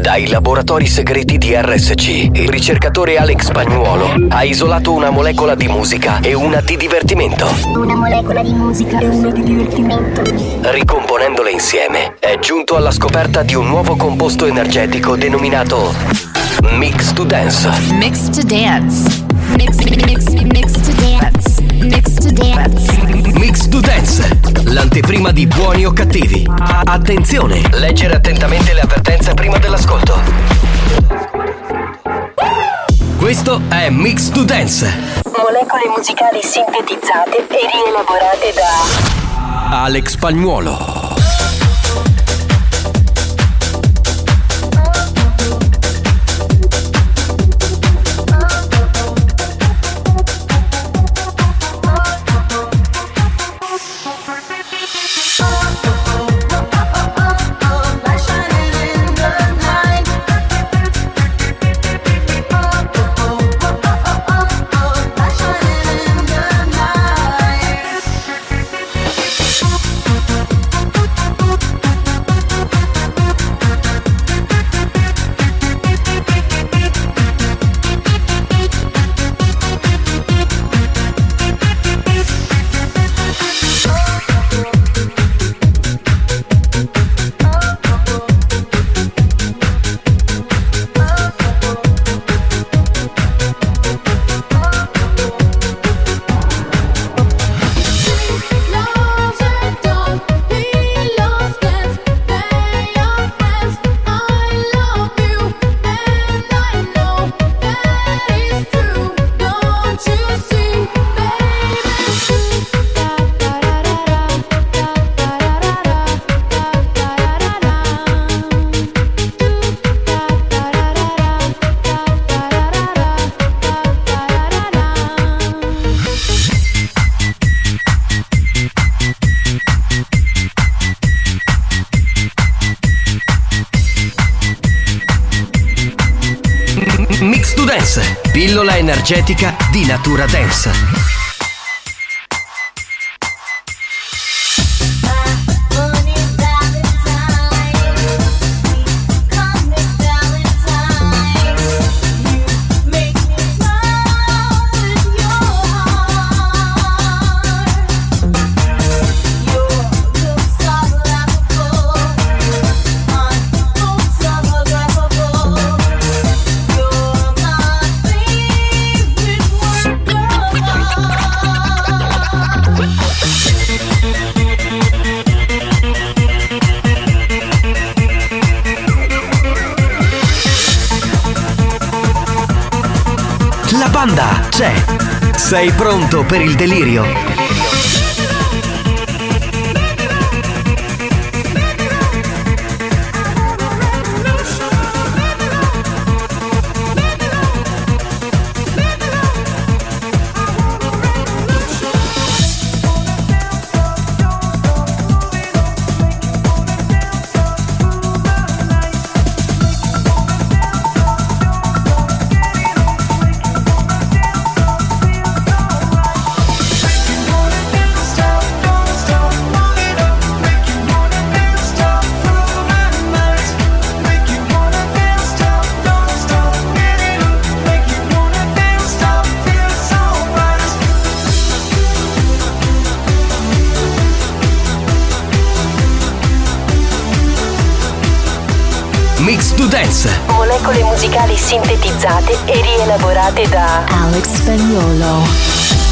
Dai laboratori segreti di RSC, il ricercatore Alex Spagnuolo ha isolato una molecola di musica e una di divertimento. Una molecola di musica e una di divertimento. Ricomponendole insieme, è giunto alla scoperta di un nuovo composto energetico denominato Mix to Dance. Mix to Dance. Mix to Dance. Mix to Dance. Mix to Dance, l'anteprima di Buoni o Cattivi. Attenzione, leggere attentamente le avvertenze prima dell'ascolto. Questo è Mix to Dance. Molecole musicali sintetizzate e rielaborate da Alex Spagnuolo. Mix to Dance, pillola energetica di natura dance. La banda c'è. Sei pronto per il delirio? Mix to Dance. Molecole musicali sintetizzate e rielaborate da Alex Spagnuolo.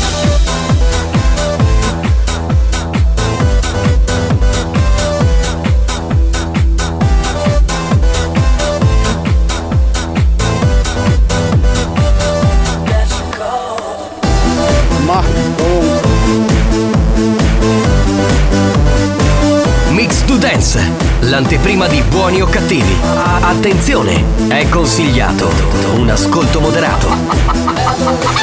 Mix to Dance, l'anteprima di Buoni o Cattivi. Attenzione, è consigliato un ascolto moderato.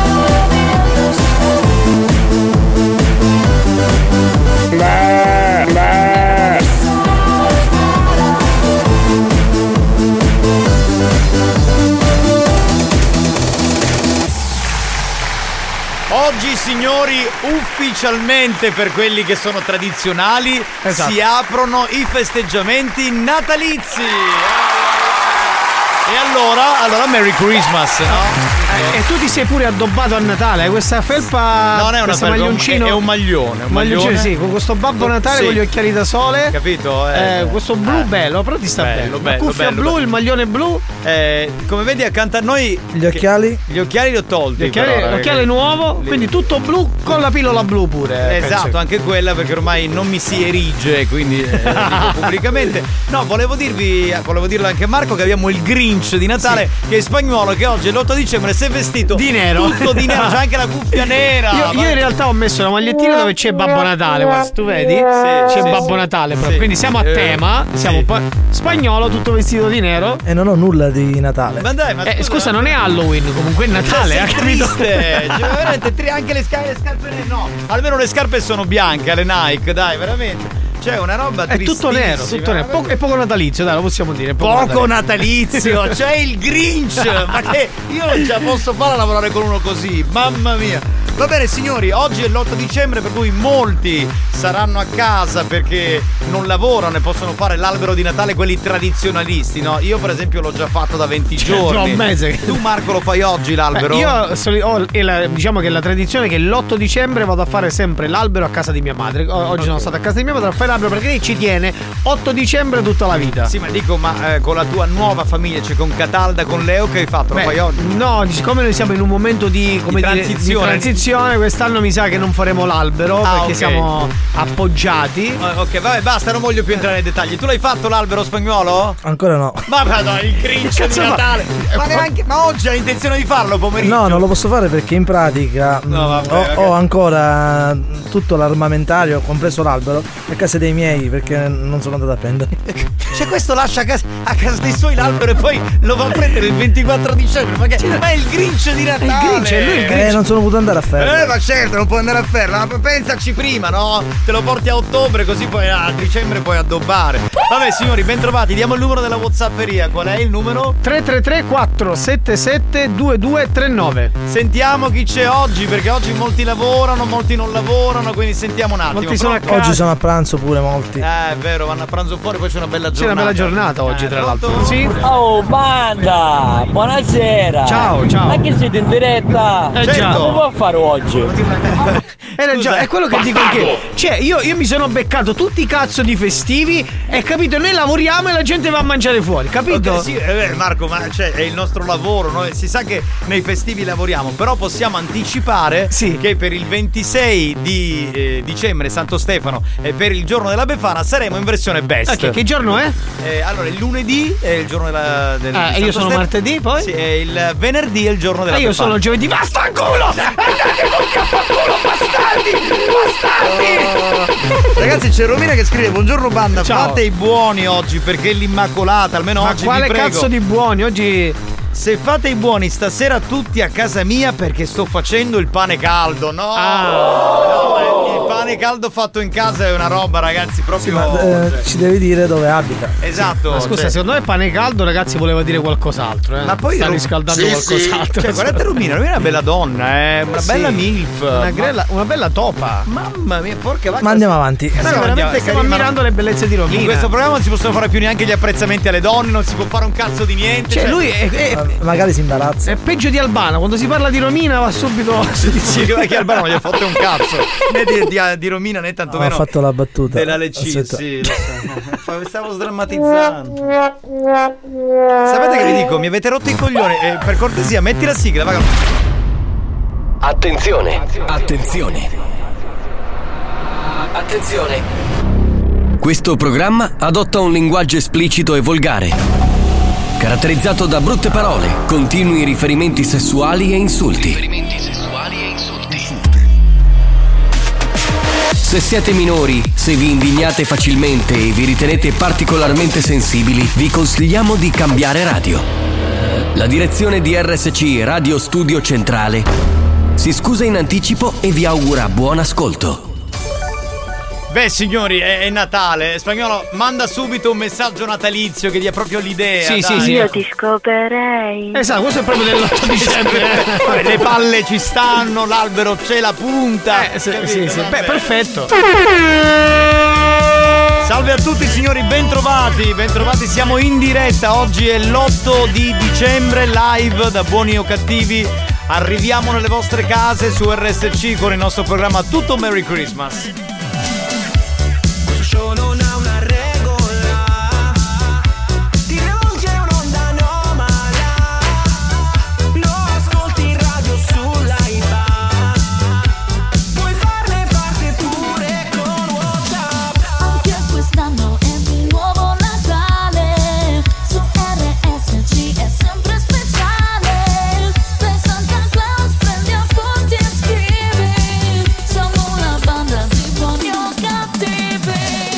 Oggi, signori, ufficialmente per quelli che sono tradizionali, esatto, si aprono i festeggiamenti natalizi. allora Merry Christmas, no? E tu ti sei pure addobbato a Natale, questa felpa. Non è una felpa, maglioncino. è un maglione. Maglioncino, sì, con questo Babbo Natale con gli occhiali da sole. Capito? Questo blu bello, però ti sta bello. La cuffia blu, il maglione blu. Come vedi accanto a noi. Gli occhiali? Gli occhiali li ho tolti. L'occhiale nuovo, quindi tutto blu con la pillola blu pure. Esatto, anche quella perché ormai non mi si erige, quindi dico pubblicamente. No, volevo dirlo anche a Marco che abbiamo il Grinch di Natale, che è spagnolo, che oggi è l'8 dicembre si è vestito di nero. Tutto di nero, c'è anche la cuffia nera. Io in realtà ho messo la magliettina dove c'è Babbo Natale, guarda, tu vedi? C'è Babbo Natale proprio. Sì. Quindi siamo a tema, siamo spagnolo, tutto vestito di nero. E non ho nulla di Natale. Ma dai, ma scusa, non è Halloween, comunque è Natale, sei triste. Cioè, veramente anche le scarpe no. Almeno le scarpe sono bianche, le Nike, dai, veramente. C'è una roba tristissima. È tutto nero. È poco natalizio, dai, lo possiamo dire. Poco natalizio. C'è il Grinch. Ma che io non ce la posso fare a lavorare con uno così. Mamma mia. Va bene signori, oggi è l'8 dicembre per cui molti saranno a casa perché non lavorano e possono fare l'albero di Natale quelli tradizionalisti, no? Io per esempio l'ho già fatto da 20 giorni. Tra un mese. Tu Marco lo fai oggi l'albero? Diciamo che la tradizione è che l'8 dicembre vado a fare sempre l'albero a casa di mia madre. Oggi sono stato a casa di mia madre a fare l'albero perché lei ci tiene 8 dicembre tutta la vita. Sì, ma dico, con la tua nuova famiglia, cioè con Catalda, con Leo, che hai fatto? Lo fai oggi? No, siccome noi siamo in un momento di transizione, quest'anno mi sa che non faremo l'albero perché siamo appoggiati. Ok, vabbè, basta, non voglio più entrare nei dettagli. Tu l'hai fatto l'albero spagnolo? Ancora no. Ma no, il Grinch di Natale. Ma oggi hai intenzione di farlo pomeriggio? No, non lo posso fare perché in pratica ho ancora tutto l'armamentario, compreso l'albero, a casa dei miei perché non sono andato a prendere. Cioè questo lascia a casa dei suoi l'albero e poi lo va a prendere il 24 dicembre. Ma è il Grinch di Natale. Lui il Grinch. Non sono potuto andare a Ferro. Ma certo, non puoi andare a Ferro. Ma pensaci prima, no? Te lo porti a ottobre così poi a dicembre puoi addobbare. Vabbè signori, ben trovati. Diamo il numero della WhatsApperia. Qual è il numero? 333-477-2239. Sentiamo chi c'è oggi, perché oggi molti lavorano, molti non lavorano, quindi sentiamo un attimo. Molti sono a casa. Oggi sono a pranzo pure molti. È vero, vanno a pranzo fuori, poi c'è una bella giornata. C'è una bella giornata oggi, tra l'altro. Sì. Oh banda, buonasera. Ciao. Ma che siete in diretta? Già. Come può fare oggi? Già, è quello che dico anche. Cioè, io mi sono beccato tutti i cazzo di festivi e capito, noi lavoriamo e la gente va a mangiare fuori, capito? Okay, sì, Marco, ma è il nostro lavoro, no? Si sa che nei festivi lavoriamo, però possiamo anticipare che per il 26 di dicembre, Santo Stefano, e per il giorno della Befana saremo in versione best. Okay, che giorno è? Allora, il lunedì è il giorno del io sono martedì, poi? Sì, e il venerdì è il giorno della Befana. Io sono giovedì. Vaffanculo! Andate tutti a fanculo, bastardi! Ragazzi, c'è Romina che scrive: buongiorno banda, fate i buoni oggi perché è l'Immacolata, almeno ma oggi vi quale prego. Cazzo di buoni? Oggi se fate i buoni stasera tutti a casa mia perché sto facendo il pane caldo. No, il pane caldo fatto in casa è una roba, ragazzi, proprio ci devi dire dove abita. Esatto. Ma scusa, secondo me pane caldo, ragazzi, voleva dire qualcos'altro, Ma poi sta riscaldando qualcos'altro. Cioè, guardate Romina è una bella donna, una bella milf, una bella topa. Mamma mia, porca vacca. Ma andiamo avanti. Stiamo ammirando le bellezze di Romina. In questo programma non si possono fare più neanche gli apprezzamenti alle donne, non si può fare un cazzo di niente. Cioè lui è magari si imbarazza. È peggio di Albano, quando si parla di Romina va subito. Sì, che Albano non gli ha fatto un cazzo. Né di Romina né tanto meno. Ho fatto la battuta. Della Lecce, sì. Stavo sdrammatizzando. Sapete che vi dico? Mi avete rotto i coglioni. Per cortesia, metti la sigla, vaga. Attenzione. Questo programma adotta un linguaggio esplicito e volgare, caratterizzato da brutte parole, continui riferimenti sessuali e insulti. Se siete minori, se vi indignate facilmente e vi ritenete particolarmente sensibili, vi consigliamo di cambiare radio. La direzione di RSC Radio Studio Centrale si scusa in anticipo e vi augura buon ascolto. Beh signori, è Natale. Spagnolo, manda subito un messaggio natalizio che dia proprio l'idea. Sì. Io ti scoperei. Esatto, questo è proprio dell'8 dicembre. Le palle ci stanno, l'albero c'è la punta. Sì. Beh, perfetto. Salve a tutti signori, bentrovati, siamo in diretta, oggi è l'8 di dicembre, live da Buoni o Cattivi, arriviamo nelle vostre case su RSC con il nostro programma Tutto Merry Christmas. Non ha una regola, ti rivolge un'onda anomala, lo ascolti in radio sull'iPad, puoi farne parte pure con WhatsApp. Anche quest'anno è di nuovo Natale, su RSC è sempre speciale, dai Santa Claus prendi appunti e scrivi, siamo una banda di buoni o cattivi.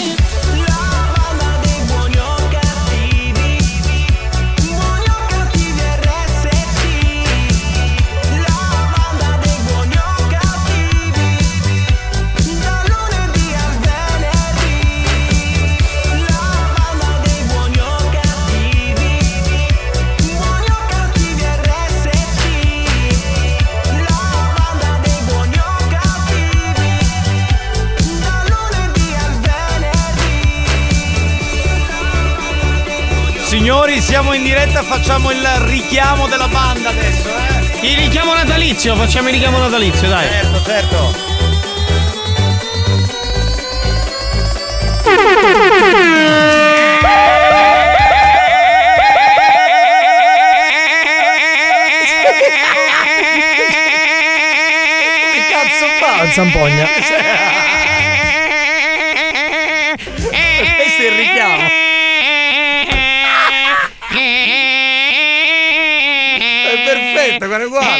Signori, siamo in diretta, facciamo il richiamo della banda adesso, Il richiamo natalizio, facciamo il richiamo natalizio, dai. Certo. Che cazzo fa? Zampogna. Questo è il richiamo. È perfetto, guarda uguale.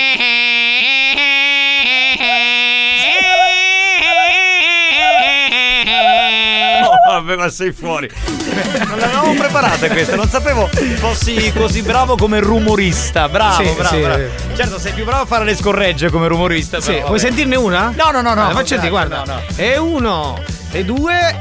Vabbè, ma sei fuori. Non l'avevamo preparata questa, non sapevo fossi così bravo come rumorista. Bravo. Certo, sei più bravo a fare le scorregge come rumorista. Sì, però, vuoi sentirne una? No. Facciati, guarda. No. E uno, e due.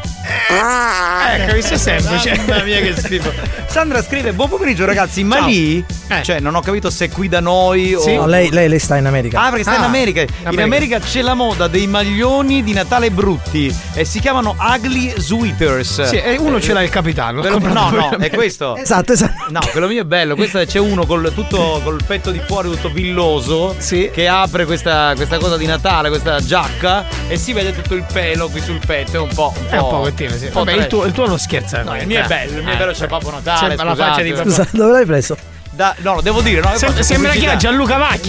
Ecco, questo è semplice. Mamma mia, che schifo. Sandra scrive: buon pomeriggio ragazzi, ma ciao. lì cioè non ho capito se è qui da noi o. No, lei sta in America. Ah, perché sta in America. In America c'è la moda dei maglioni di Natale brutti e si chiamano ugly sweaters. Sì, e uno ce l'ha il capitano. No, è questo. Esatto. No, quello mio è bello. Questo c'è uno col petto di fuori tutto villoso, sì, che apre questa cosa di Natale, questa giacca, e si vede tutto il pelo qui sul petto. È un po'. È un pochettino, sì. Vabbè, il tuo non scherza. No, il mio è bello, c'è Babbo Natale. C'è la faccia di Babbo. Scusa, dove l'hai preso? No, lo devo dire, no? Sembra che ha Gianluca Vacchi.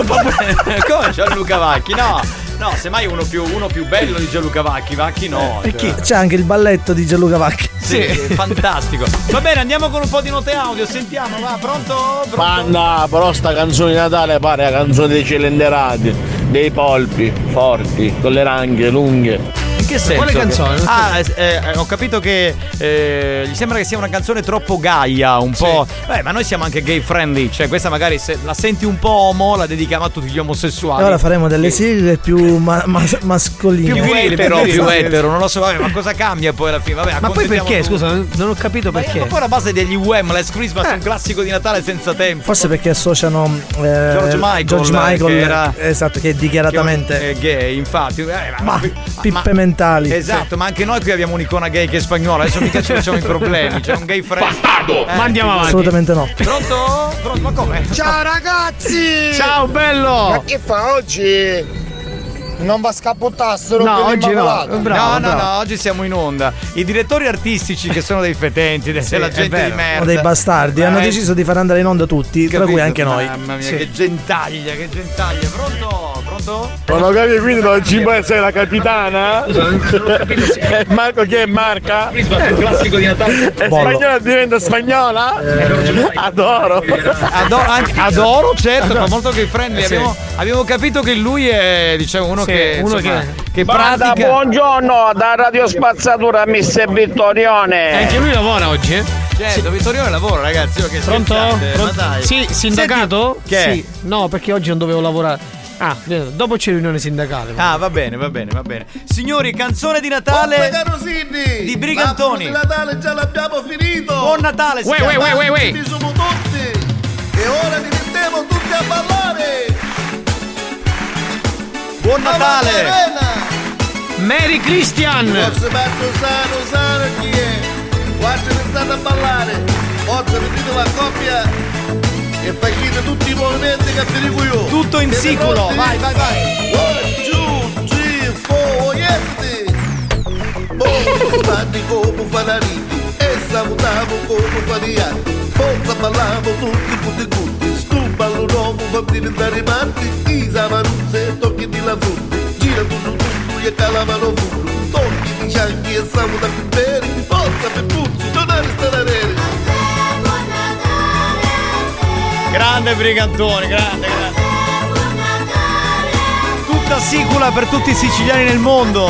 Come Gianluca Vacchi? No, semmai uno più bello di Gianluca Vacchi. Vacchi no. E chi? C'è anche il balletto di Gianluca Vacchi. Sì, fantastico. Va bene, andiamo con un po' di note audio. Sentiamo, va, pronto? Panna, però sta canzone di Natale pare la canzone dei cilinderati, dei polpi forti, con le ranghe lunghe. In che senso? Quale canzone? Ho capito che gli sembra che sia una canzone troppo gaia, un po'. Ma noi siamo anche gay friendly, cioè questa magari se la senti un po' omo, la dedichiamo a tutti gli omosessuali. E ora faremo delle sigle più mascoline. Più virili, però più etero, non lo so, vabbè, ma cosa cambia poi alla fine? Vabbè, ma poi perché? Scusa, non ho capito perché. Ma poi la base degli Wham, Last Christmas, un classico di Natale senza tempo. Forse perché associano George Michael che era, esatto, che è dichiaratamente gay, infatti. Pippe mentali. Esatto, ma anche noi qui abbiamo un'icona gay che è spagnola. Adesso mica ci facciamo i problemi. C'è un gay friend. Ma andiamo avanti. Assolutamente no. Pronto? Ma come? Ciao ragazzi! Ciao bello! Ma che fa oggi? Non va a scappottassero. No, oggi no. No, oggi siamo in onda. I direttori artistici che sono dei fetenti, della gente di merda. O dei bastardi, hanno deciso di far andare in onda tutti, tra cui anche noi. Mamma mia, che gentaglia. Pronto? Non ho capito, quindi non ci può essere la capitana? Marco che è Marca? Classico di Natale. È spagnola, diventa spagnola? Adoro, certo, fa molto gay friendly. Abbiamo capito che lui è, diciamo, uno che pratica. Buongiorno da Radio Spazzatura Mister Vittorione. Anche lui lavora oggi, Certo, Vittorione lavora, ragazzi. Che pronto? Dai. Sì, sindacato? Senti, che sì. No, perché oggi non dovevo lavorare. Dopo c'è riunione sindacale. Va bene. Signori, canzone di Natale di Brigantoni. Di Natale già l'abbiamo finito. Buon Natale, Tutti siamo tutti. E ora vi mettiamo tutti a ballare. Buon Natale. Mary Christian. Forse Marco Sano chi è? Quando iniziate a ballare, forza vedete la coppia e facite tutti i movimenti che ti dico io. Tutto in Siete siculo, pronti? vai. 1, 2, 3, 4, yetti. Boh, stanti come fanariti e salutiamo come faniati. Forza balliamo tutti gutti, stu ballo nuovo fa diventare matti. Isa maruzze, tocchi di la frutta, gira tutto e calamano furro. Tocchi di cianchi e saluta pimperi, forza per puzzi, donare stanareri. Grande Brigantone, grande. Tutta sicula per tutti i siciliani nel mondo.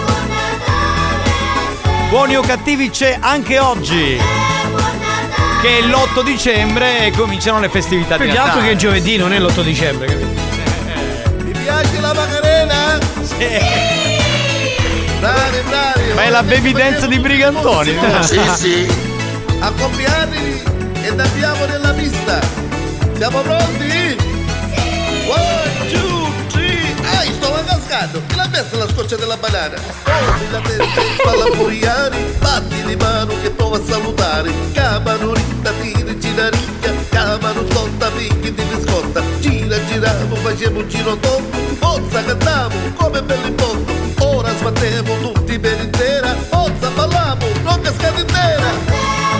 Buoni o cattivi c'è anche oggi, che è l'8 dicembre e cominciano le festività di Più Natale. che altro che è giovedì, non è l'8 dicembre, capito? Mi piace la Macarena? Sì. Bravi. Ma è la baby dance di Brigantoni. Sì. Accoppiatevi e andiamo nella pista. Siamo pronti? 1, 2, 3. Sto cascando. La messa la scoccia della banana. Muovi la testa e spalla fuoriani. Batti di mano che prova a salutare. Camano ritta, tiri, gira ricca. Camano scotta, picchi di biscotta. Giravo, facevo un giro tondo. Forza cantavo come belli in fondo. Ora sbattevo tutti per intera. Forza ballavo, non cascate intera.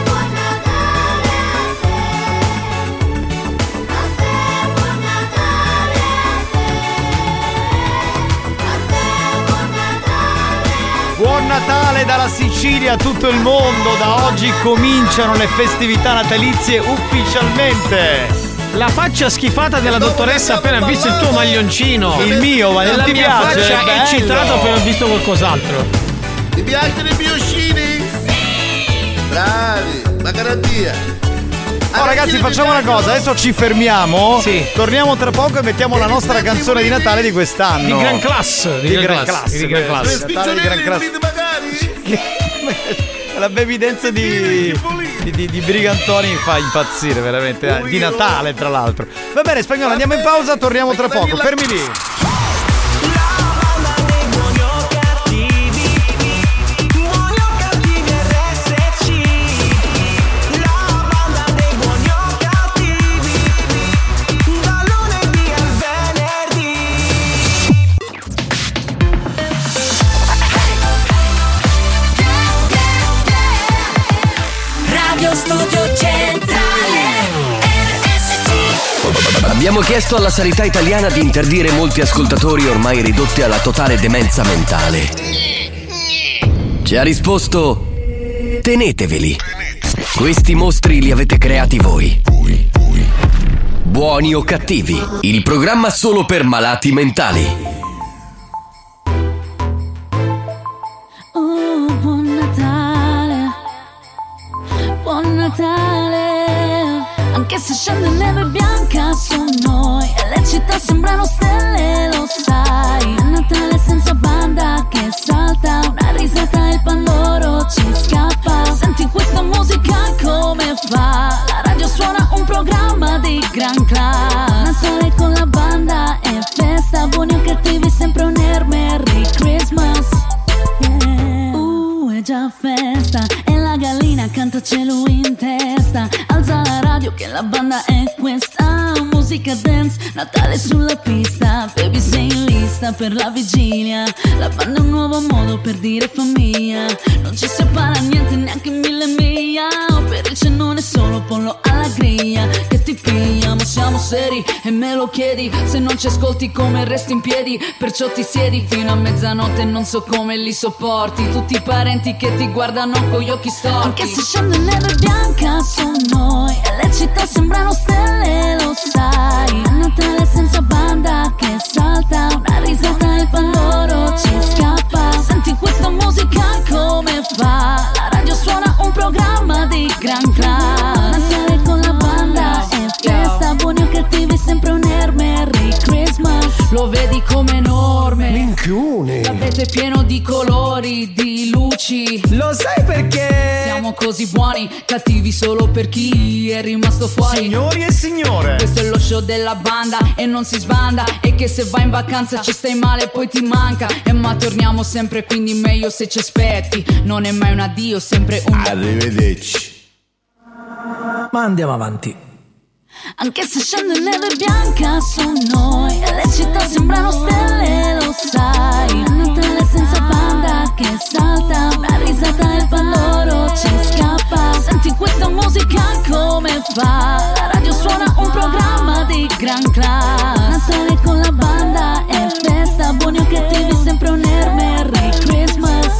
Buon Natale dalla Sicilia a tutto il mondo. Da oggi cominciano le festività natalizie ufficialmente. La faccia schifata della dottoressa appena visto il tuo maglioncino. Il mio, ma non la ti mia piace? faccia È eccitato appena ho visto qualcos'altro. Ti piacciono i bioscini? Sì! Bravi, ma garantia. Oh ragazzi, facciamo una cosa, adesso ci fermiamo. Sì. Torniamo tra poco e mettiamo la nostra canzone di Natale di quest'anno. Di gran classe. Di gran classe. Natale di gran classe. Magari? La baby dance di Brigantoni mi fa impazzire veramente. Di Natale tra l'altro. Va bene Spagnolo, andiamo in pausa, torniamo tra poco. Fermi lì. Studio Centrale RSC. Abbiamo chiesto alla sanità italiana di interdire molti ascoltatori ormai ridotti alla totale demenza mentale. Ci ha risposto: teneteveli. Questi mostri li avete creati voi. Buoni o cattivi, il programma solo per malati mentali. Anche se scende neve bianca su noi e le città sembrano stelle, lo sai. È Natale senza banda che salta, una risata e il pandoro ci scappa. Senti questa musica come fa? La radio suona un programma di gran class. Natale con la banda e festa, buoni o cattivi sempre un air, Merry Christmas. È già festa e la gallina canta cielo in testa. Alza la radio che la banda è questa. Musica dance, Natale sulla pista. Baby sei in lista per la vigilia. La banda è un nuovo modo per dire famiglia. Non ci separa niente neanche 1000 miglia. Per il cenone solo pollo alla griglia. Che ti pigliamo, siamo seri e me lo chiedi. Se non ci ascolti come resti in piedi. Perciò ti siedi fino a mezzanotte e non so come li sopporti. Tutti i parenti che ti guardano con gli occhi storti. Anche se scende neve bianca su noi e le città sembrano stelle, lo sai. È Natale senza banda che salta, una risata e il pandoro ci scappa. Senti questa musica come fa? La radio suona un programma di gran class. Natale con la banda e festa, buoni o cattivi sempre un air, Merry Christmas. Lo vedi come enorme, minchione. L'abete pieno di colori, di luci. Lo sai perché? Siamo così buoni, cattivi solo per chi è rimasto fuori. Signori e signore, questo è lo show della banda e non si sbanda. E che se vai in vacanza ci stai male poi ti manca. Ma torniamo sempre, quindi meglio se ci aspetti. Non è mai un addio, sempre un arrivederci. Ma andiamo avanti. Anche se scende neve bianca su noi e le città sembrano stelle, lo sai. Natale senza banda che salta, una risata e il pandoro ci scappa. Senti questa musica come fa? La radio suona un programma di gran class. Natale con la banda è festa, buoni o cattivi sempre un air. Merry Christmas,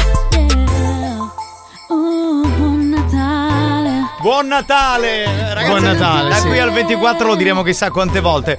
yeah. Buon Natale. Buon Natale, ragazzi. Buon Natale, da qui sì. al 24 lo diremo chissà quante volte.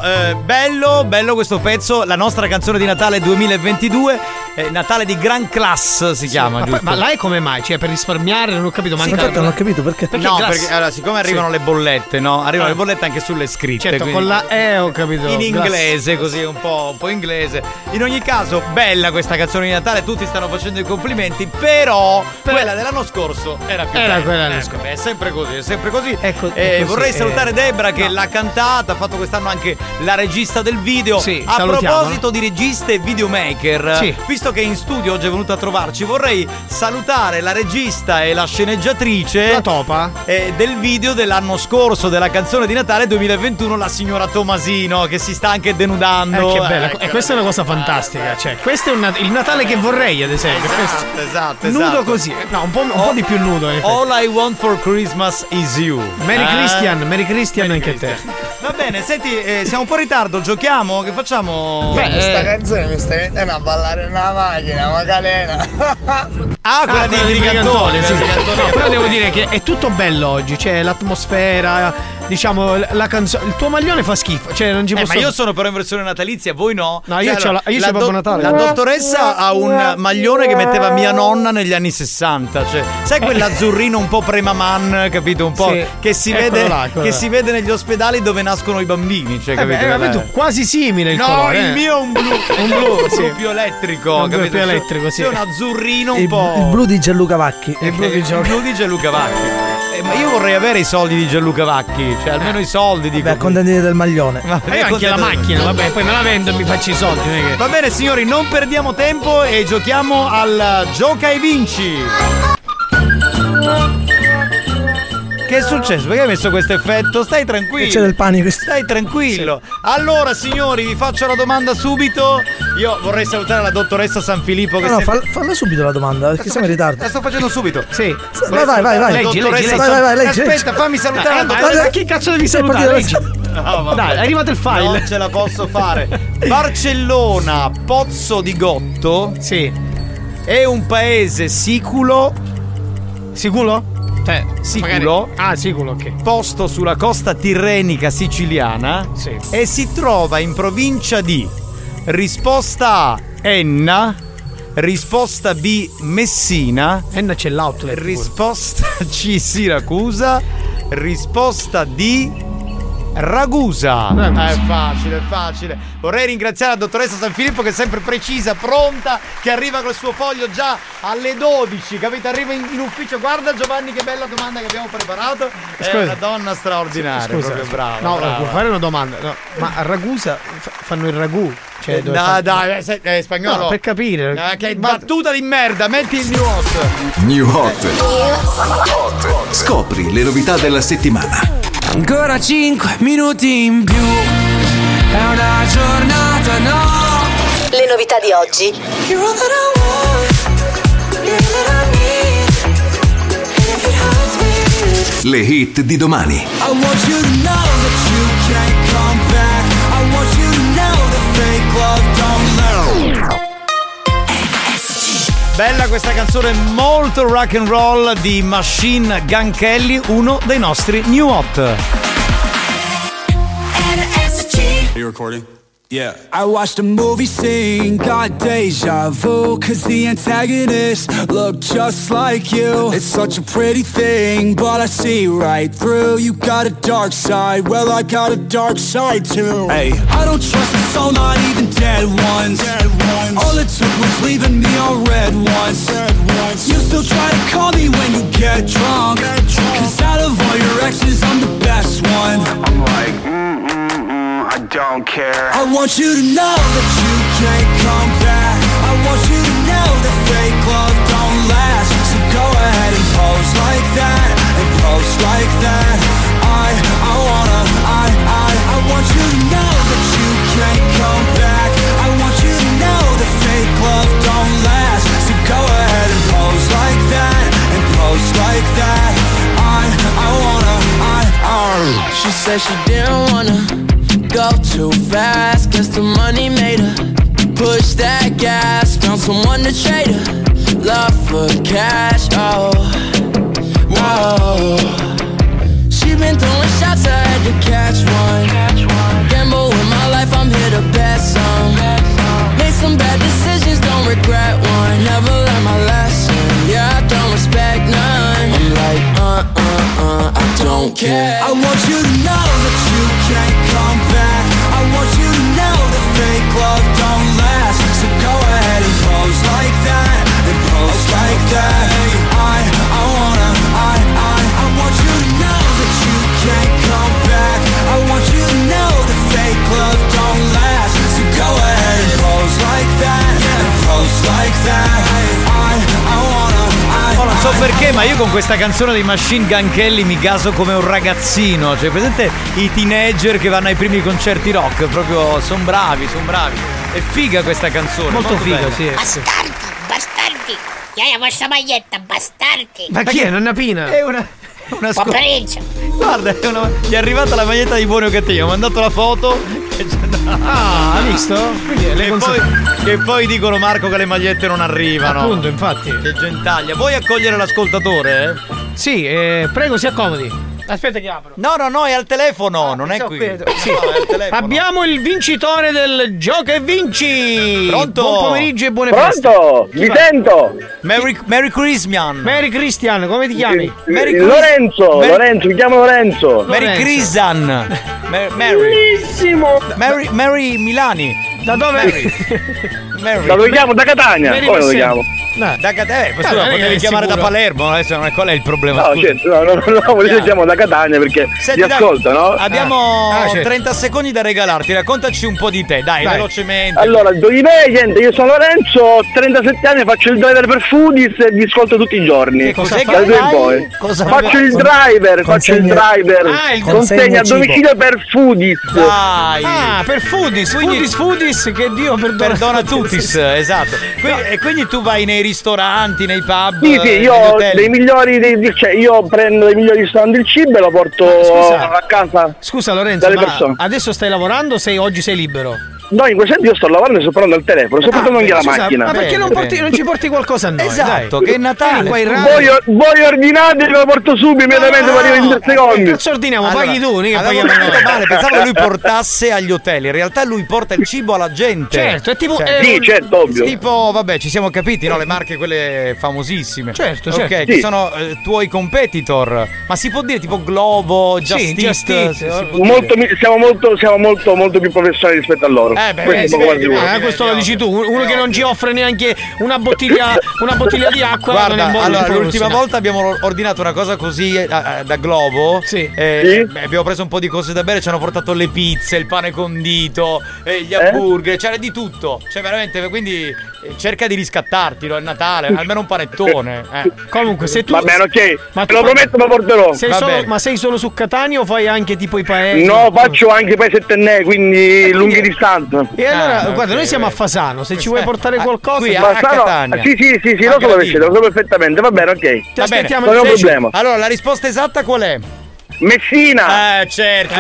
Bello questo pezzo, la nostra canzone di Natale 2022. Natale di Gran Class si chiama, giusto? Ma lei come mai? Cioè, per risparmiare, non ho capito Sì, infatti non ho capito perché. No, perché allora, siccome arrivano le bollette, no? Arrivano le bollette anche sulle scritte. Certo, quindi con la ho capito. in inglese, così un po' inglese. In ogni caso, bella questa canzone di Natale, tutti stanno facendo i complimenti, però quella dell'anno scorso era più bella. Quella dell'anno scorso. È sempre così, è sempre così. Ecco, vorrei salutare Debra che l'ha cantata, ha fatto quest'anno anche la regista del video. Sì, a salutiamo. proposito di registe e videomaker, Sì. visto che in studio oggi è venuta a trovarci, vorrei salutare la regista e la sceneggiatrice La topa del video dell'anno scorso, della canzone di Natale 2021, la signora Tomasino, che si sta anche denudando. che bella. E questa è una cosa fantastica. Cioè, questo è il Natale che vorrei, ad esempio. Esatto. Nudo così. No, un po' di più nudo. in effetti. All I want for Christmas is you. Merry Christian anche a te. Va bene, senti, siamo un po' in ritardo, giochiamo? Che facciamo? Questa canzone mi sta mettendo a ballare nella macchina, Macarena. Quella di Brigantone, sì. Brigantone. No, però devo dire che è tutto bello oggi. C'è l'atmosfera, diciamo, la canzone. Il tuo maglione fa schifo. Cioè, non ci posso. Ma io sono però in versione natalizia, voi no? No, io c'ho Babbo Natale. La dottoressa ha un maglione che metteva mia nonna negli anni 60. Cioè, sai quell'azzurrino un po' premaman, capito? Un po' Sì. che si Eccolo vede là, eccolo là. si vede negli ospedali dove nascono i bambini. Cioè, capito? Quasi simile il No, colore. il mio è un blu. Un blu, sì. più elettrico, Un blu capito? più elettrico, sì. C'è un azzurrino un Il po'. blu di Gianluca Vacchi. Il blu di Gianluca Vacchi. Ma io vorrei avere i soldi di Gianluca Vacchi, cioè almeno i soldi di. Beh, accontentati del maglione. Ma io anche la macchina, vabbè, poi me la vendo e mi faccio i soldi. Non è che. Va bene signori, non perdiamo tempo e giochiamo al Gioca e Vinci. Che è successo? Perché hai messo questo effetto? Stai tranquillo. C'è del panico. Stai tranquillo. Allora signori, vi faccio la domanda subito. Io vorrei salutare la dottoressa Sanfilippo che No, falla subito la domanda, perché siamo in ritardo. La sto facendo subito. Sì. Vai. Leggi. Vai, Aspetta, fammi salutare la Ma dottoressa. chi cazzo devi salutare? Leggi. No, vabbè. Dai, è arrivato il file. Non ce la posso fare. Barcellona, Pozzo di Gotto. Sì. È un paese siculo. Siculo? Siculo. Siculo, ok. Posto sulla costa tirrenica siciliana. Sì. E si trova in provincia di risposta A Enna, risposta B Messina, Enna c'è l'outlet. risposta C Siracusa, risposta D Ragusa. È facile. Vorrei ringraziare la dottoressa Sanfilippo che è sempre precisa, pronta, che arriva col suo foglio già alle 12, capito? Arriva in ufficio. Guarda Giovanni che bella domanda che abbiamo preparato. È una donna straordinaria, proprio brava. No, brava. devo fare una domanda. No, ma a Ragusa fanno il ragù. Cioè, Dai, è spagnolo. No, per capire. Che battuta di merda, metti il new hot. New Hot. Scopri le novità della settimana. Ancora 5 minuti in più. È una giornata, no. Le novità di oggi. You're all that I want. You're all that I need. And if it hurts me. Le hit di domani. I want you to know that you can't come back. I want you to know that fake love don't last. Bella questa canzone molto rock and roll di Machine Gun Kelly, uno dei nostri new hot. Are you recording? Yeah. I watched a movie scene, got deja vu, cause the antagonist looked just like you. It's such a pretty thing, but I see right through. You got a dark side, well I got a dark side too. Hey, I don't trust the so not even dead ones. All it took was leaving me on red ones. You still try to call me when you get drunk, cause out of all your exes I'm the best one. I'm like, I don't care. I want you to know that you can't come back. I want you to know that fake love don't last. So go ahead and pose like that, and pose like that. I want you to know that you can't come back. I want you to know that fake love don't last. So go ahead and pose like that, and pose like that. She said she didn't wanna go too fast, cause the money made her push that gas. Found someone to trade her love for cash, oh. She been throwing shots, I had to catch one. Gamble with my life, I'm here to bet some. Made some bad decisions, don't regret one. Never learned my lesson, yeah, I don't respect none. I'm like, I don't care. I want you to know that you can't come back. I want you to know that fake love don't last. So go ahead and pose like that, and pose like that. I want you to know that you can't come back. I want you to know that fake love don't last. So go ahead and pose like that, and pose like that. Non so perché, ma io con questa canzone dei Machine Gun Kelly mi gaso come un ragazzino. Cioè, presente i teenager che vanno ai primi concerti rock? Proprio, son bravi. È figa questa canzone. Molto figa, bella. sì. Bastardi! Io la vostra maglietta, bastardi! Ma chi è? Nonnapina? È una Pomeriggio! Guarda, gli è arrivata la maglietta di Buoni o Cattivi, ho mandato la foto. Ah, hai visto? Che poi dicono, Marco, che le magliette non arrivano. Appunto, infatti. Che gentaglia. Vuoi accogliere l'ascoltatore? Sì, prego, si accomodi. Aspetta che apro. No, è al telefono, non è qui. Sì. No, è al telefono. Abbiamo il vincitore del Gioca e Vinci. Pronto? Buon pomeriggio e buone feste. Pronto? Mi sento. Merry Christmas. Merry Christian, come ti chiami? Lorenzo, mi chiamo Lorenzo. Merry Christian. Bellissimo. Mary Milani. Da dove? Mary. Da dove chiamo? Da Catania. Come lo chiamo? Da Catania, questo lo potevi chiamare da Palermo, adesso non è qual è il problema? No, certo, no, chiamo da Catania perché ti ascolta, no? Abbiamo 30 secondi da regalarti, raccontaci un po' di te, dai. Velocemente. Allora, di me, gente, io sono Lorenzo, ho 37 anni, faccio il driver per Foodies e vi ascolto tutti i giorni. Che cos'è che fai? Faccio il driver, consegna a domicilio per Foodies. Dai. Per Foodies, Foodies, che Dio perdona tutis, esatto. E quindi tu vai nei ristoranti, nei pub? Sì, io ho dei migliori, io prendo dei migliori ristoranti il cibo e lo porto a casa. Scusa Lorenzo, ma adesso stai lavorando o oggi sei libero? No, in questo momento io sto lavorando e sto parlando al telefono, sto portando anche la macchina. Ma perché non ci porti qualcosa a noi? Esatto, dai. Che è Natale. Voi ordinate, ve lo porto subito, immediatamente arrivo in 3 secondi. Che cazzo ordiniamo? Paghi tu, che paghiamo noi. Male, pensavo che lui portasse agli hotel, in realtà lui porta il cibo alla gente. Certo, è tipo sì, certo, ovvio. Tipo, vabbè, ci siamo capiti, no? Le marche quelle famosissime. Certo. Ok, che sono tuoi competitor. Ma si può dire tipo Globo, Just Eat? Siamo molto più professionali rispetto a loro. Questo lo dici tu, uno che non ci offre neanche una bottiglia di acqua. Guarda, allora l'ultima volta abbiamo ordinato una cosa così da Globo. Sì. Abbiamo preso un po' di cose da bere, ci hanno portato le pizze, il pane condito, gli hamburger, c'era di tutto. Cioè veramente, quindi cerca di riscattarti, no? È Natale, almeno un panettone. Comunque se tu va bene, ok, te lo prometto, lo porterò. Ma sei solo su Catania o fai anche tipo i paesi? No, faccio anche paesi Tennè, quindi lunghe distanze. E allora, guarda, noi siamo a Fasano, se ci vuoi portare qualcosa qui a Catania. Sì, lo so perfettamente, va bene, ok. Ti aspettiamo non è un problema. Allora, la risposta esatta qual è? Messina. Certo.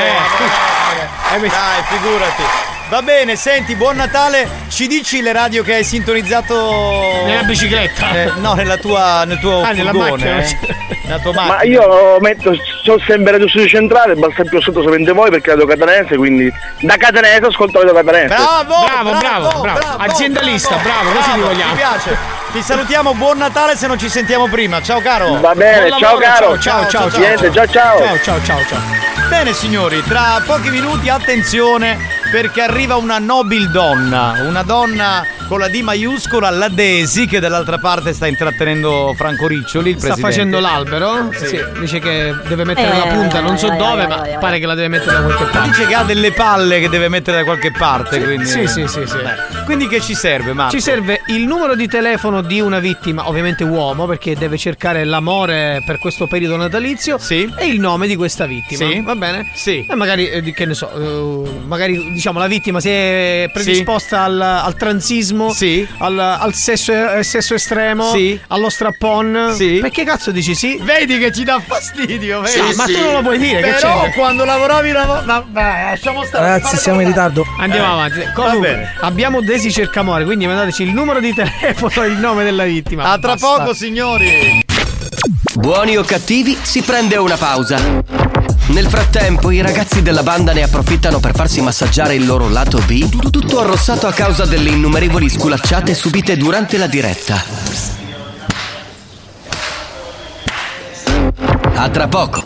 Dai, figurati. Va bene, senti, buon Natale. Ci dici le radio che hai sintonizzato nella bicicletta? No, nel tuo furgone, nella macchina. Nella tua macchina. Ma io so sempre Radio Studio Centrale, basta più sotto sapete voi perché Radio Catanese, quindi da Catanese ascolto Radio Catanese. Bravo. Aziendalista, bravo, così ti vogliamo. Mi piace. Ti salutiamo, buon Natale se non ci sentiamo prima. Ciao caro. Va bene, ciao caro. Ciao. Niente, ciao. Ciao. Bene signori, tra pochi minuti, attenzione, perché arriva una nobile donna, una donna con la D maiuscola, la Desi, che dall'altra parte sta intrattenendo Franco Riccioli, il presidente. Sta facendo l'albero? Sì. Dice che deve mettere la punta, non so dove, ma pare che la deve mettere da qualche parte. Dice che ha delle palle che deve mettere da qualche parte, quindi. Sì. Quindi che ci serve, Marco? Ci serve il numero di telefono di una vittima, ovviamente uomo, perché deve cercare l'amore per questo periodo natalizio. Sì. E il nome di questa vittima. Sì. Va bene? Sì. E magari, che ne so, magari diciamo la vittima si è predisposta al transismo, al sesso estremo, allo strap-on. Sì. Perché cazzo dici sì? Vedi che ci dà fastidio, vedi? Sì, ma tu non lo puoi dire. Però che c'è? quando lavoravi lasciamo stare. Ragazzi, siamo in ritardo. Andiamo avanti. Comunque, abbiamo Desi Cercamore, quindi mandateci il numero di telefono e il nome della vittima. A tra poco, signori. Buoni o cattivi, si prende una pausa. Nel frattempo i ragazzi della banda ne approfittano per farsi massaggiare il loro lato B, tutto arrossato a causa delle innumerevoli sculacciate subite durante la diretta. A tra poco.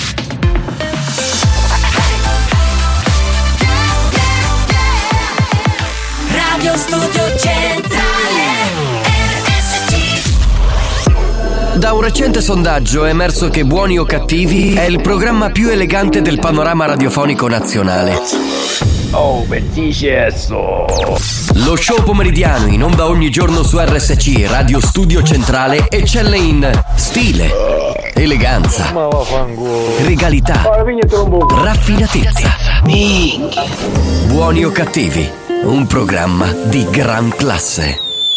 Radio Studio Centrale RSC. Da un recente sondaggio è emerso che Buoni o Cattivi è il programma più elegante del panorama radiofonico nazionale. Oh, bellissimo! Lo show pomeridiano in onda ogni giorno su RSC Radio Studio Centrale eccelle in stile, eleganza, regalità, raffinatezza. Buoni o Cattivi, un programma di gran classe.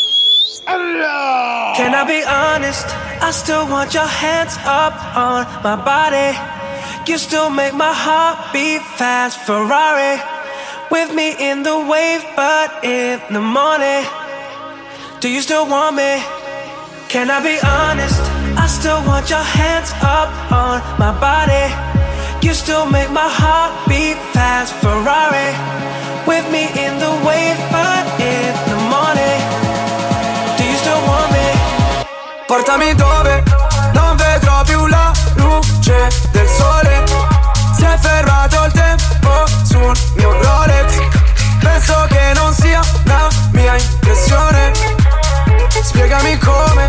Can I be honest? I still want your hands up on my body. You still make my heart beat fast, Ferrari. With me in the wave, but in the morning. Do you still want me? Can I be honest? I still want your hands up on my body. You still make my heart beat fast, Ferrari. With me in the wave, but in the morning. Do you still want me? Portami dove non vedrò più la luce del sole. Si è fermato il tempo sul mio Rolex. Penso che non sia una mia impressione. Spiegami come.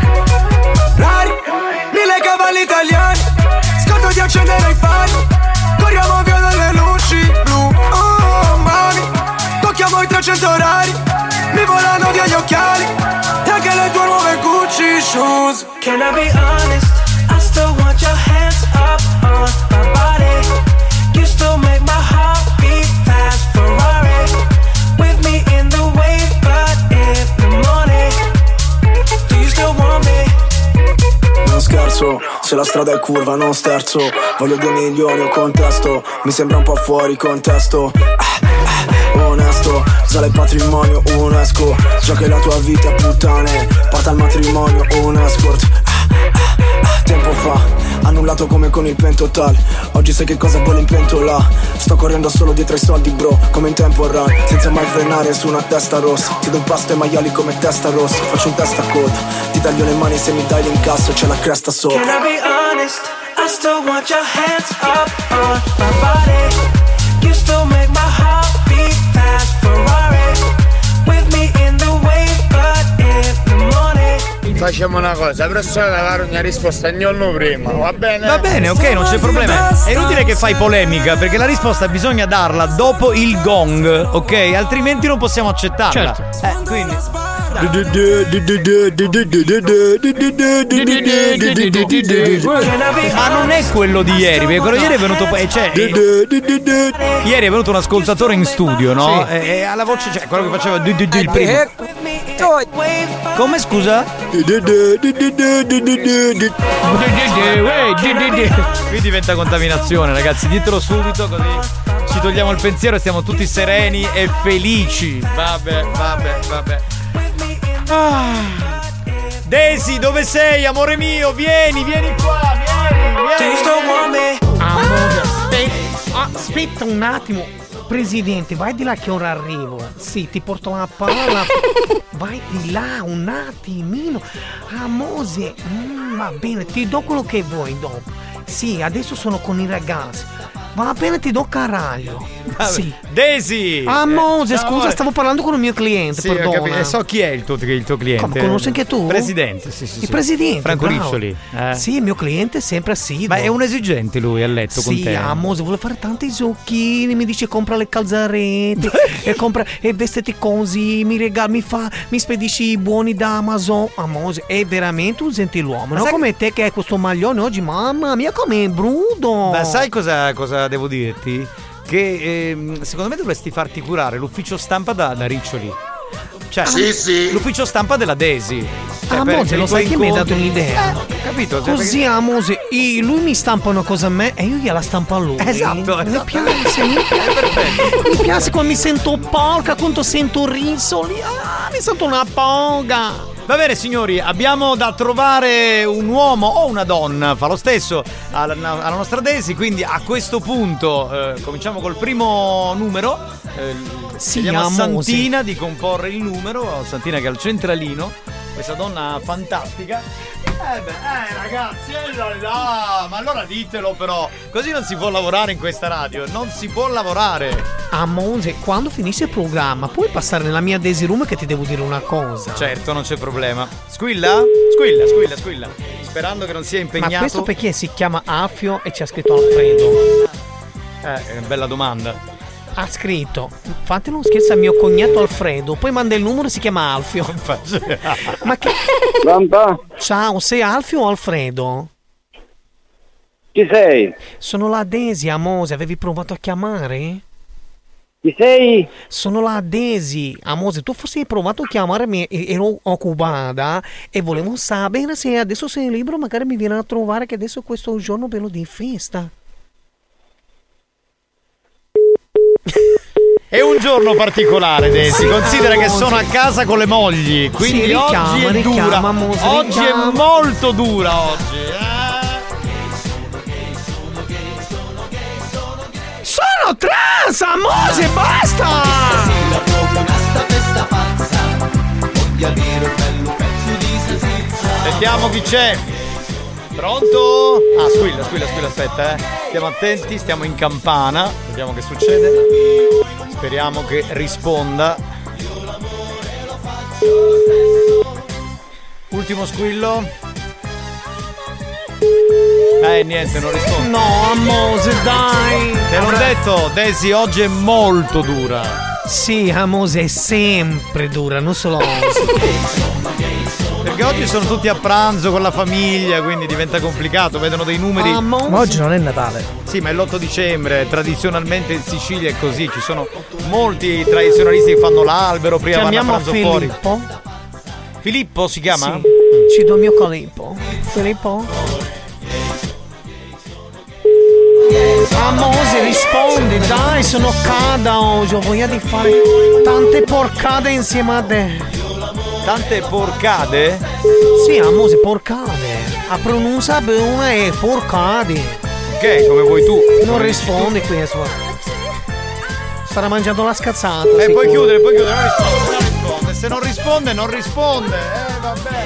Rari, 1000 cavalli italiani. Scotto di accendere i fari. Corriamo via dalle luci blu. Oh mami, tocchiamo i 300 orari. Mi volano via gli occhiali. E anche le tue nuove Gucci shoes. Can I be honest? I still want your hands up on my body. You still make my heart beat fast, Ferrari. With me in the wave, but in the morning. Do you still want me? Non scherzo, se la strada è curva non sterzo. Voglio 2 milioni o contesto. Mi sembra un po' fuori contesto. Onesto, sale il patrimonio UNESCO. Già che la tua vita è puttane. Porta al matrimonio un escort. Tempo fa, annullato come con il pentotal. Oggi sai che cosa vuole in pentola. Sto correndo solo dietro ai soldi bro, come in tempo run. Senza mai frenare su una testa rossa. Ti do un pasto ai maiali come testa rossa. Faccio un testa a coda. Ti taglio le mani se mi dai l'incasso. C'è la cresta sopra. Can I be honest? I still want your hands up on my body. You still make my heart beat fast, Ferrari. With me in the wave, but in the morning. Facciamo una cosa, la prossima dare una risposta gnollo prima, va bene? Va bene, ok, non c'è problema. È inutile che fai polemica, perché la risposta bisogna darla dopo il gong, ok? Altrimenti non possiamo accettarla. Certo. Quindi. Ma non è quello di ieri, perché quello di ieri è venuto. Ieri è venuto un ascoltatore in studio, no? Sì. E alla voce c'è quello che faceva il primo. Come scusa? Qui diventa contaminazione, ragazzi. Ditelo subito, così ci togliamo il pensiero e stiamo tutti sereni e felici. Vabbè. Desi, dove sei, amore mio? Vieni qua, vieni. Aspetta un attimo. Presidente, vai di là che ora arrivo. Sì, ti porto la palla. Vai di là un attimino. Mose, va bene, ti do quello che vuoi dopo. Sì, adesso sono con i ragazzi. Va bene, ti do caraglio. Sì. Desi! Mose, scusa, stavo parlando con un mio cliente, sì, perdona. So chi è il tuo cliente. Come, conosci anche tu? Presidente, Il presidente, Franco bravo. Riccioli. Sì, il mio cliente è sempre assiduo. Ma è un esigente lui a letto con te? Sì, Mose, vuole fare tanti zucchini, mi dice compra le calzarete e vestiti così, mi regala, mi spedisci i buoni da Amazon. Mose, è veramente un gentiluomo, non come te che hai questo maglione oggi, mamma mia, com'è brudo. Ma sai cosa devo dirti? Che secondo me dovresti farti curare l'ufficio stampa da Riccioli. Cioè, sì. L'ufficio stampa della Desi. Mose, lo sai che mi hai dato un'idea? Capito? Così Mose, lui mi stampa una cosa a me e io gliela stampo a lui. Esatto. Mi piace, mi piace quando mi sento porca, quando sento Riccioli. Mi sento una poga. Va bene signori, abbiamo da trovare un uomo o una donna, fa lo stesso alla nostra Desi, quindi a questo punto cominciamo col primo numero. Chiediamo a Santina di comporre il numero, Santina che è al centralino, questa donna fantastica. Ragazzi, ma allora ditelo però, così non si può lavorare in questa radio, non si può lavorare. Mose, quando finisce il programma puoi passare nella mia Daisy Room che ti devo dire una cosa. Certo, non c'è problema. Squilla? Squilla. Sperando che non sia impegnato. Ma questo perché si chiama Alfio e c'è scritto Alfredo? È una bella domanda. Ha scritto, fate uno scherzo al mio cognato Alfredo, poi manda il numero e si chiama Alfio. Ma che... Pronto? Ciao, sei Alfio o Alfredo? Chi sei? Sono la Desi, Mose, avevi provato a chiamare? Chi sei? Sono la Desi, Mose, tu fossi provato a chiamarmi, ero occupata e volevo sapere se adesso sei libero, magari mi viene a trovare che adesso è questo giorno bello di festa. È un giorno particolare, Desi. Considera che sono a casa con le mogli. Quindi sì, oggi è dura. Mose, oggi è molto dura oggi. Sono trans, Mose, basta! Sentiamo chi c'è. Pronto? Squilla, aspetta, Stiamo attenti, stiamo in campana. Vediamo che succede. Speriamo che risponda. Ultimo squillo. Niente, non risponde. No, Mose, dai. Te l'ho detto, Desi, oggi è molto dura. Sì, Mose è sempre dura, non solo oggi. Perché oggi sono tutti a pranzo con la famiglia, quindi diventa complicato, vedono dei numeri. Ma oggi non è Natale. Sì, ma è l'8 dicembre, tradizionalmente in Sicilia è così, ci sono molti tradizionalisti che fanno l'albero, prima vanno a pranzo fuori. Filippo si chiama? Sì, ci do mio Filippo. Mose, rispondi, dai, sono cada oggi, ho voglia di fare tante porcate insieme a te. Tante porcade? Sì, Mose, porcade. La pronuncia buona è porcade. Ok, come vuoi tu. Non rispondi questo. Starà mangiando la scazzata. Puoi chiudere, non risponde. Se non risponde, non risponde. Vabbè.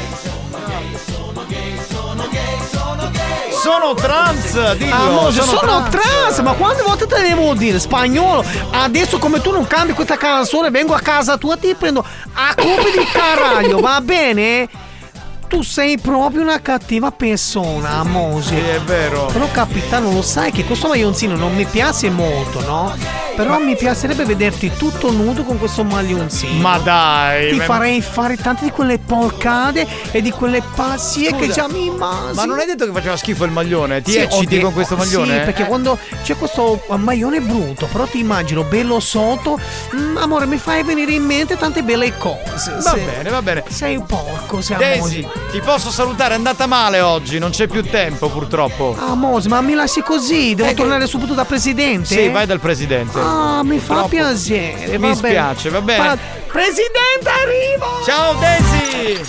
Sono trans, dillo. Sono trans, ma quante volte te ne devo dire? Spagnolo. Adesso come tu non cambi questa canzone, vengo a casa tua, ti prendo a colpi di caraglio, va bene? Tu sei proprio una cattiva persona, Mose. Sì, è vero. Però capitano, lo sai che questo maglioncino non mi piace molto, no? Però mi piacerebbe vederti tutto nudo con questo maglioncino. Ma dai! Ti farei fare tante di quelle porcate e di quelle pazzie che già mi immagino. Ma non hai detto che faceva schifo il maglione? Ti ecciti con questo maglione? Sì, perché quando c'è questo maglione brutto, però ti immagino bello sotto. Amore, mi fai venire in mente tante belle cose. Va bene. Sei un porco, Desi, ti posso salutare, è andata male oggi, non c'è più tempo purtroppo. Mose, ma mi lasci così? Devo tornare subito da presidente? Sì, vai dal presidente. Mi fa piacere. Mi spiace, va bene. Presidente, arrivo! Ciao Desi!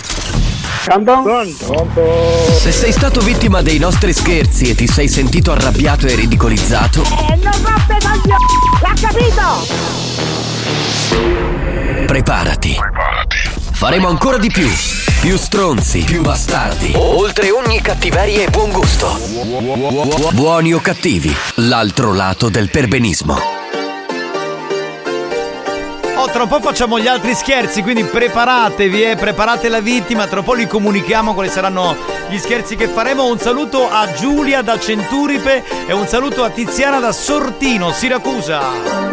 Pronto? Se sei stato vittima dei nostri scherzi e ti sei sentito arrabbiato e ridicolizzato, non roppe coglioni! L'ha capito? preparati. faremo ancora di più. Più stronzi, più bastardi. Oltre ogni cattiveria e buon gusto. Buoni o cattivi, l'altro lato del perbenismo. Tra un po' facciamo gli altri scherzi, quindi preparatevi, preparate la vittima, tra un po' li comunichiamo quali saranno gli scherzi che faremo. Un saluto a Giulia da Centuripe e un saluto a Tiziana da Sortino, Siracusa.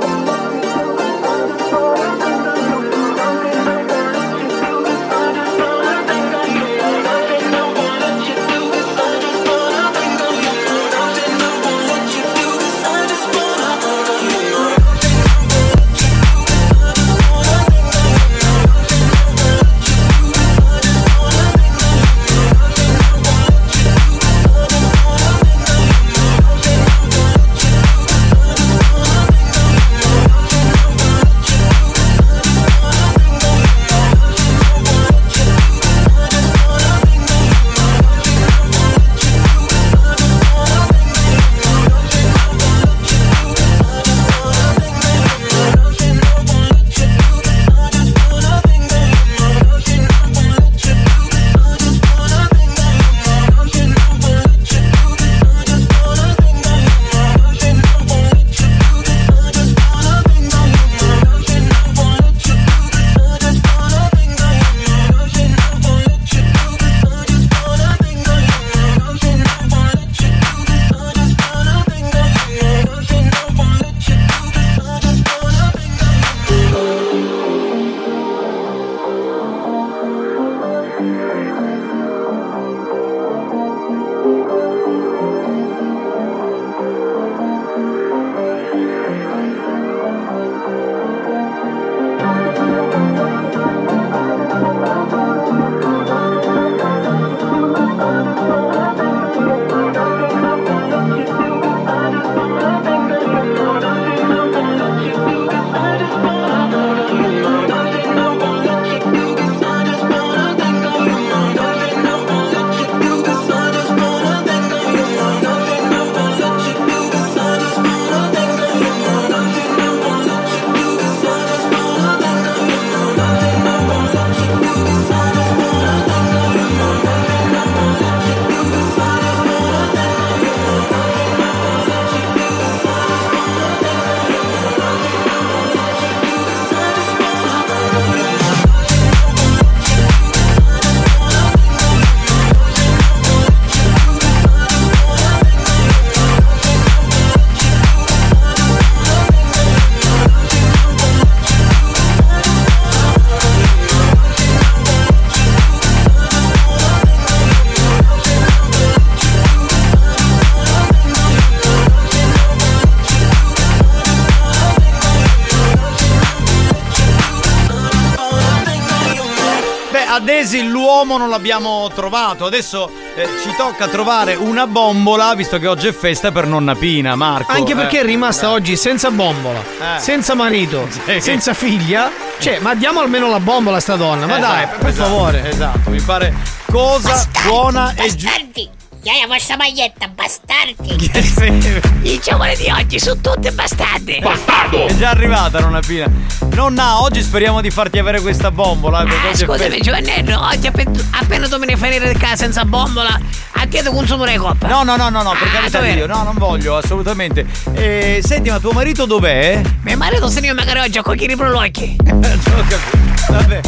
Adesi l'uomo non l'abbiamo trovato, adesso ci tocca trovare una bombola, visto che oggi è festa per nonna Pina, Marco. Anche perché è rimasta oggi senza bombola, senza marito, senza figlia. Cioè, ma diamo almeno la bombola a sta donna, ma dai, per favore. Esatto, mi pare cosa bastardi, buona e bastardi. La vostra maglietta, bastardi. I giovani di oggi sono tutti bastardi. Bastardo! È già arrivata nonna Pina. Nonna, oggi speriamo di farti avere questa bombola. Scusami Giovannello, oggi appena tu me ne fai venire da casa senza bombola, a te tu consumerai coppa. No, per carità di Dio, no, non voglio, assolutamente. Senti, ma tuo marito dov'è? Mio marito se ne magari oggi a cogliere i prolocchi. Vabbè,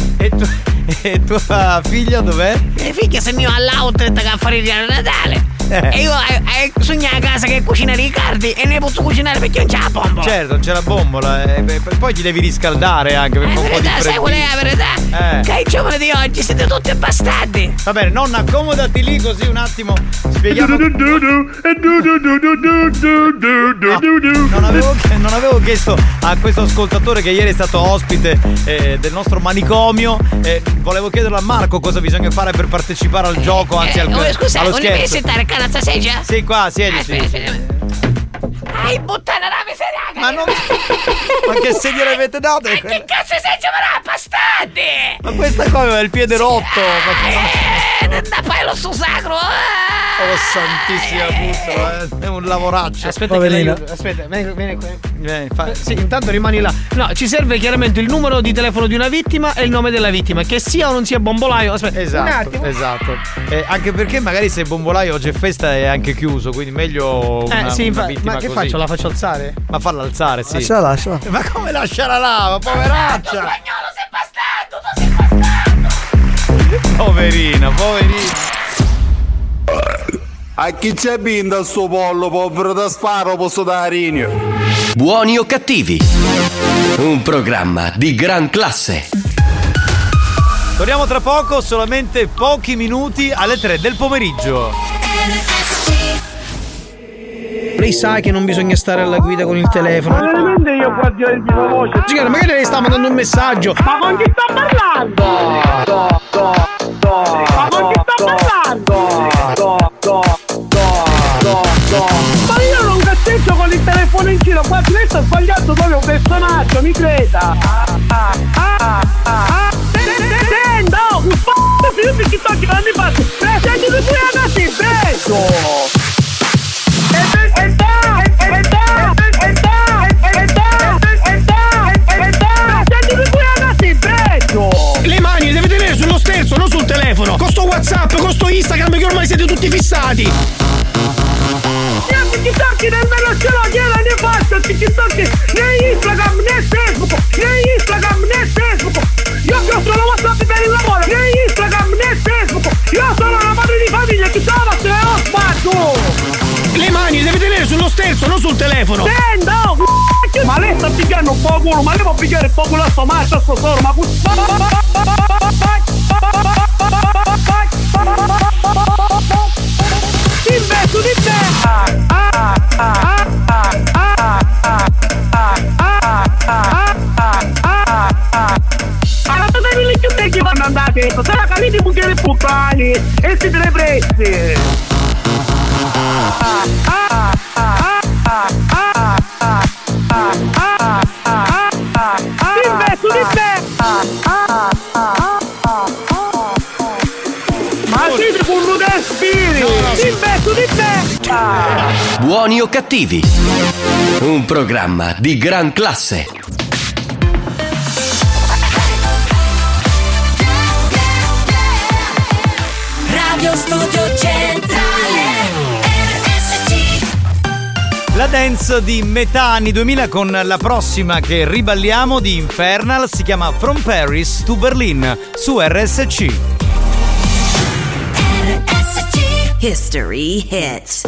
e tua figlia dov'è? Mia figlia se ne va all'outlet che a fare il Natale. E io sogno a casa che cucina Riccardi e ne posso cucinare perché non c'è la bombola. Certo, non c'è la bombola. Poi ti devi riscaldare anche per un po' di freddino. Sai qual è la verità? Che i giovani di oggi siete tutti bastardi. Va bene, nonna, accomodati lì così un attimo spieghiamo. Non avevo chiesto a questo ascoltatore che ieri è stato ospite del nostro manicomio. Volevo chiederlo a Marco cosa bisogna fare per partecipare al gioco, anzi scusa, allo non devi sentare canazza sedia? Sì, qua, siediti. Hai buttato la miseria! Ma non. Ma che sedia le avete dato? Ma che cazzo sei, bastardi! Ma questa qua aveva il piede rotto! Da fai lo sto sacro. Oh santissima puttana, è un lavoraccio. Aspetta, vieni qui. Sì, intanto rimani là. No, ci serve chiaramente il numero di telefono di una vittima e il nome della vittima, che sia o non sia Bombolaio. Aspetta, un attimo. Esatto. Anche perché magari se Bombolaio oggi è festa è anche chiuso, quindi meglio una vittima ma che così. faccio? La faccio alzare? Ma falla alzare, sì. Lasciala. Ma come lasciala là, ma poveraccia? Spagnolo, sei bastardo. Poverina. A chi c'è binda sto pollo, povero da sparo, posso dare Rinio. Buoni o cattivi? Un programma di gran classe. Torniamo tra poco, solamente pochi minuti alle 3 del pomeriggio. Lei sa che non bisogna stare alla guida con il telefono. Ma veramente io guardo il mio voce. Signora, magari lei sta mandando un messaggio. Ma con chi sta parlando? Ma con chi sta parlando? Ma io non cazzeggio con il telefono in giro, qua lei sta sbagliando proprio un personaggio, mi creda. Sento, un f***o, io ti sto girando i passi. Presenti di qui a casa in peso. Le mani le deve tenere sullo sterzo, non sul telefono. Con sto WhatsApp, con sto Instagram che ormai siete tutti fissati. Io TikTok nemmeno ce l'ho, gliela ne faccio TikTok né Instagram né Facebook. Io che ho solo WhatsApp per il lavoro, né Instagram né Facebook. Io sono una madre di famiglia, chi stava se ho sbaglio. Le mani le deve tenere sullo sterzo, non sul telefono. Sento, ma lei sta pigliando un po' culo, ma lei può pigliare un po' culo a sto macho, a sto solo, ma investo di te. Allora dove li chiude che vanno andate? Se la calite bucchiere puttani e si deve presi. Investo di te. Ma siete con un respiri. Investo di te. Buoni o cattivi? Un programma di gran classe. Radio Studio Centrale RSC. La dance di metà anni 2000 con la prossima che riballiamo di Infernal, si chiama From Paris to Berlin su RSC. History Hits.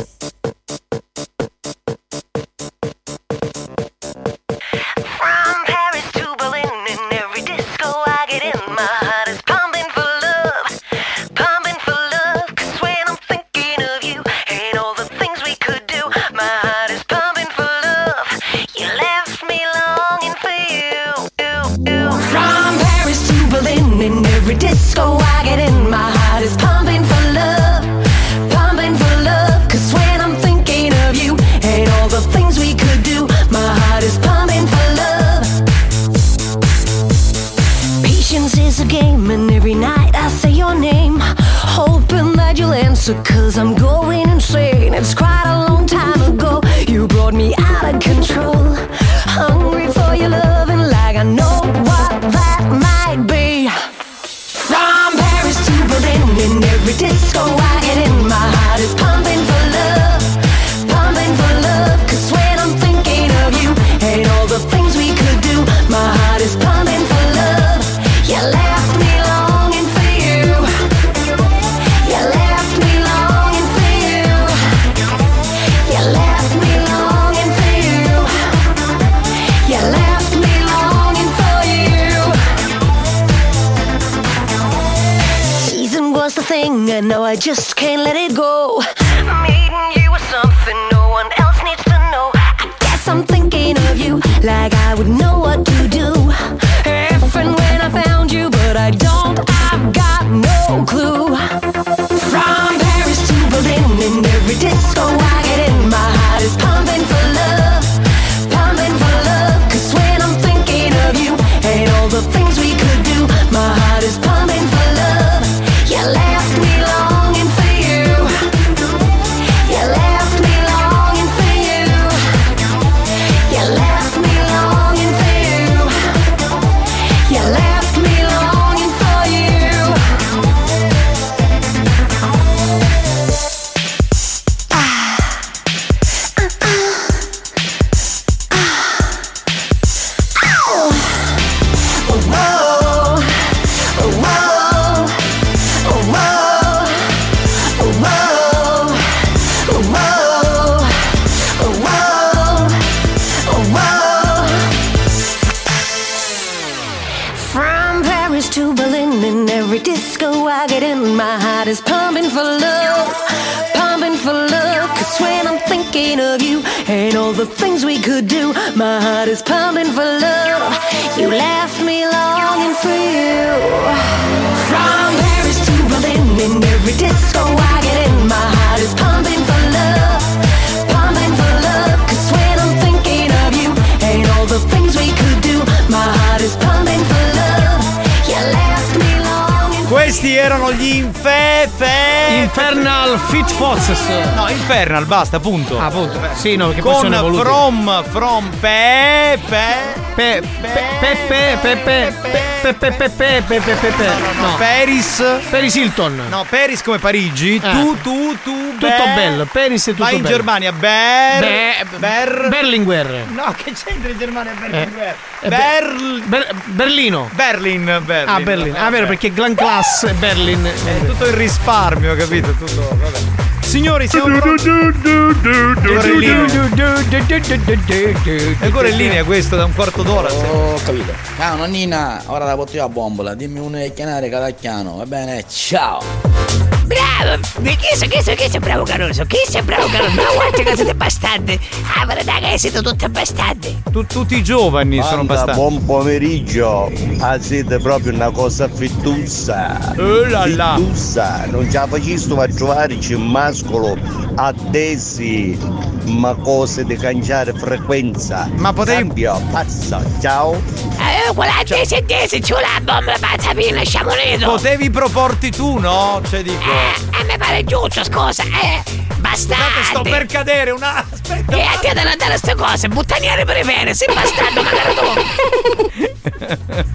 From Paris to Berlin, in every disco I get in, my heart is pumping for love, 'cause when I'm thinking of you and all the things we could do, my heart is pumping for love, you left me longing for you. From Paris to Berlin, in every disco I get in, my heart is pumping for love, 'cause when I'm thinking of you and all the things we could do, my heart is pumping for love. Patience is a game and every night I say your name, hoping that you'll answer 'cause I'm going insane. It's quite a long time ago, you brought me out of control, hungry for your loving like I know what that might be. From Paris to Berlin, in every disco I get in, my heart is pumping for love, 'cause when I'm thinking of you and all the things we could do, my heart is pumping for love. You left me longing for you. You left me longing for you. You left me longing for you. You left me longing for you. Teasing was the thing, and now I just can't let it go. Meeting you was something no one else needs to know. I guess I'm thinking of you like I would know what to do if and when I found you, but I don't, I've got no clue. From Paris to Berlin, in every disco I get in, my heart is pumping for love, 'cause when I'm thinking of you and all the things we could do, my heart is pumping for love. You left me long disco I get in, my heart is pumping for love, pumping for love. Cause when I'm thinking of you and all the things we could do, my heart is pumping for love. You left me longing for you. From Paris to Berlin, in every disco I get in, my heart is pumping for love, pumping for love. Cause when I'm thinking of you and all the things we could do, my heart is pumping for love. You left me longing. Questi erano gli Infernal Fit Foxes. No, Infernal, basta, punto. Ah, punto. Sì, no, perché con poi sono evoluti. From No. Paris Hilton. No, Paris come Parigi. Tu. Tutto bello. Paris è tutto bello. Vai in Germania. Berlinguer. No, che c'entra in Germania Berlinguer? Berlino. Berlin. Ah, Berlin. Ah, vero, perché Glan Class e Berlin. È tutto il risparmio, capito? Tutto, vabbè. Signori, siamo pronti. Ancora in linea questo da un quarto d'ora. Oh, capito. Ah, nonnina, ora la porto io a bombola. Dimmi un chianare cadacchiano, va bene? Ciao. Bravo! Chi sei bravo Caruso? Chi sei bravo Caruso? Ma quante cose di bastardi! Ah, guarda che siete tutti bastardi! Tutti i giovani sono bastardi. Buon pomeriggio! Ah, siete proprio una cosa fittussa! Là. Fittussa! Non ce la facciamo a trovarci un mascolo a tesi, ma cose di cangiare frequenza. Ma potevi. Cambio, pazza, ciao! Quella tesi, c'ho la bomba pazza piena, sciamonito! Potevi proporti tu, no? Cioè dico. Mi pare giusto, scusa, bastardi! Sto per cadere, aspetta! A te devono dare queste cose, buttaniere prevere, sei bastardo, magari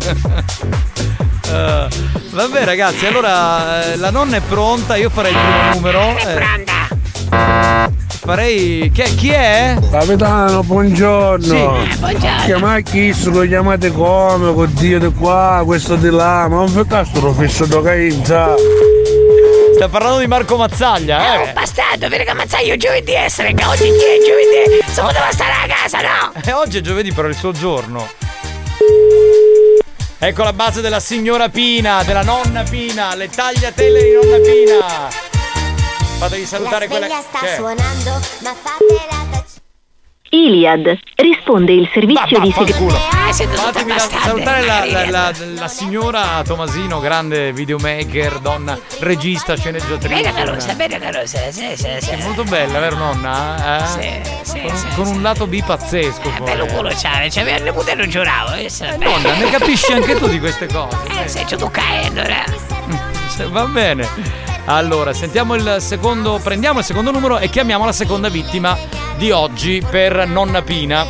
tu! Vabbè ragazzi, allora la nonna è pronta, io farei il primo numero. È pronta! Farei. Chi è? Capitano, buongiorno. Sì, buongiorno. Chiamate lo chiamate come, con Dio di qua, questo di là, ma non fai caso lo fisso da cainza. Sta parlando di Marco Mazzaglia, un bastardo, perché Mazzaglia giovedì essere, che oggi è giovedì, se poteva stare a casa, no? Oggi è giovedì, però è il suo giorno. Ecco la base della signora Pina, della nonna Pina, le tagliatelle di nonna Pina. Fatevi salutare quella che sta suonando, ma fatela Iliad risponde il servizio di segreteria. Fatemi salutare la signora Tomasino, grande videomaker, donna, regista, sceneggiatrice. Bene Carosa, sì. È molto bella, vero nonna? Sì. Con un lato B pazzesco. Bello culo c'aveva, il nipote non giuravo. Nonna, ne capisci anche tu di queste cose? Se ci tu caendo, va bene. Allora, prendiamo il secondo numero e chiamiamo la seconda vittima di oggi per nonna Pina.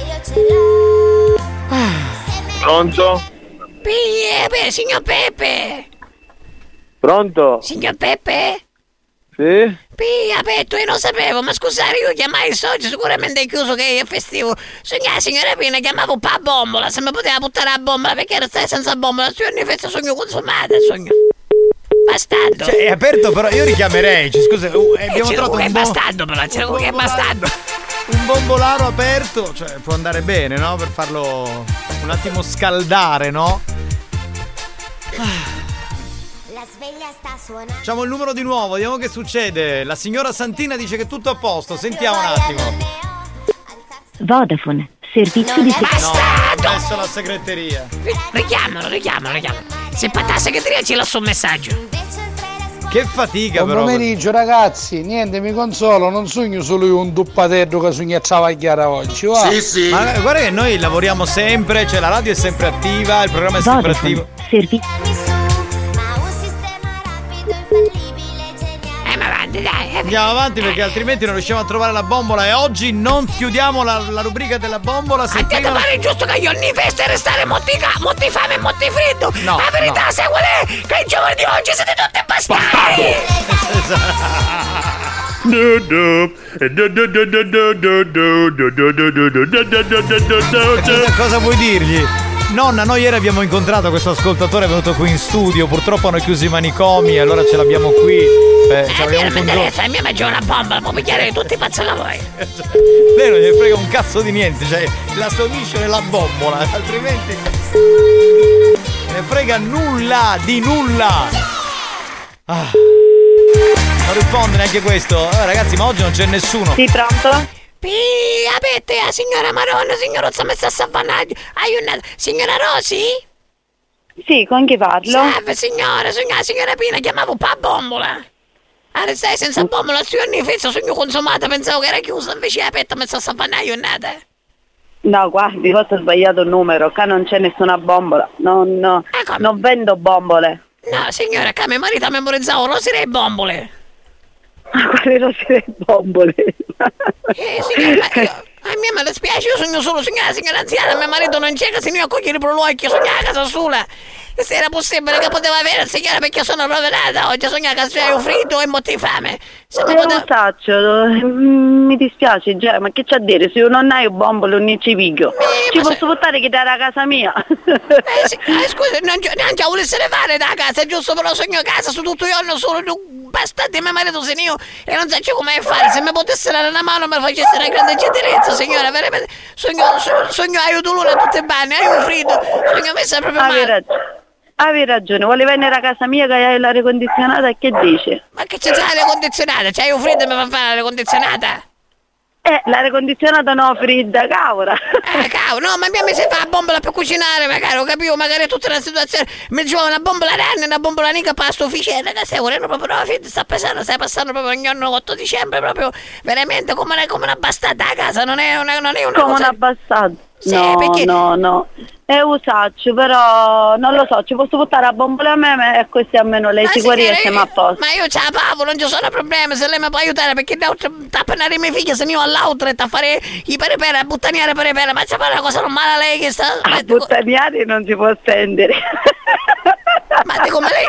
Pronto? Signor Peppe. Pronto? Signor Peppe? Sì? Aperto, io non sapevo, ma scusate, io chiamai oggi, sicuramente è chiuso che è festivo. Signora Pina, chiamavo per la bombola, se mi poteva buttare la bombola, perché ero senza bombola, sogno consumato, sogno. Bastardo. Cioè, è aperto, però io richiamerei. Scusa, abbiamo trovato un bastardo, però c'era uno che è bastardo. Un bombolaro aperto, cioè può andare bene, no? Per farlo un attimo scaldare, no? La sveglia sta suonando. Facciamo il numero di nuovo, vediamo che succede. La signora Santina dice che è tutto a posto. Sentiamo un attimo. Vodafone, servizio di bastardo! No, adesso la segreteria. Richiamalo. Se patta la segreteria ci lascio un messaggio. Che fatica. Buon pomeriggio ragazzi, niente, mi consolo, non sogno solo io un duppatello che sogna a travagliare oggi, va? Sì. Ma guarda che noi lavoriamo sempre, cioè la radio è sempre attiva, il programma è sempre attivo. Andiamo avanti perché altrimenti non riusciamo a trovare la bombola e oggi non chiudiamo la rubrica della bombola. A te pare giusto che io ogni festa e restare molti fame e molti freddo. No, la verità sai qual è? Che il giorno di oggi siete tutti bastardi. Cosa vuoi dirgli? Nonna, noi ieri abbiamo incontrato questo ascoltatore, è venuto qui in studio, purtroppo hanno chiuso i manicomi e allora ce l'abbiamo qui. La mia mangia una bomba, può picchiare tutti i pazzi da voi. Lei non gli frega un cazzo di niente, cioè la sua mission è la bombola, altrimenti ne frega nulla di nulla. Non risponde neanche questo. Ragazzi, ma oggi non c'è nessuno. Sì, pronto? Avete la signora Maronna, signorozza messa a savvanaggio. Signora Rosi? Sì, con chi parlo? Salve signora Pina, chiamavo pa bombola. Stai senza bombola, su anni festa sogno consumata, pensavo che era chiusa, invece è aperta messa a savvanaggio, è nata. No, guardi, forse ho sbagliato il numero, qua non c'è nessuna bombola. Non vendo bombole. No, signora, che mio marito ha memorizzato rosire e bombole. Ma quale rosire e bombole? Signora, a me mi dispiace, io sogno solo, signora anziana, mio marito non c'è, che se ne accoglie il prolocchio, sogno a casa sola. Se era possibile che poteva avere, signora, perché sono rovinata oggi, sogno a casa c'è un fritto e motti fame. Se mi mi dispiace già, ma che c'ha a dire? Se io non hai un bombolo non ci piglio. Ci posso portare che dare a casa mia? Scusi, non ci volesse fare da casa, è giusto, però sogno a casa su tutto il giorno solo bastate, mio marito se io e non so come fare. Se mi potesse dare una mano mi facesse una grande gentilezza, signora, veramente. Sogno aiuto l'una a tutte le banne, hai un fritto, sogno messa proprio male. Avevi ragione, vuole venire a casa mia che hai l'aria condizionata e che dice? Ma che c'è l'aria condizionata? C'hai un freddo e mi fa fare l'aria condizionata? L'aria condizionata no, fredda, cavolo. No, ma mi si fa la bombola per cucinare, magari, ho capito, magari è tutta una situazione. Mi giova una bombola ranna e una bombola nica pasto ufficiale, che stai volendo proprio, no, sta pesando, stai passando proprio ogni giorno 8 dicembre, proprio, veramente come una bastarda a casa, non è una come cosa... una bastarda? Sì, no, perché... no. È usaccio, però non lo so, ci posso portare a bombola a me e così almeno lei si guarisce, ma a posto. Ma io ce la pavo, non ci sono problemi, se lei mi può aiutare, perché devo tappare le mie figlie, se io all'outlet a fare i perepere, a buttaniare perepere, ma c'è una cosa normale lei che sta... A buttaniare non si può stendere. Ma dico, ma lei...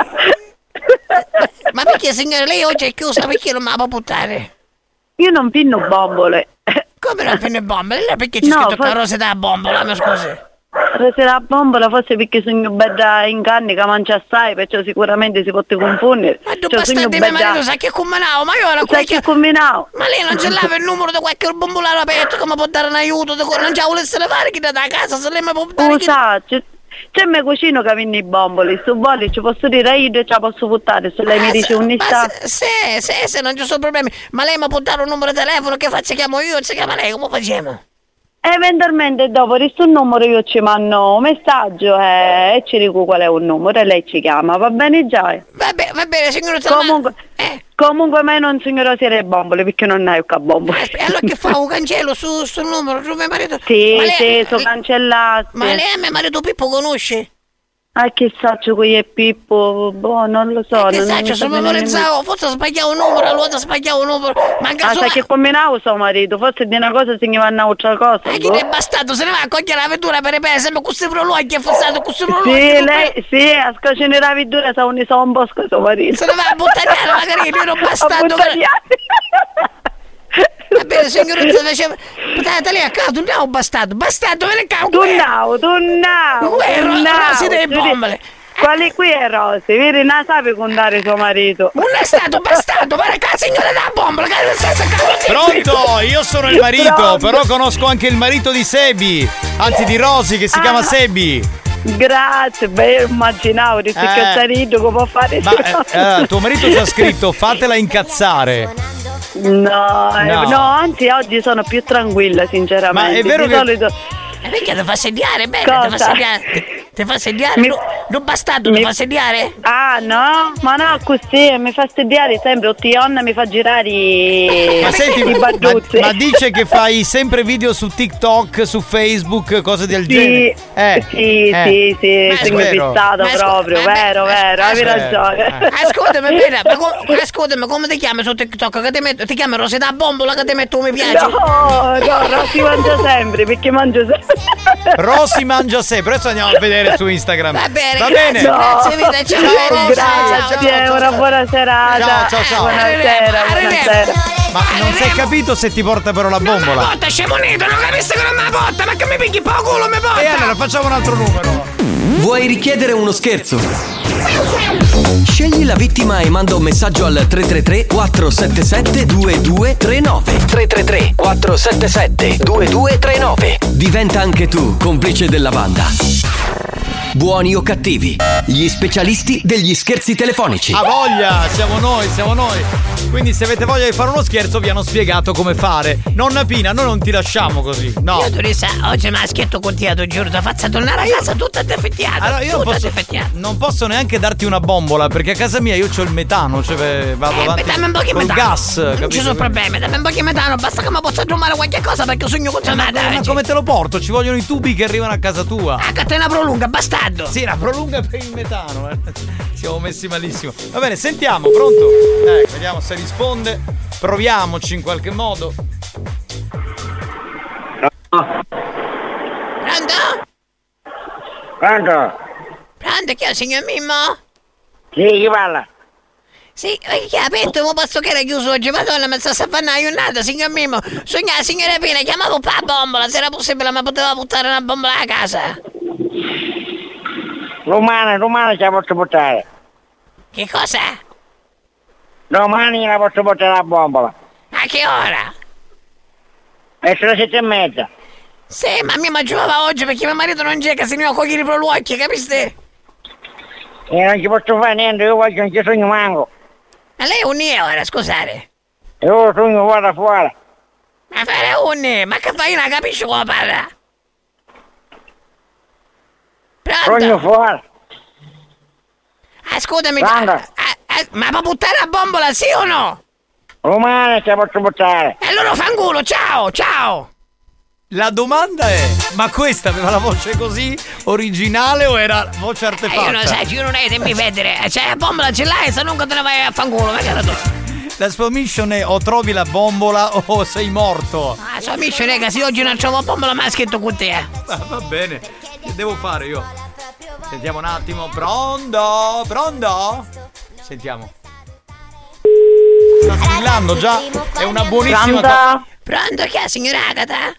Ma perché signore, lei oggi è chiusa, perché non me la può buttare? Io non pinno bombole. Come non pinno bombole? Lei perché c'è scritto che Rosa da bombola, mi scusi? Se la bombola forse perché sono bella in canne che mangia assai, perciò sicuramente si può confondere. Ma tu bastardi mio marito sa che combinavo, ma io ero qui che combinavo. Ma lei non ce l'aveva il numero di qualche bombolaro aperto che mi può dare un aiuto, non ce la volesse fare chi da casa, se lei mi può dare c'è me cucino che vinne i bomboli, su bolli ci posso dire io ce la posso buttare, se lei mi dice un'istà. Se non ci sono problemi, ma lei mi può dare un numero di telefono che faccia, chiamo io, ci chiama lei, come facciamo? Eventualmente dopo questo numero io ci mando un messaggio e ci dico qual è un numero e lei ci chiama, va bene già? Va bene signora Comunque me non signora sia le bombole perché non hai un bombole. Allora che fa un cancello sul numero su mio marito? Sì, sono cancellati. Ma lei a mio marito Pippo conosce? Ah, che saccio qui è Pippo, boh, non lo so. Che saccio, sono memorizzavo, forse sbagliavo un numero, allora sbagliavo un numero. Sai che combinavo suo marito, forse di una cosa segnava un'altra cosa. Ma chi è bastato, se ne va a cogliere la vettura per sempre, questo prologhi è fissato, questo prologhi. Sì, lei, a scacinare la vettura sa un bosco suo marito. Se ne va a buttare magari, io ero bastato. Va bene, signorina, faceva... Guardate lei a caso, tu non bastardo, vieni a caso. Tu Rosi dei bombole. Quali qui è Rosi? Vedi, non sape contare suo marito. Non è stato bastardo, ma la signora della bombola, che è stessa Pronto, io sono il marito, però conosco anche il marito di Sebi, anzi di Rosi, che si chiama Sebi. Grazie, io immaginavo di marito che può fare. Ma tuo marito ci ha scritto fatela incazzare. No, anzi oggi sono più tranquilla sinceramente. Ma è vero di che... solito... Perché ti fa sediare bene? Ti fa sediare? Non bastardo, ti fa sediare? Ah no, ma no così, mi fa sediare sempre, Ottionna mi fa girare ma senti, i battute. Ma dice che fai sempre video su TikTok, su Facebook, cose del genere. Sì, sono fissato proprio, vero, hai ragione. Ascoltami, come ti chiami su TikTok? Ti chiami Rosetta Bombola che ti metto un mi piace? No, Rossi mangia sempre, perché mangio sempre. Rossi mangia sempre, adesso andiamo a vedere su Instagram. Va bene. Grazie mille, ciao. Grazie, una buona serata. Ciao. Buonasera. Ma non si è capito se ti porta però la bombola. Ma porta, scemonito, non capisci che non me la porta, ma che mi picchi po' culo mi porta. E allora facciamo un altro numero. Vuoi richiedere uno scherzo? Scegli la vittima e manda un messaggio al 333 477 2239. 333 477 2239. Diventa anche tu complice della banda. Buoni o cattivi, gli specialisti degli scherzi telefonici. A voglia, siamo noi. Quindi se avete voglia di fare uno scherzo vi hanno spiegato come fare. Nonna Pina, noi non ti lasciamo così, no. Io Turisa, oggi maschietto contiato, giuro, ti faccio tornare a casa tutta defettiata. Allora io non posso neanche darti una bombola, perché a casa mia io c'ho il metano, cioè vado avanti dammi un po' di col metano. gas. Non ci sono problemi, dammi un po' di metano, basta che mi possa trovare qualche cosa perché sogno consumata. Ma come te lo porto? Ci vogliono i tubi che arrivano a casa tua. Ah, catena prolunga, bastardo. Sì, la prolunga per il metano. Siamo messi malissimo. Va bene, sentiamo, pronto? Vediamo se risponde. Proviamoci in qualche modo. Pronto? Pronto, chi è, signor Mimmo? Sì, chi parla? Sì, chi ha aperto? Ma posso che era chiuso oggi? Madonna, mi sta sapendo aiutata, signor Mimmo. Sogna la signora Pina, chiamavo per la bombola, se era possibile, ma poteva buttare una bombola a casa. Domani ce la posso buttare. Che cosa? Domani la posso buttare la bombola. A che ora? Verso le 7:30. Sì, ma mia mi giocava oggi perché mio marito non c'è, che se ne ho cogliere per l'occhio, capiste? E non ci posso fare niente, io oggi non ci sogno manco. Ma lei è un ora, scusate. Io sogno guarda fuori. Ma fare ma che fai, non capisci come parla? Pronto? Sogno fuori. Ascoltami, ma può buttare la bombola, sì o no? Domani ce la posso buttare. E allora fanculo, ciao! La domanda è: ma questa aveva la voce così originale o era voce artefatta? Io non sai, io non hai tempi di vedere. Cioè la bombola ce l'hai, se non te ne vai a fanculo, ma che era tu? La sua mission è o trovi la bombola o sei morto. La sua mission è che se oggi non trovo la bombola maschetto con te. Va bene, che devo fare io? Sentiamo un attimo. Pronto? Sentiamo. Sta squillando già. È una buonissima. Pronto, chi è la signora Agata?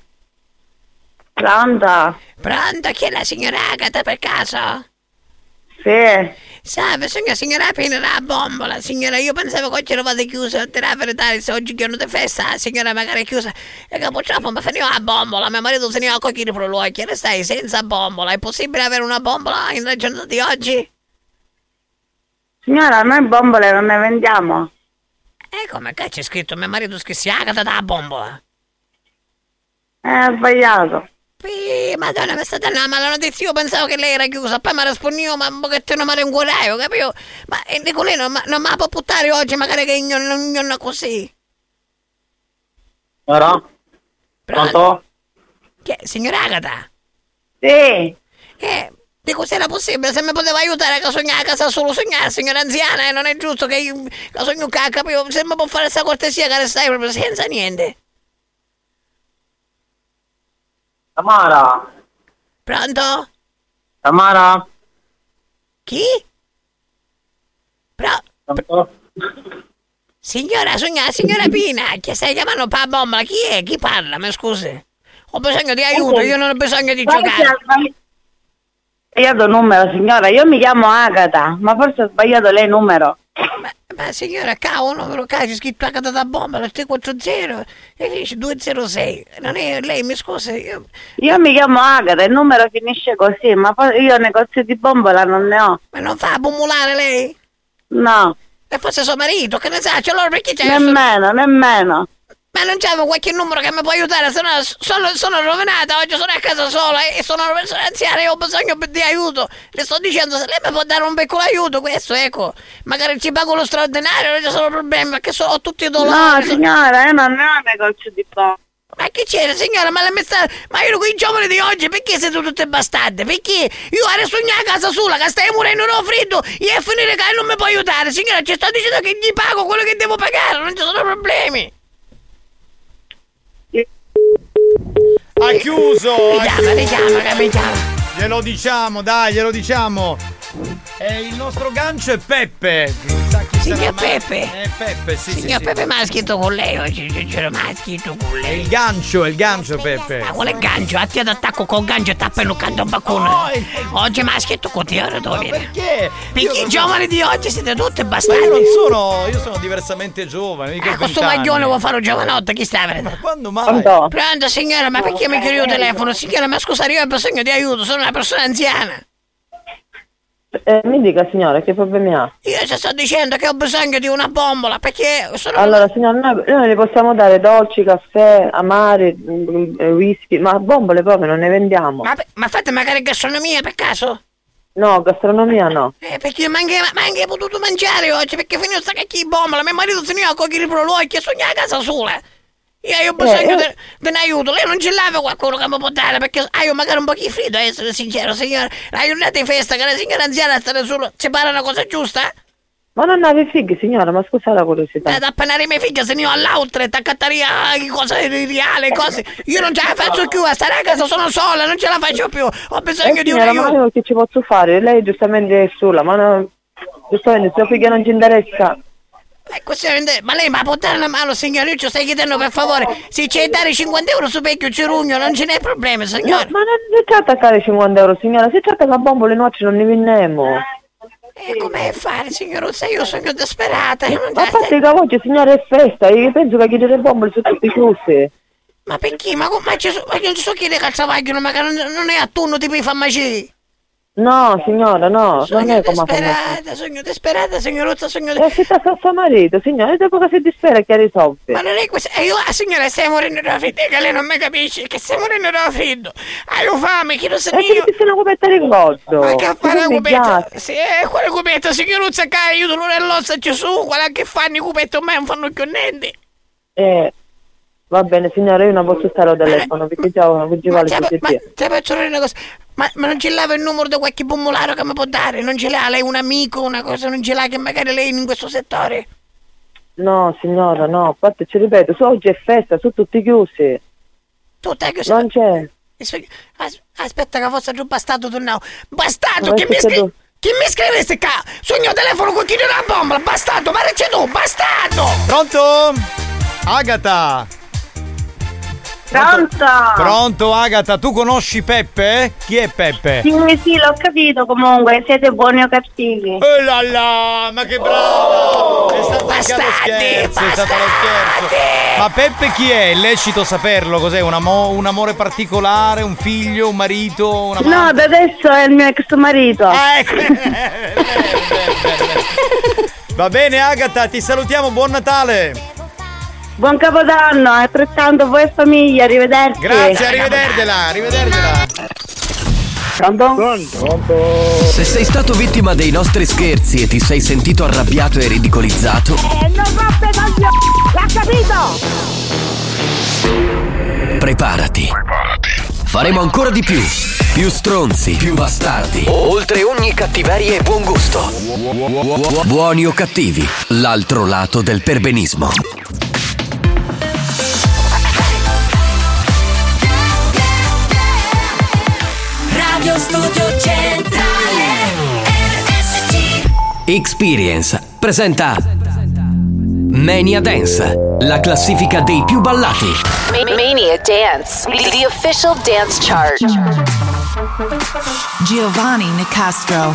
Pronto, chi è la signora Agata per caso? Sì. Salve, signora Pina, la bombola. Signora, io pensavo che oggi eravate chiuso. Te la verità, se oggi è giorno di festa, signora magari è chiusa. E che purtroppo mi finiva la bombola. Mio marito se ne va a cogliere per l'occhio. E stai senza bombola. È possibile avere una bombola in giornata di oggi? Signora, noi bombole non ne vendiamo. E come che c'è scritto mio marito che si agata da bombola? È sbagliato. Madonna, mi sta dando una mala notizia. Io pensavo che lei era chiusa. Poi mi rispondevo, ma un pochettino male un guaraio, capito? Ma dico lei non me la può buttare oggi, magari che non è così. Pronto? Che, signora Agata? Sì. Dico se era possibile, se mi poteva aiutare che sogna a casa solo sognare, signora anziana, e non è giusto che io sogno che capito? Se mi può fare questa cortesia che stai proprio senza niente. Tamara? Pronto? Tamara? Chi? Pronto? Signora Pina, che stai chiamando per la bombola? Chi è? Chi parla? Mi scusi. Ho bisogno di aiuto, io non ho bisogno di giocare. Sbagliato numero, signora, io mi chiamo Agata, ma forse ha sbagliato lei il numero. Ma signora, cavolo, numero c'è scritto Agata da bombola, 340 e finisce 206. Non è lei, mi scusi. Io mi chiamo Agata, il numero finisce così, ma poi io negozio di bombola non ne ho. Ma non fa bombolare lei? No. E forse suo marito, che ne sa, allora perché c'è... Nemmeno. Ma non c'è qualche numero che mi può aiutare, se no sono rovinata, oggi sono a casa sola e sono una persona anziana e ho bisogno di aiuto. Le sto dicendo, se lei mi può dare un piccolo aiuto, questo, ecco. Magari ci pago lo straordinario, non ci sono problemi, perché ho tutti i dolori. No, signora, io non ne ho negozio di bombola. Ma che c'era, signora? Ma io con i giovani di oggi, perché siete tutte bastarde? Perché io ero sognare a casa sola, che stai morendo da freddo e a finire che non mi può aiutare. Signora, ci sto dicendo che gli pago quello che devo pagare, non ci sono problemi. Ha chiuso! Richiama. Glielo diciamo. E il nostro gancio è Peppe. Signor Peppe? Peppe, sì. Signor Peppe, ma ha scritto con lei oggi, ma ha scritto con lei. Il gancio, Peppe. Ma quale gancio? A te d'attacco col gancio e tappa in un canto baccuno. Oggi mi ha scritto con te, ora dove viene? Perché? Perché i giovani di oggi siete tutti bastardi. Ma io sono diversamente giovane. Questo maglione vuole fare un giovanotto, chi sta vedendo? Quando mai? Pronto, signora, ma perché mi chiede il telefono? Signora, ma scusa, io ho bisogno di aiuto, sono una persona anziana. Mi dica signora, che problemi ha? Io ci sto dicendo che ho bisogno di una bombola perché sono... Allora signora, noi le possiamo dare dolci, caffè, amari, whisky, ma bombole proprio non ne vendiamo. Ma fate magari gastronomia per caso? No, gastronomia no. Perché ma anche potuto mangiare oggi perché finito sta cacchia di bombola, mio marito se ne ha con i riprolocchi e sogna a casa sola. Io ho bisogno di un aiuto, lei non ce l'aveva qualcuno che mi può dare perché io magari un po' di freddo, a essere sincero, signora. La giornata di festa che la signora anziana sta solo, ci pare una cosa giusta? Ma non avevi figli signora, ma scusa la curiosità. Da appannare i miei figli se ne ho all'outlet, a cattare cose reali, cose. Io non ce la faccio più, a stare a casa sono sola, non ce la faccio più, ho bisogno di un signora, aiuto. Ma io che ci posso fare? Lei giustamente è sola, ma no, giustamente se figlia non ci interessa. Ma lei ma può dare una mano signore, io ci stai chiedendo per favore, se c'è dare 50 euro su vecchio Cirugno non ce n'è problema signore. No, ma non si tratta di fare 50 euro signora, si tratta che a bombole noi non ne venniamo. E come fare signora? Io sono disperata. Ma a parte che oggi signora è festa, io penso che chiedere bombole sono tutti chiusi. Ma perché? Ma non ci so chiedere che travagliano, ma non è a turno tipo i farmaci. No signora, no, non è come a Sono disperata signoruzza, si sta suo marito, signora, dopo che si dispera che risolve. Ma non è questo, io signora stai morendo da freddo, che lei non mi capisce, che stai morendo da freddo. Ho fame, chi lo sa io. E ti una cupetta di ricordo. Ma che fare la cupetta? Sì, quale cupetta, signoruzza, che aiuto non è l'ossa ci su, quella che fanno i cupetti a me non fanno più niente. Va bene signora, io non posso stare al telefono perché già oggi vale tutti i giorni. Ti faccio una cosa. Ma non ce l'ha il numero di qualche pomolaro che mi può dare? Non ce l'ha lei un amico, una cosa, non ce l'ha che magari lei in questo settore? No signora, no, a parte ci ripeto, oggi è festa, sono tutti chiusi. Tutto è chiuso? Non c'è. Aspetta che fosse giù bastardo tornavo. Bastardo, chi mi scrive queste qua? Sul mio telefono con chi non ha bomba, bastardo, ma c'è tu, bastardo! Pronto? Agata! Pronto Agata, tu conosci Peppe? Chi è Peppe? Sì, l'ho capito comunque, siete buoni o cattivi. Oh là là, ma che bravo! È stato lo scherzo, è stato lo scherzo. Ma Peppe chi è? È lecito saperlo, cos'è? Un amore particolare, un figlio, un marito, una madre? No, da adesso è il mio ex marito. Va bene Agata, ti salutiamo, buon Natale! Buon Capodanno, altrettanto voi e famiglia, arrivederci. Grazie, arrivedertela. Pronto? Se sei stato vittima dei nostri scherzi e ti sei sentito arrabbiato e ridicolizzato, non roppe coglioni, l'ha capito? preparati. Faremo ancora di più. Più stronzi, più bastardi. Oltre ogni cattiveria e buon gusto. Buoni o cattivi, l'altro lato del perbenismo. Radio Studio Centrale RSC. Experience presenta Mania Dance, la classifica dei più ballati. Mania Dance, the official dance chart. Giovanni Nicastro,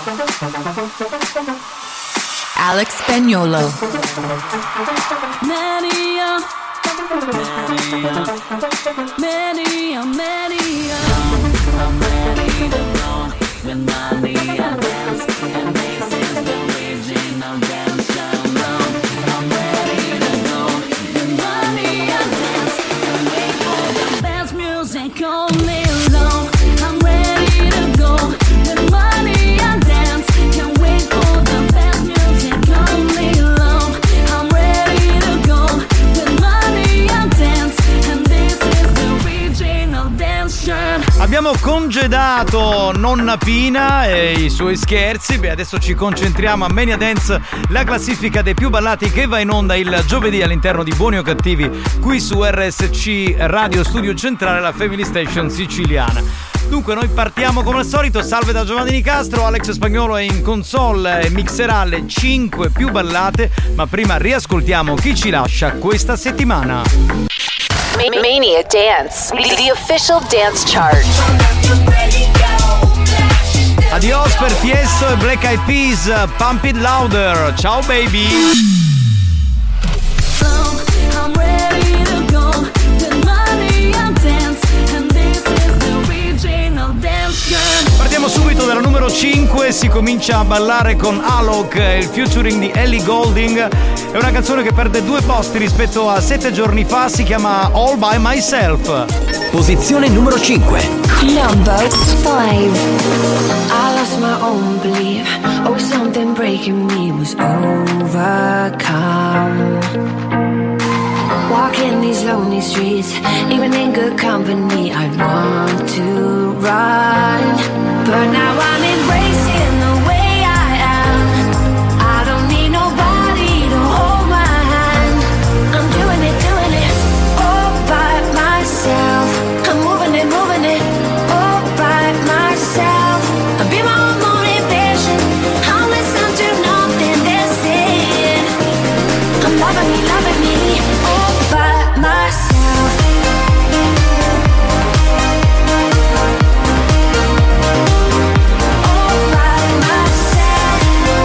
Alex Spagnolo, Mania, Mania, Mania. I'm ready to go with Mania Dance, and this is the original dance alone. I'm ready to go with Mania Dance, and wait for the best music all day long. I'm ready to go with Mania Dance, can't wait for the best music all day long. I'm ready to go with Mania Dance, and this is the original dance shirt. Abbiamo congedato nonna Pina e i suoi scherzi. Beh, adesso ci concentriamo a Mania Dance, la classifica dei più ballati che va in onda il giovedì all'interno di Buoni o Cattivi qui su RSC Radio Studio Centrale, la Family Station siciliana. Dunque noi partiamo come al solito. Salve da Giovanni Nicastro, Alex Spagnolo è in console e mixerà le 5 più ballate, ma prima riascoltiamo chi ci lascia questa settimana. Mania Dance, the official dance chart. Adios per Tiesto e Black Eyed Peas, Pump It Louder. Ciao baby. I'm ready to go with Mania Dance, and this is the original dance shirt. Partiamo subito dalla numero 5, si comincia a ballare con Alok, il featuring di Ellie Goulding. È una canzone che perde 2 posti rispetto a 7 giorni fa, si chiama All By Myself. Posizione numero 5. Number 5. I lost my own belief. Always something breaking me was overcome. Walking these lonely streets, even in good company, I want to run. But now I'm embracing the way I am. I don't need nobody to hold my hand. I'm doing it all by myself. I'm moving it all by myself. I'll be my own motivation. I'll listen to nothing they're saying. I'm loving me all by myself. All by myself.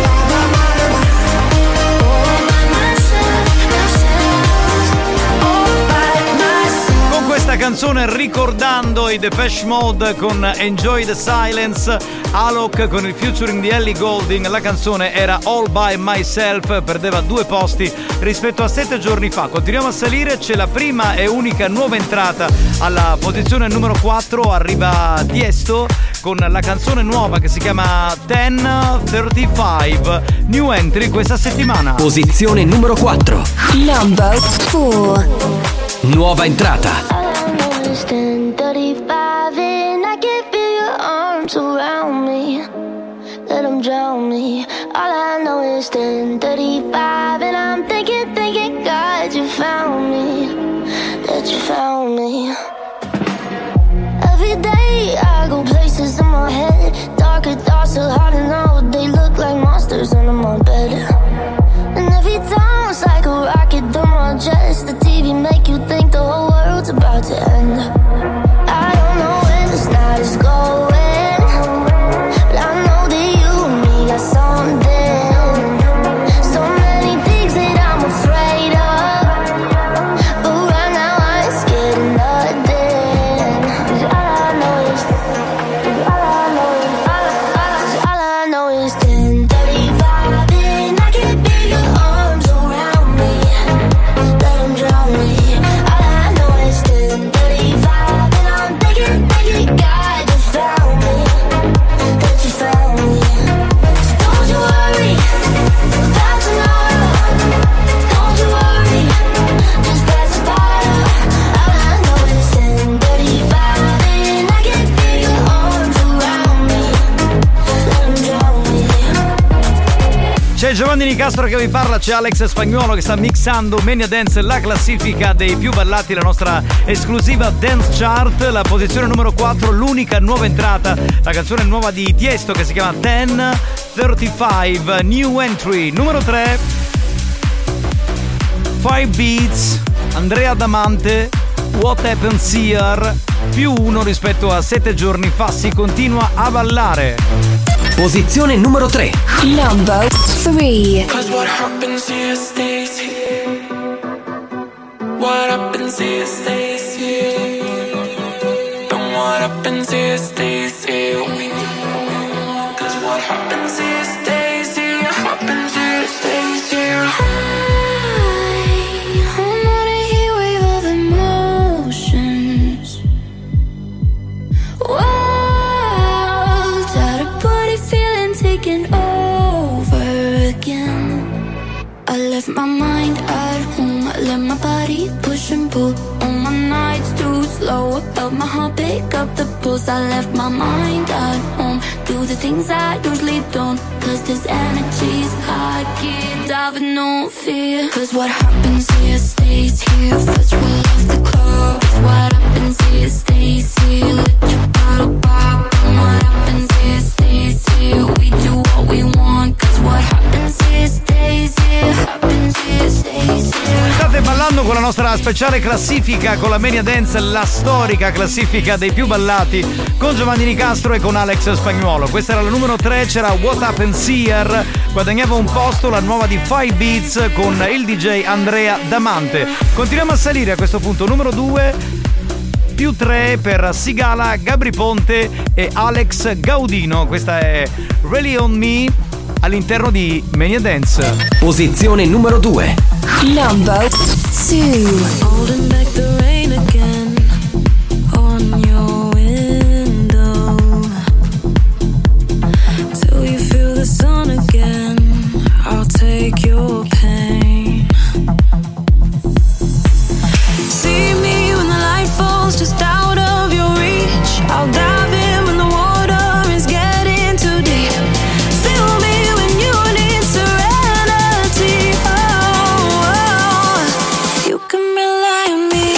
All by myself. Con questa canzone, ricordando i Depeche Mode con Enjoy the Silence, Alok con il featuring di Ellie Goulding, la canzone era All By Myself, perdeva 2 posti rispetto a 7 giorni fa. Continuiamo a salire, c'è la prima e unica nuova entrata alla posizione numero 4, arriva Tiesto con la canzone nuova che si chiama 1035, new entry questa settimana. Posizione numero 4. Number 4. Nuova entrata. 10:35 and I can feel your arms around me. Let them drown me. All I know is 10:35 and I'm thinking, God, you found me. That you found me. Every day I go places in my head. Darker thoughts so hard to know. They look like monsters under my bed. And every time it's like a rocket through my chest. The TV make you think the whole world's about to end. I don't know where this night is going, but I know that you and me got something. So many things that I'm afraid of, but right now I ain't scared of nothing. 'Cause all I know is 10:35 and I can feel your arms around me. Let them drown me. All I know is 10:35 and I'm thinking, God, you found me. That you found me. So don't you worry about tomorrow. Don't you worry, just pass the bottle. All I know is 10:35 and I can feel your arms around me. Let them drown me. C'è Giovanni Nicastro che vi parla, c'è Alex Spagnuolo che sta mixando Mania Dance, la classifica dei più ballati, la nostra esclusiva Dance Chart, la posizione numero 4, l'unica nuova entrata, la canzone nuova di Tiesto che si chiama 1035, new entry, numero 3, 5 Beats, Andrea Damante, What Happens Here, più 1 rispetto a 7 giorni fa, si continua a ballare. Posizione numero 3. Number 3. 'Cause what happens here stays here. What happens here stays here. And what happens here stays here. 'Cause what happens here stays here. Happens here stays here. I'm on a heat wave of emotions. Wild, out of body feeling taken over again. I left my mind at home. I let my body push and pull. On my nights too slow. I felt my heart pick up the pulse. I left my mind at home. Do the things I usually don't. 'Cause this energy's high. Get out with no fear. 'Cause what happens here stays here. First we'll off the club. 'Cause what happens here stays here. Let your bottle pop. And what happens here stays here. We do what we want. 'Cause what happens here stays here. Happens here stays here. State ballando con la nostra speciale classifica, con la Mania Dance, la storica classifica dei più ballati, con Giovanni Nicastro e con Alex Spagnuolo. Questa era la numero 3, c'era What Happens Here, guadagnava un posto la nuova di 5 Beats con il DJ Andrea Damante. Continuiamo a salire a questo punto, numero 2, più 3 per Sigala, Gabri Ponte e Alex Gaudino. Questa è Really On Me all'interno di Mania Dance. Posizione numero 2. Number 2. Holding back the rain again on your window till you feel the sun again. I'll take your pain. See me when the light falls just out of your reach. I'll dive in when the water is getting too deep. Feel me when you need serenity. Oh, oh. You can rely on me.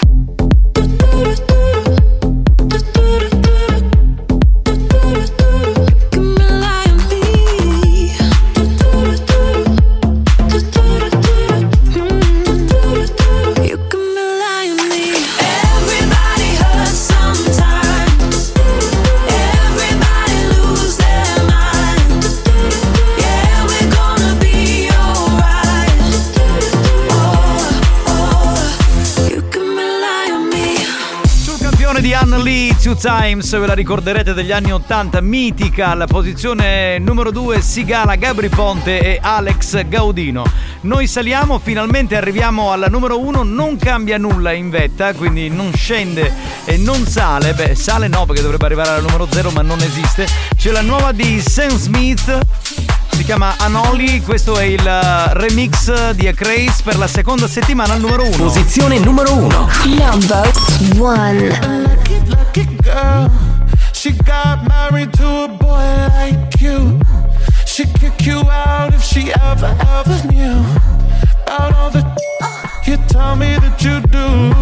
Di Anna Lee, Two Times, ve la ricorderete, degli anni 80, mitica. Alla posizione numero 2 Sigala, Gabri Ponte e Alex Gaudino. Noi saliamo, finalmente arriviamo alla numero 1, non cambia nulla in vetta, quindi non scende e non sale. Beh, sale no, perché dovrebbe arrivare alla numero 0, ma non esiste. C'è la nuova di Sam Smith, si chiama Anoli, questo è il remix di A Craze per la seconda settimana al numero 1. Posizione numero 1. Number 1. Lucky girl, she got married to a boy like you. She'd kick you out if she ever knew about all the you tell me that you do.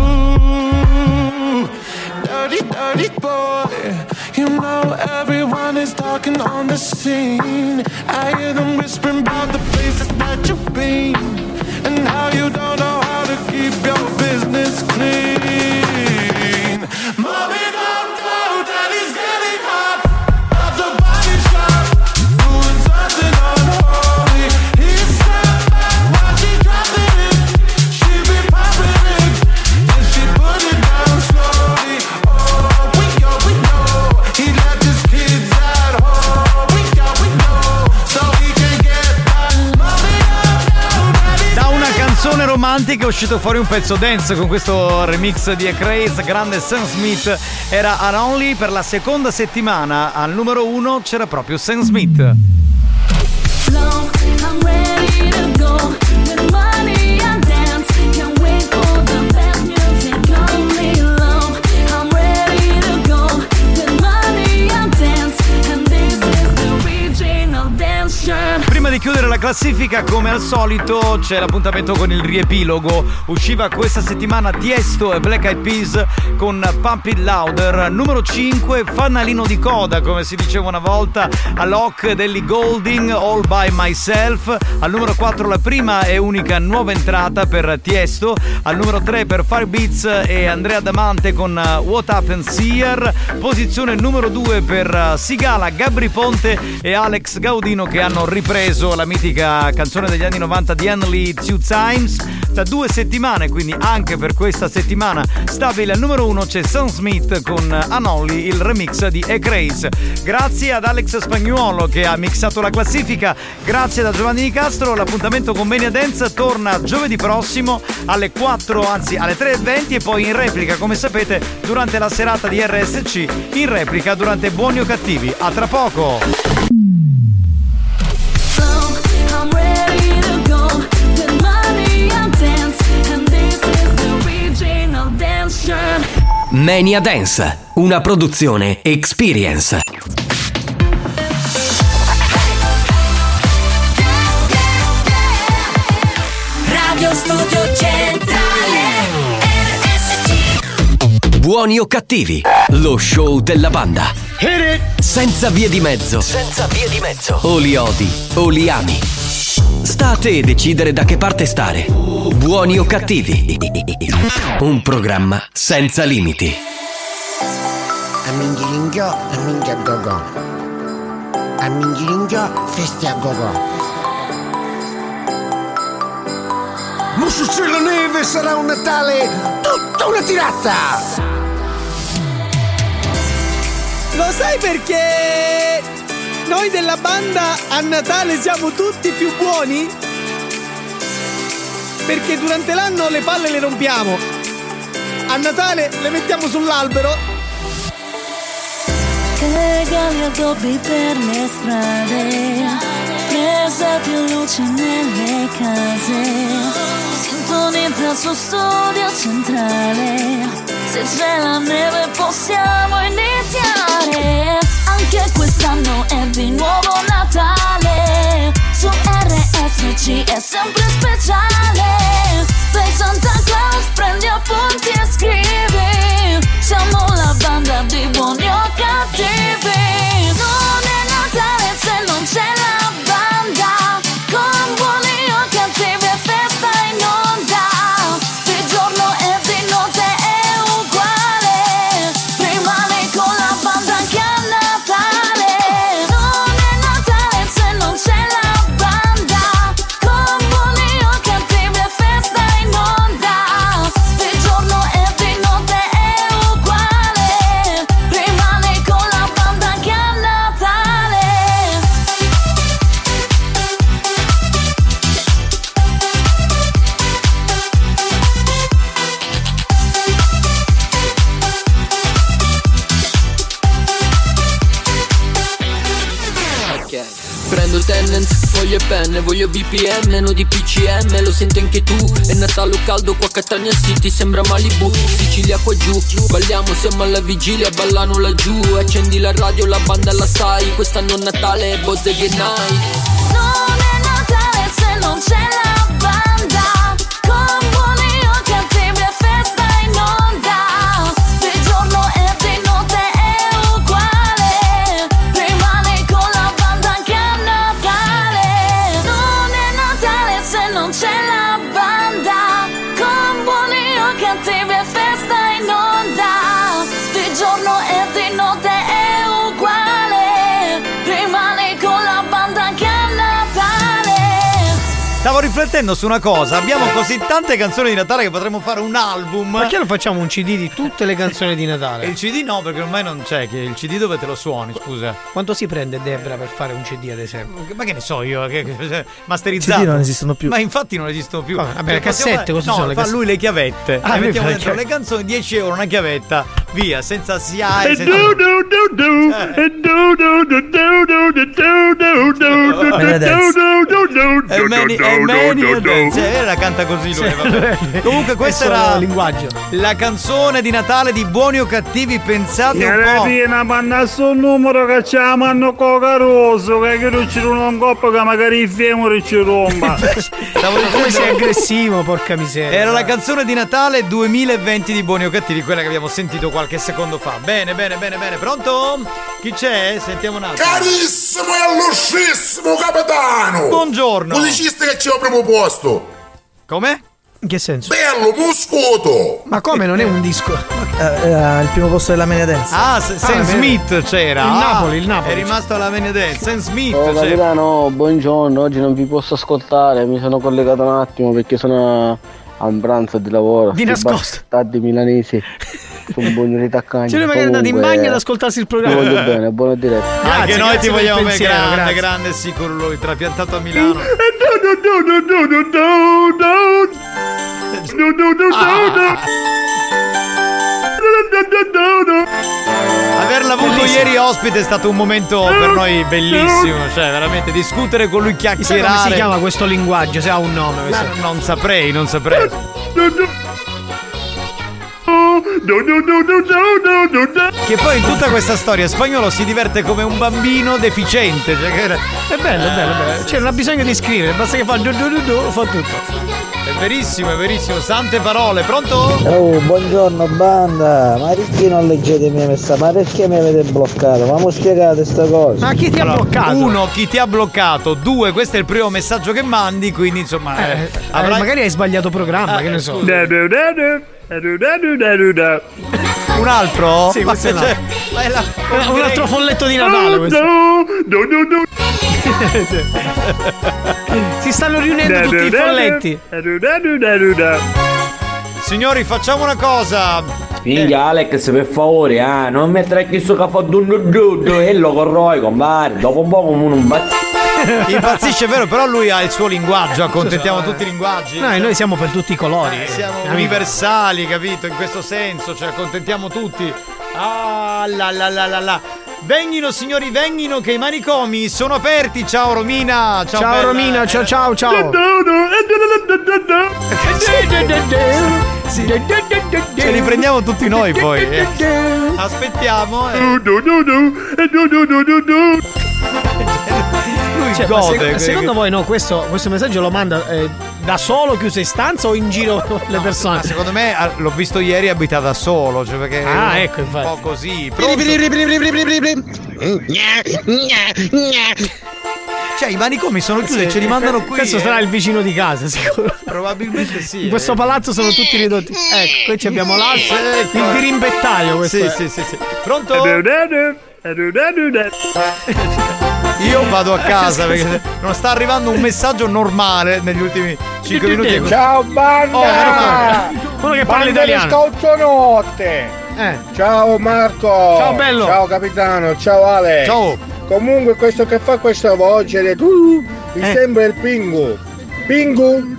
Dirty, dirty boy, you know everyone is talking on the scene. I hear them whispering about the places that you've been and how you don't know how to keep your business clean. Mommy, don't go, daddy's getting hot at the body shop, doing something unholy. He's stepped back while she dropping it. She be popping it, and she put it down slowly. Oh, we know, he left his kids at home. We know, so he can get back. Mommy, don't go, daddy's Da una canzone romantica è uscito fuori un pezzo dance con questo remix di A Craze, grande Sam Smith. Era Only per la seconda settimana. Al numero 1 c'era proprio Sam Smith. I'm ready to go with money and dance. Can't wait for the best music on me low. I'm ready to go with money and dance. And this is the original dance shirt. Prima di chiudere la classifica, come al solito, c'è l'appuntamento con il riepilogo. Usciva questa settimana Tiesto e Black Eyed Peas con Pump It Louder. Numero 5, fanalino di coda, come si diceva una volta, Alok dell'Ellie Goulding, All By Myself. Al numero 4 la prima e unica nuova entrata per Tiesto. Al numero 3 per Firebeats e Andrea Damante con What Happens Here. Posizione numero 2 per Sigala, Gabri Ponte e Alex Gaudino, che hanno ripreso la mitica canzone degli anni 90 di Anna Lee, Two Times. Da 2 settimane, quindi anche per questa settimana, stabile al numero 1 c'è Sam Smith con Anoli, il remix di A Craze. Grazie ad Alex Spagnuolo che ha mixato la classifica, grazie da Giovanni Nicastro. L'appuntamento con Mania Dance torna giovedì prossimo alle 4, anzi alle 3:20, e poi in replica, come sapete, durante la serata di RSC, in replica durante Buoni o Cattivi. A tra poco! I'm ready to go with money and dance. And this is the original dance shirt. Mania Dance, una produzione Experience. Radio Studio Centrale RSC. Buoni o Cattivi, lo show della banda. Hit it! Senza vie di mezzo. O li odi o li ami. Sta a te decidere da che parte stare. Buoni o Cattivi, un programma senza limiti. Aminghiringhio, aminghia gogo. Aminghiringhio, festi a gogo. Ma su c'è la neve, sarà un Natale tutta una tirata! Lo sai perché noi della banda a Natale siamo tutti più buoni? Perché durante l'anno le palle le rompiamo, a Natale le mettiamo sull'albero. Regali addobbi per le strade, prese più luci nelle case, sintonizza su Studio Centrale, se c'è la neve possiamo iniziare. Anche quest'anno è di nuovo Natale, su RSC è sempre speciale. Per Santa Claus prendi appunti e scrivi, siamo la banda di buoni o cattivi. Non è Natale se non c'è la banda, con buoni o cattivi è festa in onda. Di giorno e di notte è uguale, rimani con la banda anche a Natale. Non è Natale se non c'è la banda, con buoni o cattivi è festa in onda. Di giorno e di notte è uguale, rimani con la banda anche a Natale. Prendo tendenze, foglie e penne, voglio BPM, no di PCM, lo senti anche tu. È Natale caldo qua a Catania City, sembra Malibu, Sicilia qua giù. Balliamo, siamo alla vigilia, ballano laggiù. Accendi la radio, la banda la sai, quest'anno è Natale è Bozze Night. Non è Natale se non c'è la banda, con buoni o cattivi è festa in onda. Di giorno e di notte è uguale, rimani con la banda anche a Natale. Non è Natale se non c'è la banda, con buoni o cattivi è festa in onda. Di giorno e di notte è uguale, rimani con la banda anche a Natale. Stavo riflettendo su una cosa, abbiamo così tante canzoni di Natale che potremmo fare un album. Perché non facciamo un CD di tutte le canzoni di Natale? Il CD no, perché ormai non c'è, che il CD dove te lo suoni, scusa. Quanto si prende Debra per fare un CD ad esempio? Ma che ne so io, masterizzato. CD non esistono più. Ma infatti non esistono più. Vabbè, le cassette, cosa sono le fa cassette? lui le chiavette. Ah, e mettiamo fa le dentro le canzoni, 10 euro una chiavetta, via, senza SIAE, senza... La canta così lui, vabbè. Comunque questa era linguaggio. La canzone di Natale di Buoni o Cattivi, pensate un po'. Pina mandasse un numero che c'è la mano cocaroso, che non ci ruba un coppo che magari il femore ci romba. Come sei aggressivo, porca miseria. Era la canzone di Natale 2020 di Buoni o Cattivi, quella che abbiamo sentito qualche secondo fa. Bene, pronto? Chi c'è? Sentiamo un attimo. Carissimo e alluscissimo capitano! Buongiorno! Musicista che c'è al primo posto! Come? In che senso? Bello, muscuto! Ma come, non è un disco? Il primo posto della Mania Dance. Sam Smith c'era. Il Napoli. È rimasto alla Mania Dance. Sam Smith Oh c'era. capitano, buongiorno, oggi non vi posso ascoltare, mi sono collegato un attimo perché sono a un pranzo di lavoro. Di nascosto. Bastardi milanesi. Sono buoni ritaccagni. Cioè, magari andati in bagno ad ascoltarsi il programma. Ti voglio bene, buona diretta. Anche noi ti vogliamo bene, pensiero, grande sicuro lui, trapiantato a Milano. Averla avuto ieri ospite è stato un momento per noi bellissimo, cioè veramente discutere con lui, chiacchierare. Come si chiama questo linguaggio? Se ha un nome? Non saprei. Che poi in tutta questa storia Spagnolo si diverte come un bambino deficiente, cioè che è bello. Cioè non ha bisogno di scrivere, basta che fa fa tutto. È verissimo, sante parole. Pronto? Oh, buongiorno banda, ma perché non leggete i miei messaggi? Ma perché mi avete bloccato? Ma mi spiegate sta cosa? Ma chi ti ha bloccato? Uno, chi ti ha bloccato? Due, questo è il primo messaggio che mandi, quindi insomma magari hai sbagliato programma, che ne so. Un altro? Sì, questo è un altro folletto di Natale questo. Si stanno riunendo tutti i folletti. Signori, facciamo una cosa. Minchia Alex, per favore, non mettere questo caffè e lo corroi, compare. Dopo un po' come un impazzisce, è vero, però lui ha il suo linguaggio, accontentiamo tutti i linguaggi. No, e noi siamo per tutti i colori. Siamo universali, capito? In questo senso, cioè accontentiamo tutti. Venghino signori, venghino che i manicomi sono aperti. Ciao Romina. Ciao Romina, ciao. Ce li prendiamo tutti noi poi. Aspettiamo. Cioè, gode, secondo voi no, questo messaggio lo manda da solo, chiuso in stanza o in giro le persone? Secondo me l'ho visto ieri abita da solo, cioè perché ecco, infatti. Un po' così. Cioè i manicomi sono chiusi e ce li mandano qui. Questo sarà il vicino di casa, sicuro. Probabilmente sì. In questo palazzo sono tutti ridotti. Ecco, qui abbiamo l'asse, il dirimpettaio. Questo sì. Pronto? Io vado a casa perché non sta arrivando un messaggio normale negli ultimi 5 minuti. Ciao banda! Quello che parla italiano. Scalzonotte! Ciao Marco! Ciao bello! Ciao capitano! Ciao Ale! Ciao! Comunque questo che fa questa voce mi sembra il Pingu. Pingu?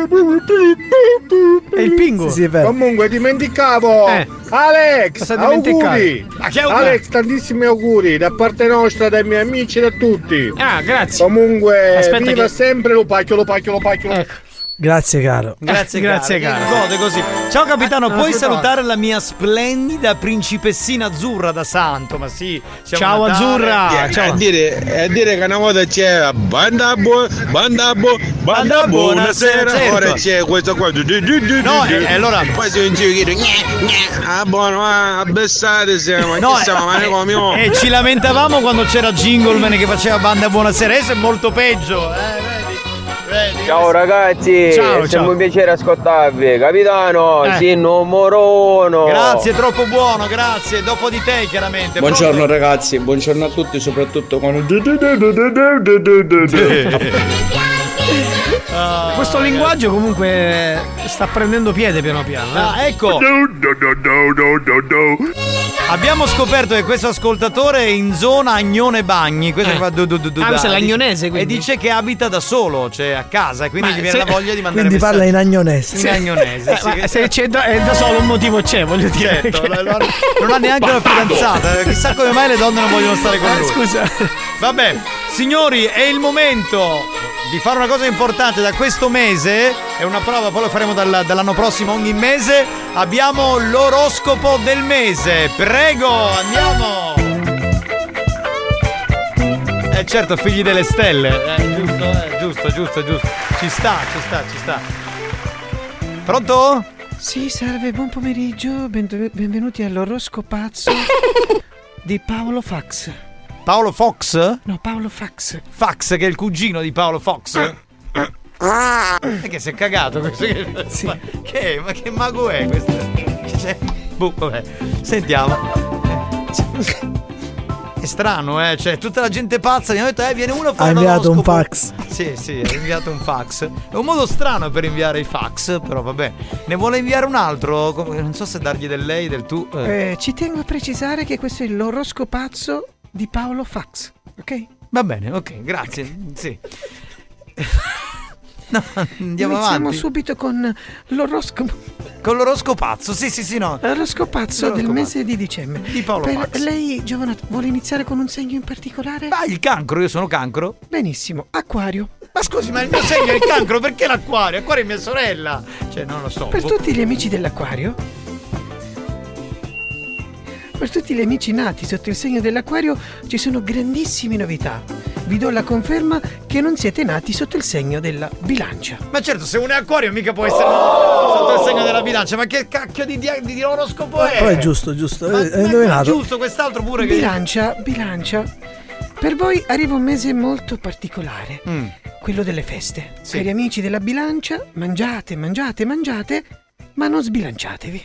È il Pingu? Sì, comunque dimenticavo Alex, auguri! Alex, tantissimi auguri da parte nostra, dai miei amici, da tutti. Grazie. Comunque viva sempre Lupacchio. Ecco. Grazie caro. Grazie caro. Gode così. Ciao capitano, puoi salutare la mia splendida principessina azzurra da Santo? Ma sì. Ciao azzurra. Ciao. A dire che una volta c'era banda buonasera. Certo. Ora c'è questo qua. No, e allora poi si chiedo buono, abbassate siamo. No, e ci lamentavamo quando c'era Jingleman che faceva banda buonasera. Adesso è molto peggio, Vedi? Ciao ragazzi, ciao. un piacere ascoltarvi, capitano, sì, numero uno. Grazie, troppo buono, grazie, dopo di te chiaramente. Buongiorno Pronto? ragazzi, buongiorno a tutti, soprattutto con questo linguaggio comunque sta prendendo piede piano piano. Ecco. Abbiamo scoperto che questo ascoltatore è in zona Agnone Bagni. Questo fa questo è l'agnonese, quindi. E dice che abita da solo, cioè a casa, e quindi gli viene la voglia di mandare quindi parla in agnonese. In agnonese, se c'è da solo un motivo c'è, voglio dire. Certo, non ha neanche una fidanzata. Chissà come mai le donne non vogliono stare con lui. Scusa. Vabbè, signori, è il momento di fare una cosa importante. Da questo mese è una prova, poi lo faremo dall'anno prossimo ogni mese. Abbiamo l'oroscopo del mese. Prego, andiamo. Certo, figli delle stelle. Giusto. Ci sta. Pronto? Sì, salve, buon pomeriggio. Benvenuti all'oroscopazzo di Paolo Fax. Paolo Fox? No, Paolo Fax. Fax, che è il cugino di Paolo Fox. Che si è cagato questo? Sì. Ma che mago è questo? Vabbè. Sentiamo. È strano, cioè tutta la gente pazza mi ha detto viene uno a fare inviato un fax. Sì, ha inviato un fax. È un modo strano per inviare i fax, però vabbè. Ne vuole inviare un altro? Non so se dargli del lei, del tu. Ci tengo a precisare che questo è l'oroscopazzo di Paolo Fax, ok? Va bene, ok, grazie. Sì. No, andiamo Iniziamo avanti. subito con l'oroscopo. Con l'oroscopazzo, sì, no. L'oroscopazzo del mese di dicembre. Di Paolo Fax. Lei, giovane, vuole iniziare con un segno in particolare? Il cancro, io sono cancro. Benissimo, Acquario. Ma scusi, ma il mio segno è il cancro, perché l'acquario? Acquario è mia sorella. Cioè, non lo so. Per tutti gli amici dell'Acquario, per tutti gli amici nati sotto il segno dell'Acquario ci sono grandissime novità. Vi do la conferma che non siete nati sotto il segno della Bilancia. Ma certo, se uno è Acquario mica può essere sotto il segno della Bilancia. Ma che cacchio di oroscopo è? Però è giusto, è indovinato. È giusto, quest'altro pure Bilancia. Per voi arriva un mese molto particolare, quello delle feste. Sì. Cari amici della Bilancia, mangiate, ma non sbilanciatevi.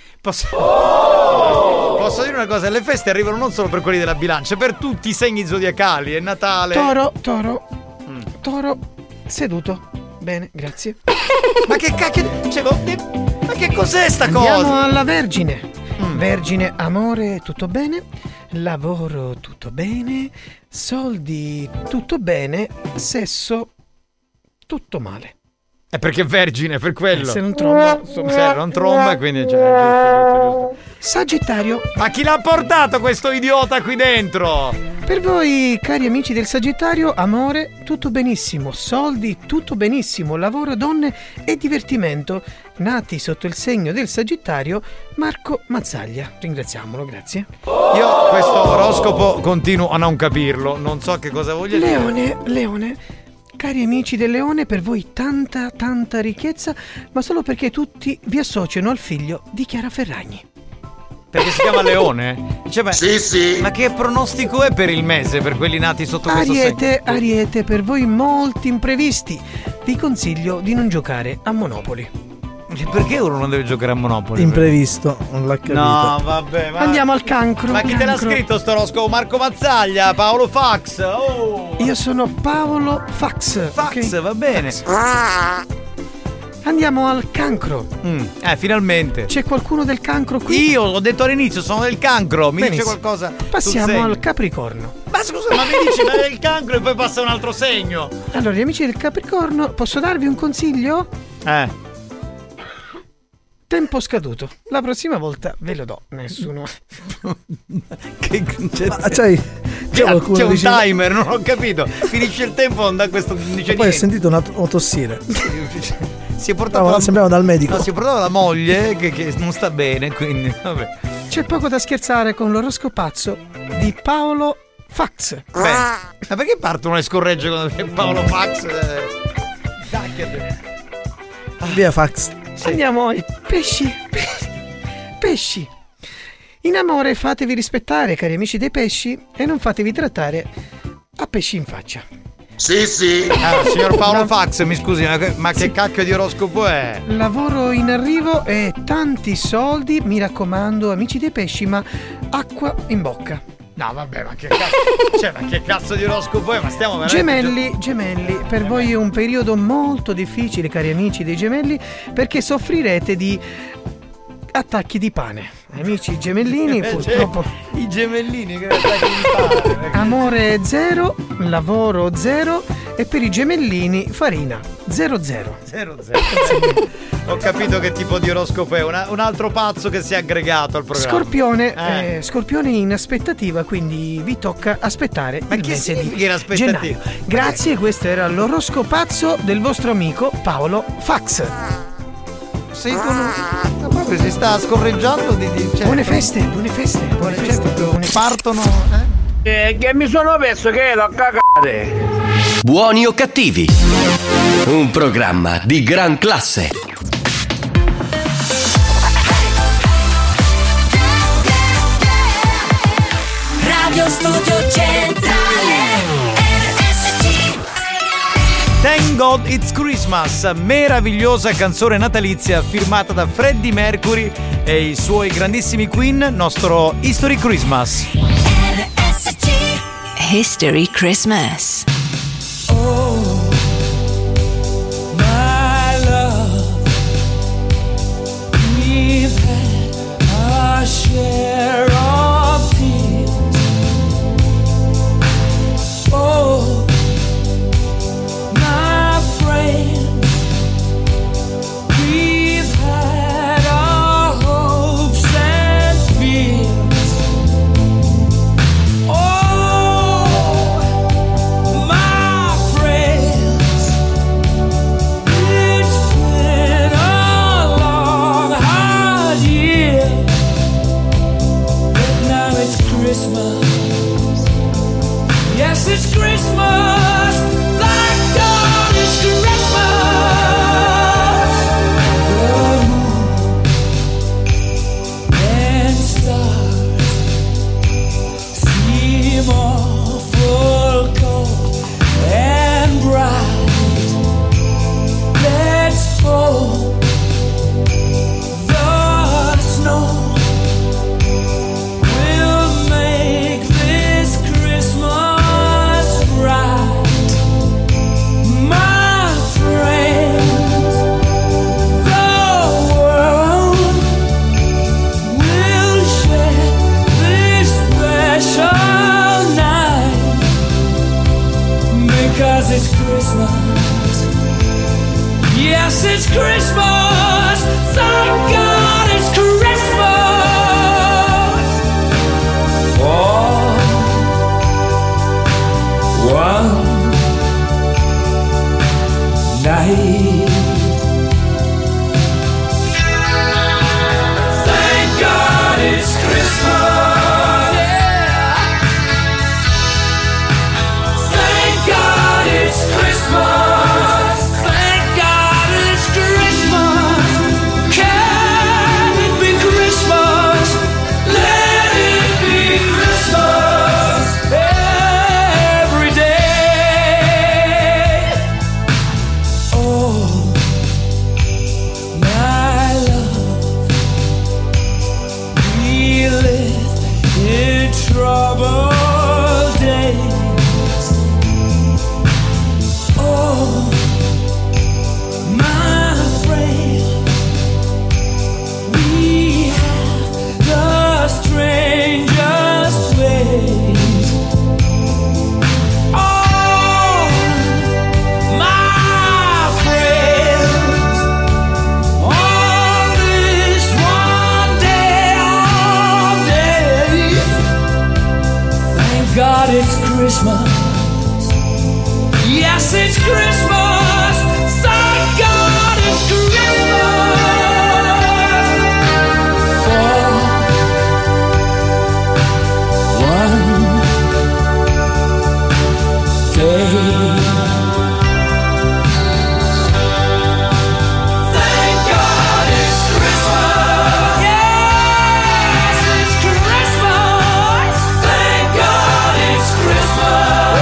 Posso dire una cosa? Le feste arrivano non solo per quelli della Bilancia, per tutti i segni zodiacali. È Natale. Toro seduto. Bene, grazie. Ma che cacchio? Ma che cos'è sta cosa? Andiamo alla Vergine. Vergine, amore, tutto bene? Lavoro, tutto bene? Soldi, tutto bene? Sesso, tutto male. È perché è vergine, per quello. Se non tromba, se non tromba, quindi giusto. Sagittario. Ma chi l'ha portato questo idiota qui dentro? Per voi, cari amici del Sagittario, amore, tutto benissimo, soldi, tutto benissimo, lavoro, donne e divertimento. Nati sotto il segno del Sagittario, Marco Mazzaglia. Ringraziamolo, grazie. Io questo oroscopo continuo a non capirlo, non so che cosa voglia dire. Leone. Cari amici del Leone, per voi tanta ricchezza, ma solo perché tutti vi associano al figlio di Chiara Ferragni. Perché si chiama Leone? Cioè, sì. Ma che pronostico è per il mese per quelli nati sotto questo segno? Ariete, per voi molti imprevisti. Vi consiglio di non giocare a Monopoli. Perché uno non deve giocare a Monopoli? Imprevisto, non l'ha capito. No, vabbè, ma... Andiamo al cancro. Ma chi te l'ha scritto sto oroscopo? Marco Mazzaglia, Paolo Fax. Oh. Io sono Paolo Fax. Okay? Va bene. Andiamo al cancro. Finalmente. C'è qualcuno del cancro qui? Io l'ho detto all'inizio, sono del cancro. Mi dice qualcosa? Passiamo al Capricorno. Ma scusa, ma mi dici ma del cancro e poi passa un altro segno. Allora, gli amici del Capricorno, posso darvi un consiglio? Tempo scaduto. La prossima volta ve lo do. Nessuno. C'è un timer, non ho capito. Finisce il tempo, non da questo non dice poi niente. Hai sentito una tossire. Si è portato sembrava dal medico. No, si è portato la moglie che non sta bene, quindi vabbè. C'è poco da scherzare con l'oroscopazzo di Paolo Fax. Beh, ma perché partono le scorregge con Paolo Fax? Via Fax. Andiamo ai pesci. Pesci. In amore fatevi rispettare, cari amici dei pesci, e non fatevi trattare a pesci in faccia. Sì. Signor Paolo Fax, mi scusi, ma che cacchio di oroscopo è? Lavoro in arrivo e tanti soldi, mi raccomando, amici dei pesci, ma acqua in bocca. No, vabbè, ma che cazzo, ma che cazzo di oroscopo è? Ma stiamo veramente... Gemelli, per voi è un periodo molto difficile, cari amici dei Gemelli, perché soffrirete di attacchi di pane. Amici gemellini, purtroppo. I gemellini che attacchi di pane. Amore 0, lavoro 0 e per i gemellini farina 0. Ho capito che tipo di oroscopo è. Un altro pazzo che si è aggregato al programma. Scorpione in aspettativa, quindi vi tocca aspettare il mese di gennaio. Grazie, questo era l'oroscopazzo del vostro amico Paolo Fax. Proprio si sta scorreggiando cioè, buone feste. Partono che mi sono perso che l'ho cagate. Buoni o cattivi, un programma di gran classe. Radio Studio Centrale RSC. Thank God It's Christmas, meravigliosa canzone natalizia firmata da Freddie Mercury e i suoi grandissimi Queen, nostro History Christmas. RSC History Christmas. Oh, my love, we've had our share of tears. Oh, my friend, we've had our hopes and fears. Oh, my friends, it's been a long, hard year. Christmas. Yes, it's Christmas. Thank God it's Christmas. For one night. Thank God it's Christmas. Yeah. Thank God it's Christmas. Thank God it's Christmas. Can it be Christmas? Let it be Christmas every day. Oh, my love, we live in troubled days. Oh, my friend, we have the strangest ways. Oh, my friends, on this one day of days, thank God it's Christmas. Yes, it's Christmas. Thank God it's Christmas. For one day. Thank God it's Christmas. Yes, it's Christmas. Thank God it's Christmas.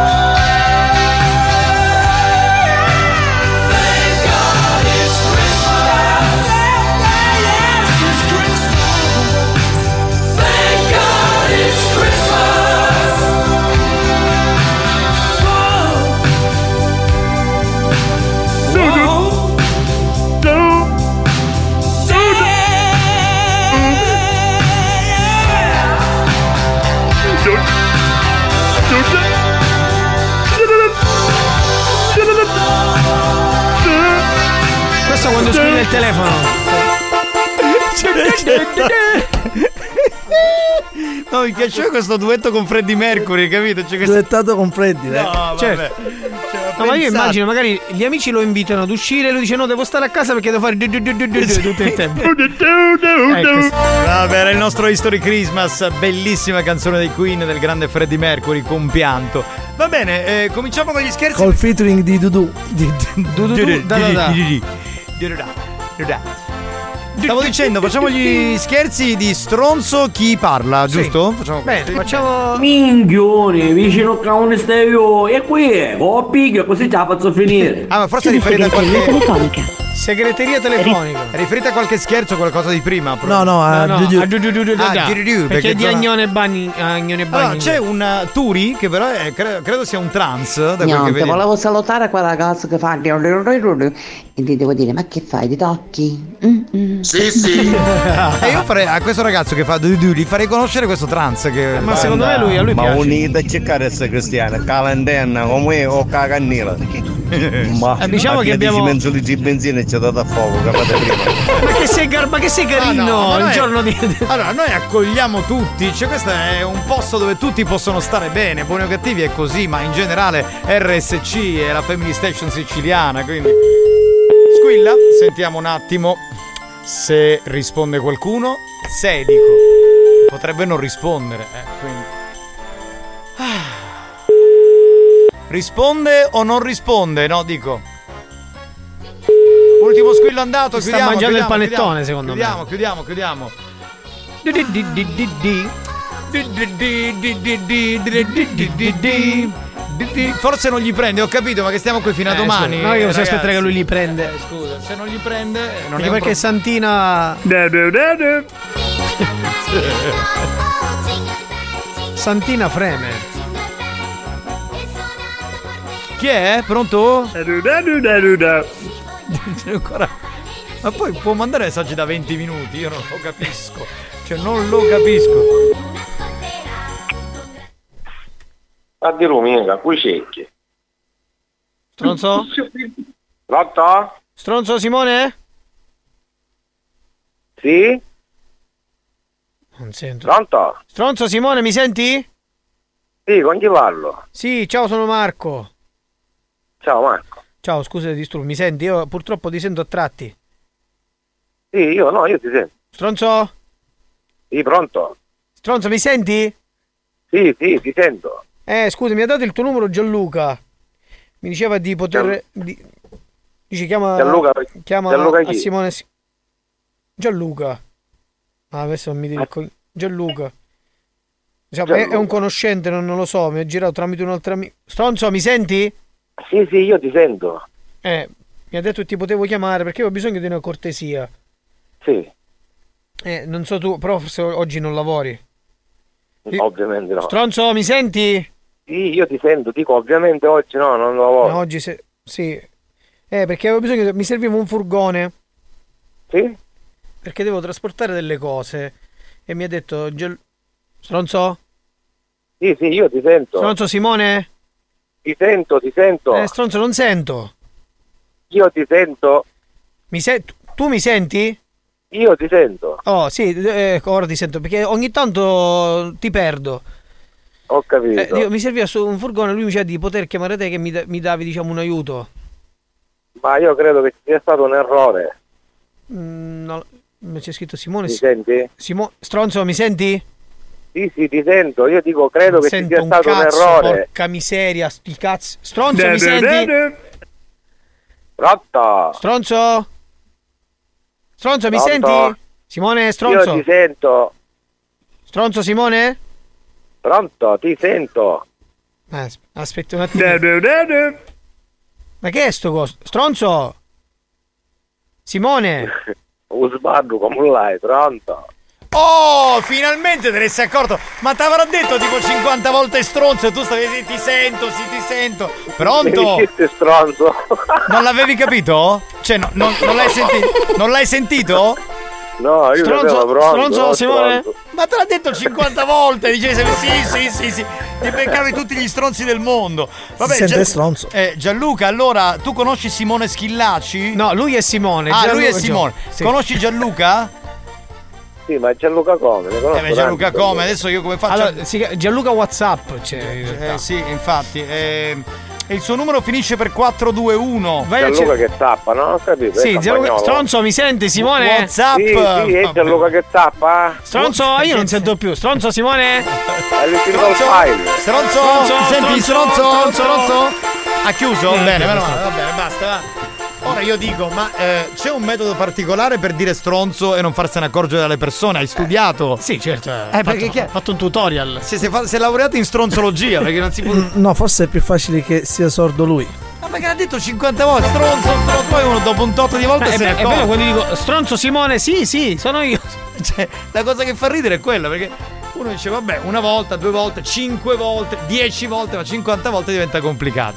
Thank God it's Christmas. Yes, it's Christmas. Thank God it's Christmas. Questo quando squilla il telefono. No, mi piaceva questo duetto con Freddie Mercury, capito? C'è questo... Duettato con Freddy, No, vabbè. Certo. Cioè, No, ma io immagino, magari gli amici lo invitano ad uscire e lui dice no, devo stare a casa perché devo fare tutto il tempo. Vabbè, era il nostro History Christmas, bellissima canzone dei Queen del grande Freddie Mercury, compianto. Va bene, cominciamo con gli scherzi. Col featuring di Dudu. Stavo dicendo, facciamo gli scherzi di stronzo chi parla, giusto? Facciamo Bene, facciamo. Minchione, vicino a un stai io. E qui, ho piglia, così ce la faccio finire. Ah, ma forse è riferita a qualche... Segreteria telefonica. È riferita a qualche scherzo o qualcosa di prima? No, perché di Agnone Bagni. Allora, c'è un Turi che però credo sia un trans. Da quel che Niente, vedevo. volevo salutare quella ragazza che fa e ti devo dire, ma che fai, ti tocchi? Sì. E io farei a questo ragazzo che fa gli farei conoscere questo trans che... Ma secondo me a lui ma piace. unita a cercare essere cristiana, calendenna come o cagannila. Ma diciamo che abbiamo menzoli di benzina e c'è dato a fuoco, capite prima. ma che sei carino il giorno di. Allora, noi accogliamo tutti, cioè questo è un posto dove tutti possono stare bene, buoni o cattivi è così, ma in generale RSC è la Family Station siciliana, quindi squilla, sentiamo un attimo se risponde qualcuno. Se dico, potrebbe non rispondere, quindi. Risponde o non risponde? No, dico. Ultimo squillo andato, sta mangiando il panettone, secondo me. Chiudiamo. Forse non gli prende, ho capito, ma che stiamo qui fino a domani. No, io posso aspettare che lui li prende. Scusa, se non gli prende non anche è perché Santina Santina freme. Chi è? Pronto? Ancora. Ma poi può mandare messaggi da 20 minuti, io non lo capisco. Cioè non lo capisco. A di Romina, qui cecchi. Stronzo? Pronto? Stronzo Simone? Sì? Non sento. Pronto? Stronzo Simone, mi senti? Sì, con chi parlo? Sì, ciao, sono Marco. Ciao Marco. Ciao, scusa ti disturbo, mi senti? Io purtroppo ti sento a tratti. Sì, io ti sento. Stronzo? Sì, pronto? Stronzo, mi senti? Sì, ti sento. Scusa, mi ha dato il tuo numero Gianluca. Mi diceva di poter... Dice chiama... Gianluca chi? a Simone... Gianluca. Ah, adesso non mi dico... Gianluca. Diciamo, è un conoscente, non lo so, mi ha girato tramite un altro amico. Stronzo, mi senti? Sì, io ti sento. Mi ha detto che ti potevo chiamare perché ho bisogno di una cortesia. Sì. Non so tu, però forse oggi non lavori. Ovviamente no. Stronzo, mi senti? Sì, io ti sento, dico ovviamente oggi no, non lavoro. No, oggi sì. Perché avevo bisogno, mi serviva un furgone. Sì? Perché devo trasportare delle cose. E mi ha detto, Stronzo? Sì, io ti sento. Stronzo Simone? Ti sento. Stronzo, non sento. Io ti sento. Tu mi senti? Io ti sento. Oh, sì, ora ti sento, perché ogni tanto ti perdo. Ho capito. Mi serviva su un furgone, lui mi diceva di poter chiamare te che mi davi, diciamo, un aiuto. Ma io credo che ci sia stato un errore. No, c'è scritto Simone. Mi senti? Stronzo, mi senti? Sì, ti sento. Io dico, credo che ci sia stato un errore. Porca miseria, sti cazzi. Stronzo, mi senti? Pronto? Stronzo, mi senti? Simone, Stronzo. Io ti sento. Stronzo, Simone? Pronto, ti sento. Aspetta un attimo. Ma che è sto coso? Stronzo? Simone? Sbarro come l'hai, pronto? Oh, finalmente te ne sei accorto. Ma ti avrà detto tipo 50 volte stronzo e tu stavi ti sento. Pronto? Che stronzo? Non l'avevi capito? Cioè, non l'hai sentito? No, io Stronzo, Simone? Ma te l'ha detto 50 volte. Dicevi sì. Ti beccavi tutti gli stronzi del mondo. Vabbè, si sente stronzo. Gianluca, allora, tu conosci Simone Schillaci? No, lui è Simone. Lui è Simone. Sì. Conosci Gianluca? Sì, ma Gianluca come? Ne conosco Gianluca come? Adesso io come faccio? Allora, Gianluca WhatsApp c'è. Sì, infatti. E il suo numero finisce per 421. Gianluca che tappa, no? Ho capito. Sì, Gianluca. Stronzo, mi senti, Simone? WhatsApp. Sì, è Gianluca che tappa. Stronzo, io non sento più. Stronzo, Simone? Stronzo. Ha chiuso? Bene, va bene, basta, va. Ora io dico, ma c'è un metodo particolare per dire stronzo e non farsene accorgere dalle persone? Hai studiato? Sì, certo. Perché ho fatto un tutorial. Si è laureato in stronzologia, perché non si può. No, forse è più facile che sia sordo lui. Ma perché l'ha detto 50 volte stronzo, poi uno dopo un tot di volte se ne accorge. È bello quando dico stronzo Simone, sì, sono io. Cioè, la cosa che fa ridere è quella, perché uno dice vabbè, una volta, 2 volte, 5 volte, 10 volte, ma 50 volte diventa complicato.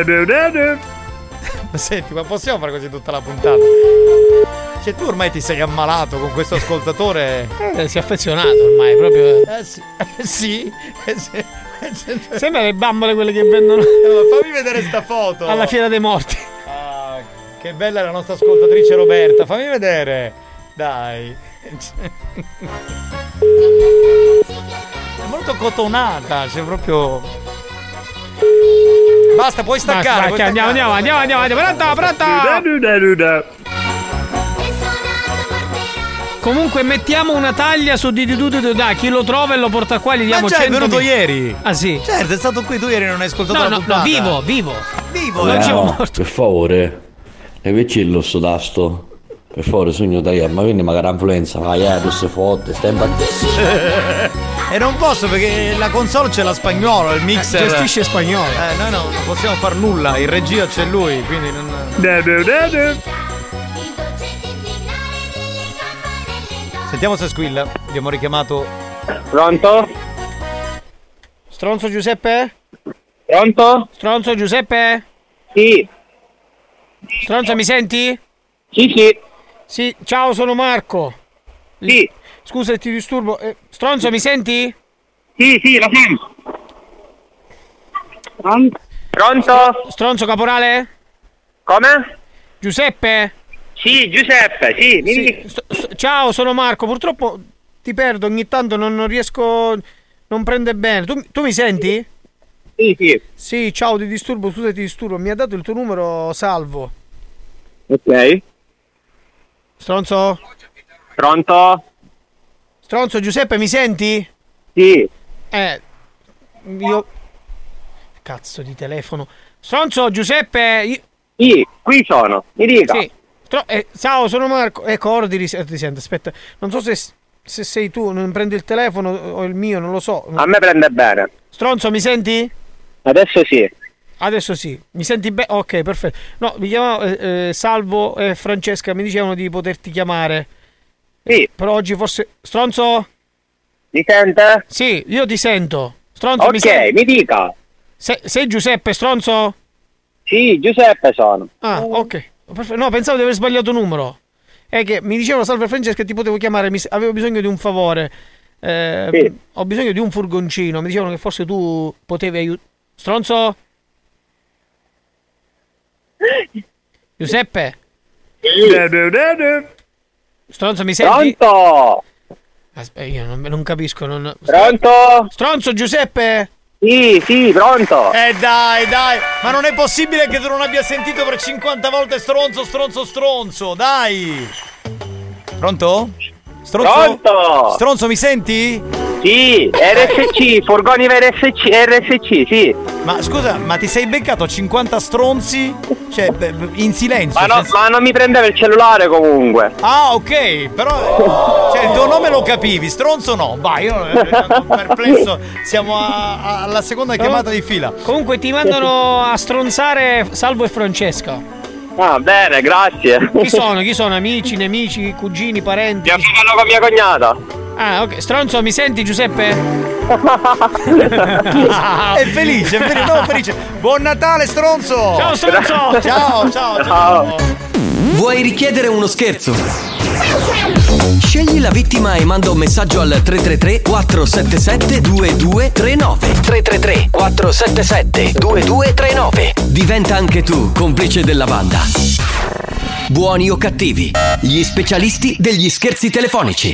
Ma senti, ma possiamo fare così tutta la puntata? Cioè, tu ormai ti sei ammalato con questo ascoltatore. Si è affezionato ormai, proprio. Sì. Sembra le bambole quelle che vendono. Fammi vedere sta foto. Alla Fiera dei Morti. Che bella la nostra ascoltatrice Roberta. Fammi vedere. Dai. È molto cotonata. C'è proprio. Basta, puoi staccare. Andiamo. Pronta. Comunque mettiamo una taglia su dai, chi lo trova e lo porta qua gli diamo 100. Ma è venuto ieri. Ah sì? Certo, è stato qui, tu ieri non hai ascoltato la puntata. No, vivo. Non ci morto. Per favore, levici sto tasto. Per favore, sogno da ma quindi magari influenza, vai, tu sei forte, stai impazzendo. E non posso perché la console c'è la spagnolo, il mixer gestisce spagnolo. Noi non possiamo far nulla, in regia c'è lui, quindi non. Sentiamo se squilla. Abbiamo richiamato. Pronto? Stronzo Giuseppe? Pronto? Stronzo Giuseppe? Sì. Stronzo, mi senti? Sì. Sì, ciao, sono Marco. Sì. Scusa se ti disturbo. Stronzo, mi senti? Sì, lo sento. Pronto? Stronzo caporale? Come? Giuseppe? Sì, Giuseppe, sì. Ciao, sono Marco. Purtroppo ti perdo, ogni tanto non riesco, non prende bene. Tu mi senti? Sì. Sì, ciao, ti disturbo, scusa ti disturbo. Mi ha dato il tuo numero Salvo. Ok. Stronzo? Pronto? Stronzo, Giuseppe, mi senti? Sì. Io... Cazzo di telefono. Stronzo, Giuseppe? Sì, qui sono. Mi dica. Sì. Ciao, sono Marco. Ecco, ora ti sento, aspetta. Non so se sei tu, non prendi il telefono o il mio, non lo so. A me prende bene. Stronzo, mi senti? Adesso sì. Adesso sì. Mi senti bene? Ok, perfetto. No, mi chiamavo Salvo e Francesca, mi dicevano di poterti chiamare. Sì. Però oggi forse... Stronzo? Mi sente? Sì, io ti sento. Stronzo, ok, mi dica. Sei Giuseppe, Stronzo? Sì, Giuseppe sono. Ah, ok. Perfetto. No, pensavo di aver sbagliato numero. È che mi dicevano Salve Francesca, ti potevo chiamare, avevo bisogno di un favore. Sì. Ho bisogno di un furgoncino. Mi dicevano che forse tu potevi aiutare. Stronzo? Giuseppe? Stronzo, mi senti? Pronto? Aspetta, io non capisco. Pronto? Stronzo, Giuseppe? Sì, pronto. Dai. Ma non è possibile che tu non abbia sentito per 50 volte stronzo, dai. Pronto? Pronto? Stronzo, mi senti? Sì, RSC, furgoni RSC, sì. Ma scusa, ma ti sei beccato 50 stronzi? Cioè, in silenzio? Ma non mi prendeva il cellulare comunque. Ah, ok, però cioè, il tuo nome lo capivi, stronzo no. Vai, io sono perplesso. Siamo alla seconda chiamata di fila. Comunque ti mandano a stronzare Salvo e Francesca. Ah, bene, grazie. Chi sono? Amici, nemici, cugini, parenti? Mio figlio con mia cognata. Ah, ok. Stronzo, mi senti, Giuseppe? È felice. No, felice. Buon Natale, stronzo. Ciao, stronzo. Ciao. Vuoi richiedere uno scherzo? Scegli la vittima e manda un messaggio al 333 477 2239. 333 477 2239. Diventa anche tu complice della banda. Buoni o cattivi, gli specialisti degli scherzi telefonici.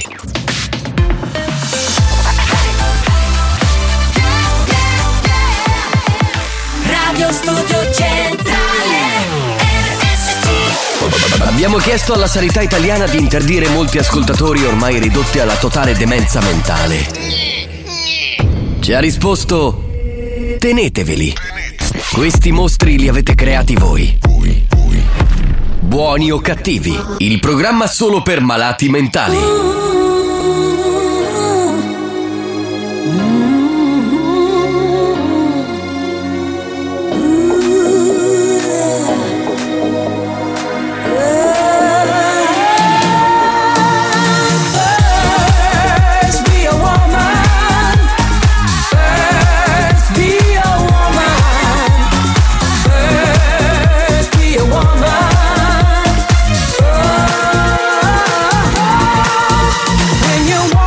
Radio Studio Centrale RSC. Abbiamo chiesto alla sanità italiana di interdire molti ascoltatori ormai ridotti alla totale demenza mentale. Ci ha risposto: teneteveli. Questi mostri li avete creati voi. Buoni o cattivi, il programma solo per malati mentali. When you walk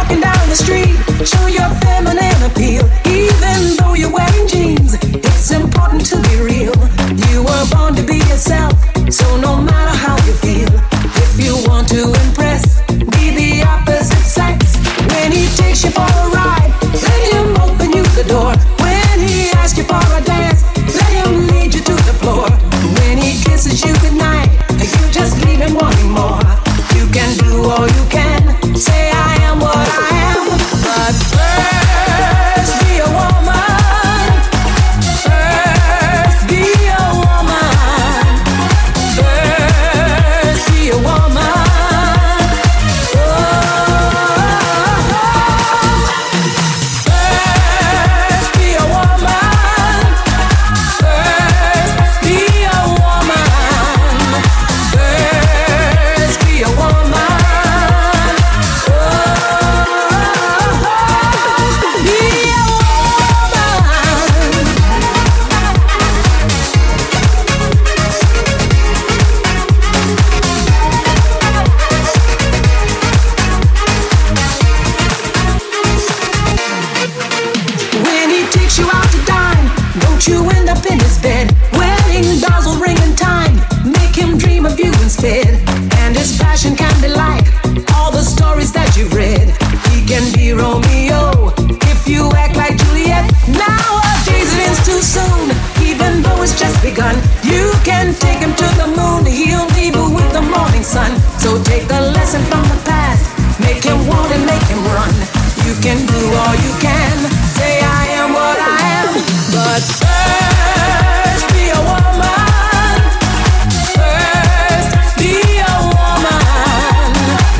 morning sun. So take the lesson from the past, make him want and make him run. You can do all you can, say I am what I am, but first be a woman. First be a woman.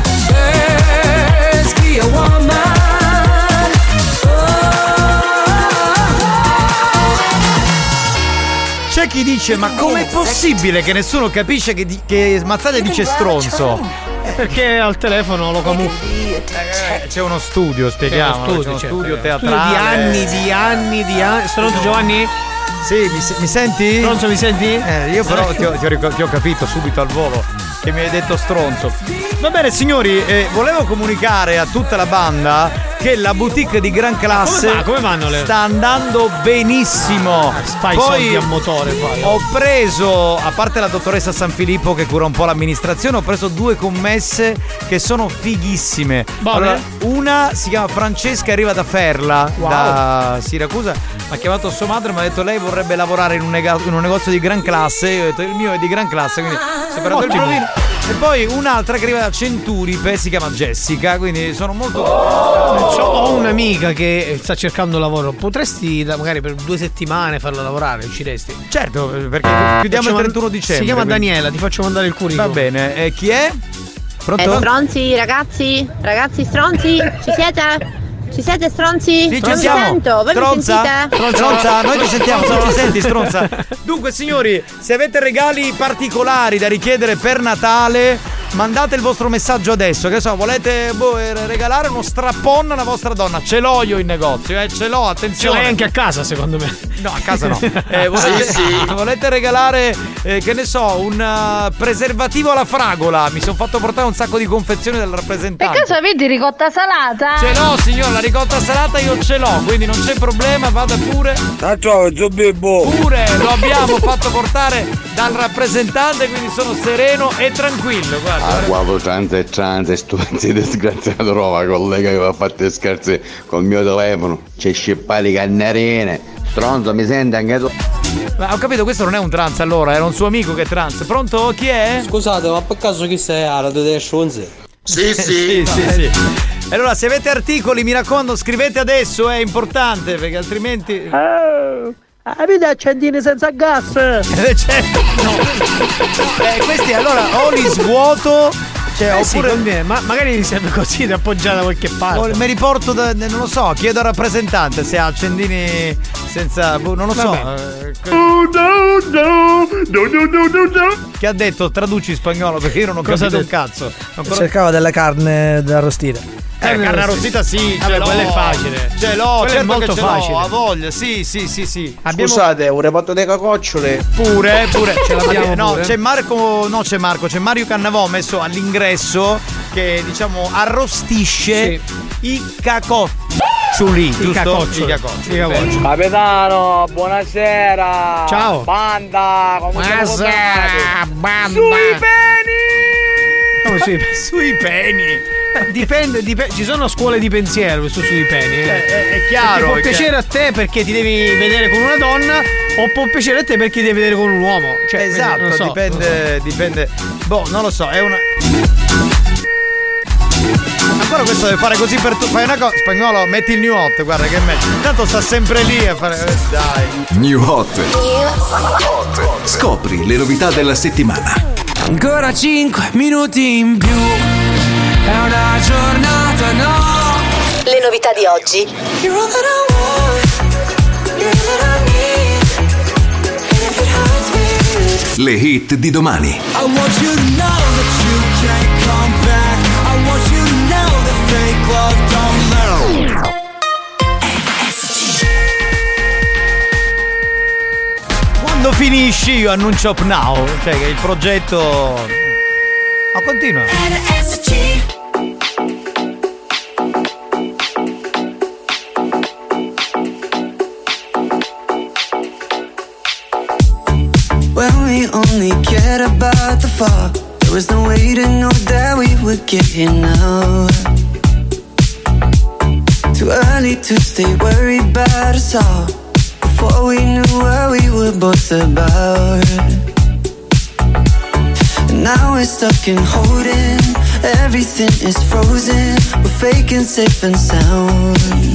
First be a woman. C'è chi dice: ma com'è possibile che nessuno capisce che Mazzaglia dice stronzo? Perché al telefono lo camuffa. C'è uno studio, spieghiamo. C'è uno studio teatrale. Di anni. Stronzo Giovanni? Sì, mi senti? Stronzo, mi senti? Io però ti ho capito subito al volo che mi hai detto stronzo. Va bene signori, volevo comunicare a tutta la banda che la boutique di gran classe come vanno le... sta andando benissimo. Fai poi soldi a motore poi. Ho preso, a parte la dottoressa Sanfilippo che cura un po' l'amministrazione, ho preso 2 commesse che sono fighissime. Allora, una si chiama Francesca, arriva da Ferla, da Siracusa. Mi ha chiamato sua madre e mi ha detto lei vorrebbe lavorare in un negozio di gran classe. Io ho detto il mio è di gran classe, quindi ho separato il provino. E poi un'altra che arriva da Centuripe, si chiama Jessica, quindi sono molto... Ho un'amica che sta cercando lavoro. Potresti magari per 2 settimane farla lavorare? Usciresti? Certo, perché chiudiamo il 31 dicembre. Si chiama quindi... Daniela, ti faccio mandare il curriculum. Va bene, chi è? Pronto? Stronzi, ragazzi stronzi, ci siete? Ci siete stronzi? Sì, non vi sento, voi stronza? mi sentite? Stronza, noi ti sentiamo, non ci senti stronza. Dunque signori, se avete regali particolari da richiedere per Natale, mandate il vostro messaggio adesso. Che so, volete regalare uno strappon alla vostra donna? Ce l'ho io in negozio, ce l'ho, attenzione. Ce l'hai anche a casa secondo me. No, a casa no. Volete regalare, che ne so, un preservativo alla fragola? Mi sono fatto portare un sacco di confezioni dal rappresentante. Per caso avete ricotta salata? Ce l'ho signora, la ricotta salata io ce l'ho, quindi non c'è problema, vada pure. Pure lo abbiamo fatto portare dal rappresentante, quindi sono sereno e tranquillo, guarda. Guardo tranza, stronzi disgraziato, trova collega che mi ha fatto scherzi col mio telefono. C'è scippati cannarine. Stronzo, mi senti anche tu? Ma ho capito, questo non è un trans allora, era un suo amico che è trans. Pronto? Chi è? Scusate, ma per caso chi sei? Radio delle stronze? Sì. Allora, se avete articoli, mi raccomando, scrivete adesso, è importante, perché altrimenti... Avete accendini senza gas? Certo, no. Questi allora o li svuoto, cioè, oppure conviene, ma magari mi serve così da appoggiare da qualche parte. Mi riporto non lo so, chiedo al rappresentante se ha accendini senza, non lo so. No. Che ha detto? Traduci in spagnolo perché io non ho capito un cazzo. Cercava della carne da arrostire. Carne arrostita sì, quella è facile. Ce l'ho, certo, è molto facile. Ha voglia, sì. Scusate, un reparto delle cocciole. Pure ce l'abbiamo. No, pure. c'è Mario Cannavò messo all'ingresso che diciamo arrostisce i cacoccioli, giusto? I cacoccioli. Capitano, buonasera. Ciao. Banda, come buonasera, banda. Sui peni. Dipende, ci sono scuole di pensiero sui peni. È chiaro. Può piacere a te perché ti devi vedere con una donna, o può piacere a te perché ti devi vedere con un uomo. Cioè, esatto, non so. dipende. Boh, non lo so, è una. Ancora questo deve fare così per tu. Fai una cosa, spagnolo, metti il new hot, guarda che meglio. Intanto sta sempre lì a fare. Dai. New hot. Scopri le novità della settimana. Ancora 5 minuti in più. È una giornata, no. Le novità di oggi. Le hit di domani. I want you to know that you can't come back. I want you to know that fake love don't last. Quando finisci io annuncio Up Now, cioè che il progetto. Ma continua. When we only cared about the fall, there was no way to know that we would get here now. Too early to stay worried about us all, before we knew what we were both about. And now we're stuck in holding. Everything is frozen. We're faking safe and sound.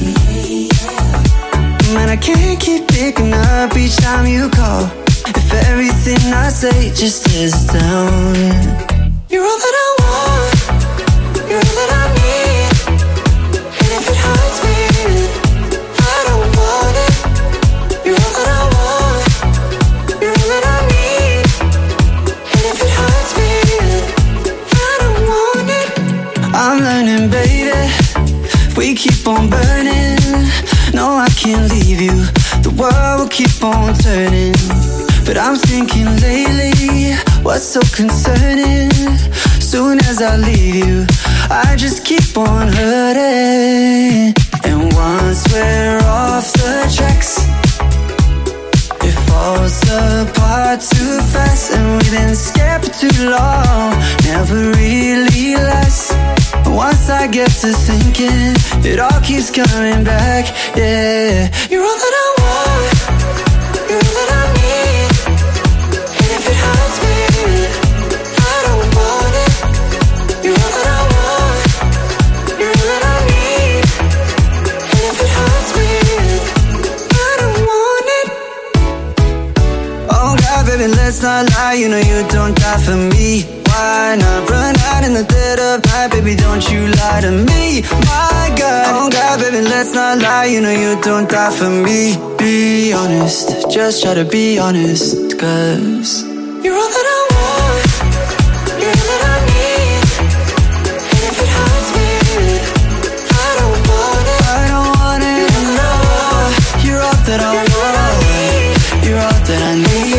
Man, I can't keep picking up each time you call. If everything I say just is down. You're all that I want. You're all that I need. And if it hurts me, I don't want it. You're all that I want. You're all that I need. And if it hurts me, I don't want it. I'm learning, baby. If we keep on burning, no, I can't leave you. The world will keep on turning. But I'm thinking lately, what's so concerning? Soon as I leave you, I just keep on hurting. And once we're off the tracks, it falls apart too fast. And we've been scared for too long, never really lasts. Once I get to thinking, it all keeps coming back, yeah. You're all that I want, you're all that I need. And if it hurts me, I don't want it. You're all that I want, you're all that I need. And if it hurts me, I don't want it. Oh God, baby, let's not lie, you know you don't die for me. Why not run out in the dead of night, baby, don't you lie to me. My God, oh God, baby, let's not lie, you know you don't die for me. Be honest, just try to be honest, 'cause you're all that I want, you're all that I need. And if it hurts me, I don't want it. I don't want it, no. You're all that I want, you're all that I need.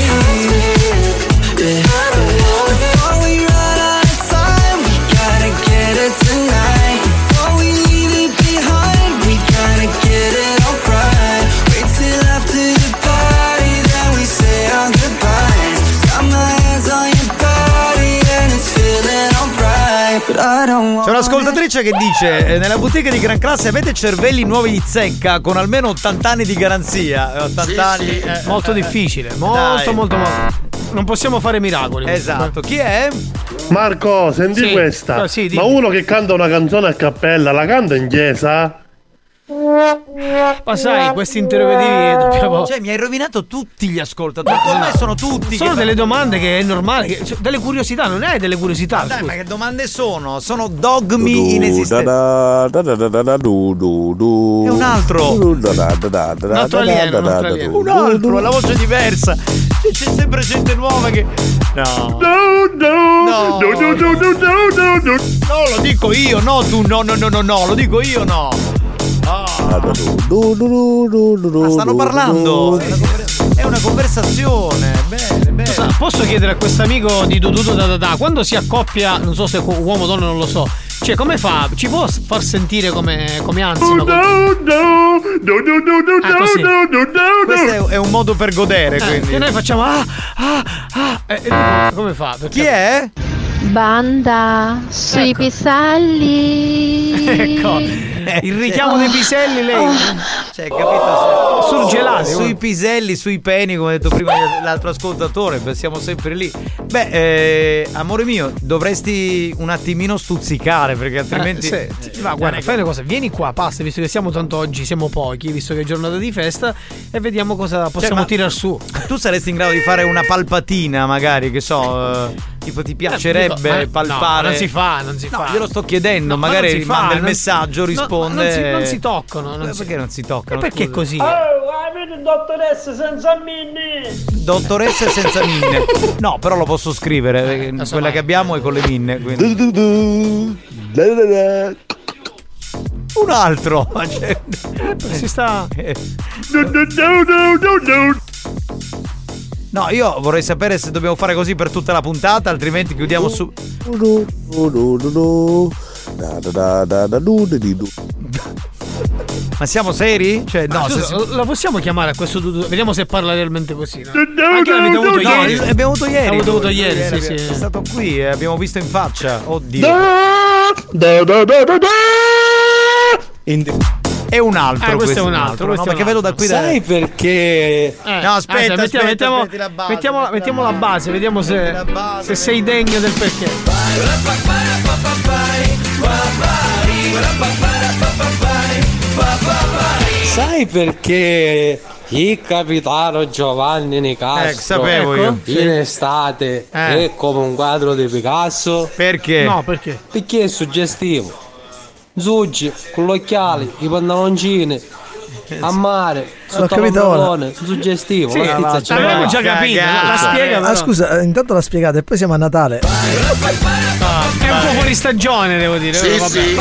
Tonight, before we leave it behind, we gotta get it all right. Wait till after the party, then we say our goodbyes. Got my hands on your body and it's feeling alright, but I don't want. C'è un'ascoltatrice che dice: nella boutique di Gran Classe avete cervelli nuovi di zecca con almeno 80 anni di garanzia. 80 anni. Molto difficile, molto. Non possiamo fare miracoli. Esatto. Chi è? Marco, senti questa. Ma uno che canta una canzone a cappella, la canta in chiesa? Ma sai, questi interrogativi dobbiamo. Cioè, mi hai rovinato tutti gli ascoltatori. Con me sono tutti. Sono delle domande che è normale. Delle curiosità, non hai delle curiosità. Dai, ma che domande sono? Sono dogmi inesistenti. È un altro. Un altro alieno. Un altro, la voce diversa. C'è sempre gente nuova che. No. No, lo dico io, no tu, no, lo dico io, no. Ma stanno parlando. È una conversazione. Bene. Posso chiedere a questo amico di da quando si accoppia, non so se uomo o donna, non lo so. Cioè, come fa? Ci può far sentire come ansino? Questo è un modo per godere, quindi. Che noi facciamo come fa? Perché... Chi è? Banda sui piselli. Ecco. Il richiamo dei piselli, lei. Cioè, capito? Surgelati. Sui piselli, sui peni, come ha detto prima l'altro ascoltatore, siamo sempre lì. Amore mio, dovresti un attimino stuzzicare, perché altrimenti. Ma guarda, fai una cosa, vieni qua, passa, visto che siamo tanto oggi, siamo pochi, visto che è giornata di festa, e vediamo cosa possiamo tirar su. Tu saresti in grado di fare una palpatina, magari, che so. Tipo, ti piacerebbe palpare? No, non si fa. Io lo sto chiedendo, magari manda il messaggio, risponde. Non si toccano. Perché non si toccano? Perché così? Avete dottoressa senza minne? Dottoressa senza minne. No, però lo posso scrivere. Quella che abbiamo è con le minne. Un altro. Si sta. No, io vorrei sapere se dobbiamo fare così per tutta la puntata, altrimenti chiudiamo su. Ma siamo seri? Cioè, no, la possiamo chiamare a questo vediamo se parla realmente così. No? Anche l'avete avuto ieri. Abbiamo avuto ieri. Abbiamo avuto ieri, sì. È stato qui e abbiamo visto in faccia. Oddio. è un altro. Questo è un altro. No, perché vedo da qui. Sai perché? No, aspetta, mettiamo la base, vediamo se sei degno del perché. Sai perché il capitano Giovanni Nicastro sapevo io. in estate è come un quadro di Picasso? Perché? No, perché? Perché è suggestivo. Zuggi con gli occhiali, i pantaloncini, a mare, sotto la pallone, suggestivo. Sì, l'abbiamo già capito. La spiega, però. Scusa, intanto l'ha spiegata e poi siamo a Natale. È un po' fuori stagione, devo dire. Sì.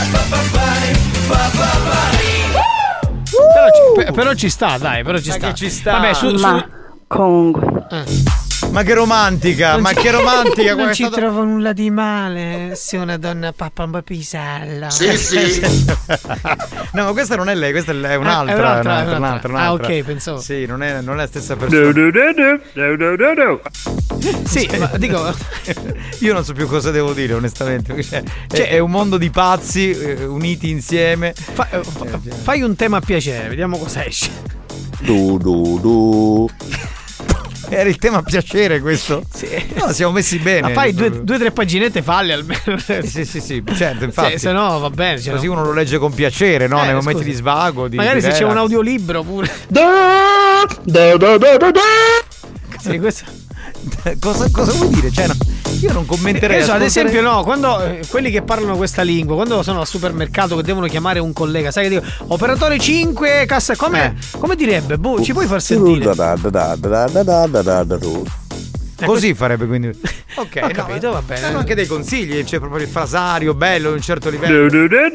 Però ci sta, dai, però ci sta. Che ci sta. Vabbè, comunque. Ma che romantica, Non ci trovo nulla di male se una donna pappa un po' pisella. Sì. No, ma questa non è lei, questa è un'altra. Ah, ok, pensavo. Sì, non è la stessa persona. No. Sì, ma dico, io non so più cosa devo dire, onestamente. È un mondo di pazzi uniti insieme. Fai un tema a piacere, vediamo cosa esce. Era il tema piacere questo? Sì. No, siamo messi bene. Ma fai due o tre paginette falle almeno. Sì, certo, infatti. Se no va bene. Così uno lo legge con piacere, no? Nei momenti di svago. Magari se c'è un audiolibro pure. Sì, questo. Cosa vuoi dire? Cioè, no, io non commenterei. Ad esempio, no, quando quelli che parlano questa lingua, quando sono al supermercato che devono chiamare un collega, sai che dico operatore 5, cassa. Come direbbe? Ci puoi far sentire? Così farebbe, quindi. Ok, ho capito, va bene. Hanno anche dei consigli, c'è proprio il frasario bello di un certo livello.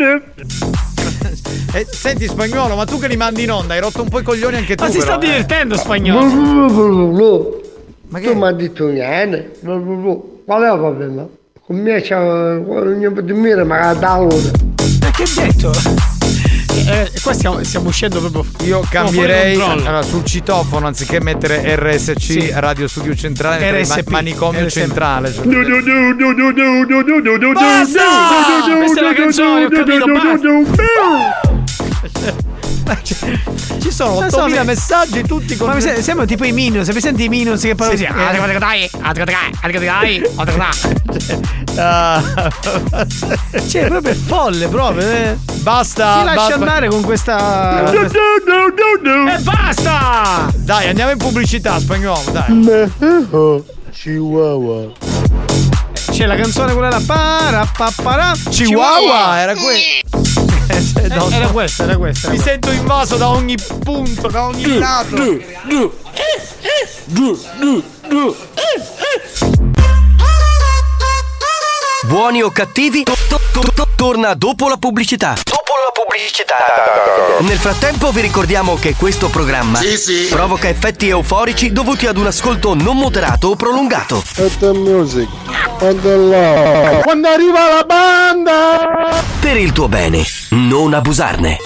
Senti Spagnolo, ma tu che li mandi in onda hai rotto un po' i coglioni anche tu. Ma si sta divertendo Spagnolo. Ma tu mi hai detto niente? Qual è il problema? Con me c'è ogni po' di mire, ma da ora. Ma che hai detto? Qua stiamo uscendo proprio. Io cambierei sul citofono, anziché mettere RSC, Radio Studio Centrale, manicomio centrale. Basta! Questa è la canzone, ho capito, Ci sono 8.000 messaggi tutti con. Ma sembra tipo i Minions, se presenti i Minions che parlano così. Cioè proprio folle proprio. Basta. Ti lascia andare con questa. E basta! Dai, andiamo in pubblicità, Spagnolo, dai. Chihuahua. C'è la canzone quella là. Chihuahua, era quella. Era questa. Mi sento invaso da ogni punto, da ogni lato. Buoni o cattivi? Torna dopo la pubblicità. Nel frattempo vi ricordiamo che questo programma provoca effetti euforici dovuti ad un ascolto non moderato o prolungato. Music. Quando arriva la banda! Per il tuo bene, non abusarne.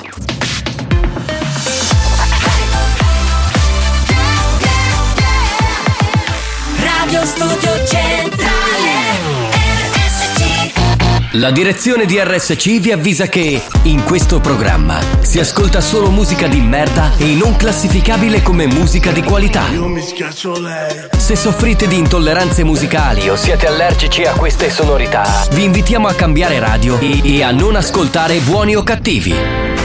Radio Studio Centrale RSC. La direzione di RSC vi avvisa che in questo programma si ascolta solo musica di merda e non classificabile come musica di qualità. Io mi schiaccio lei. Se soffrite di intolleranze musicali o siete allergici a queste sonorità, vi invitiamo a cambiare radio e a non ascoltare Buoni o Cattivi.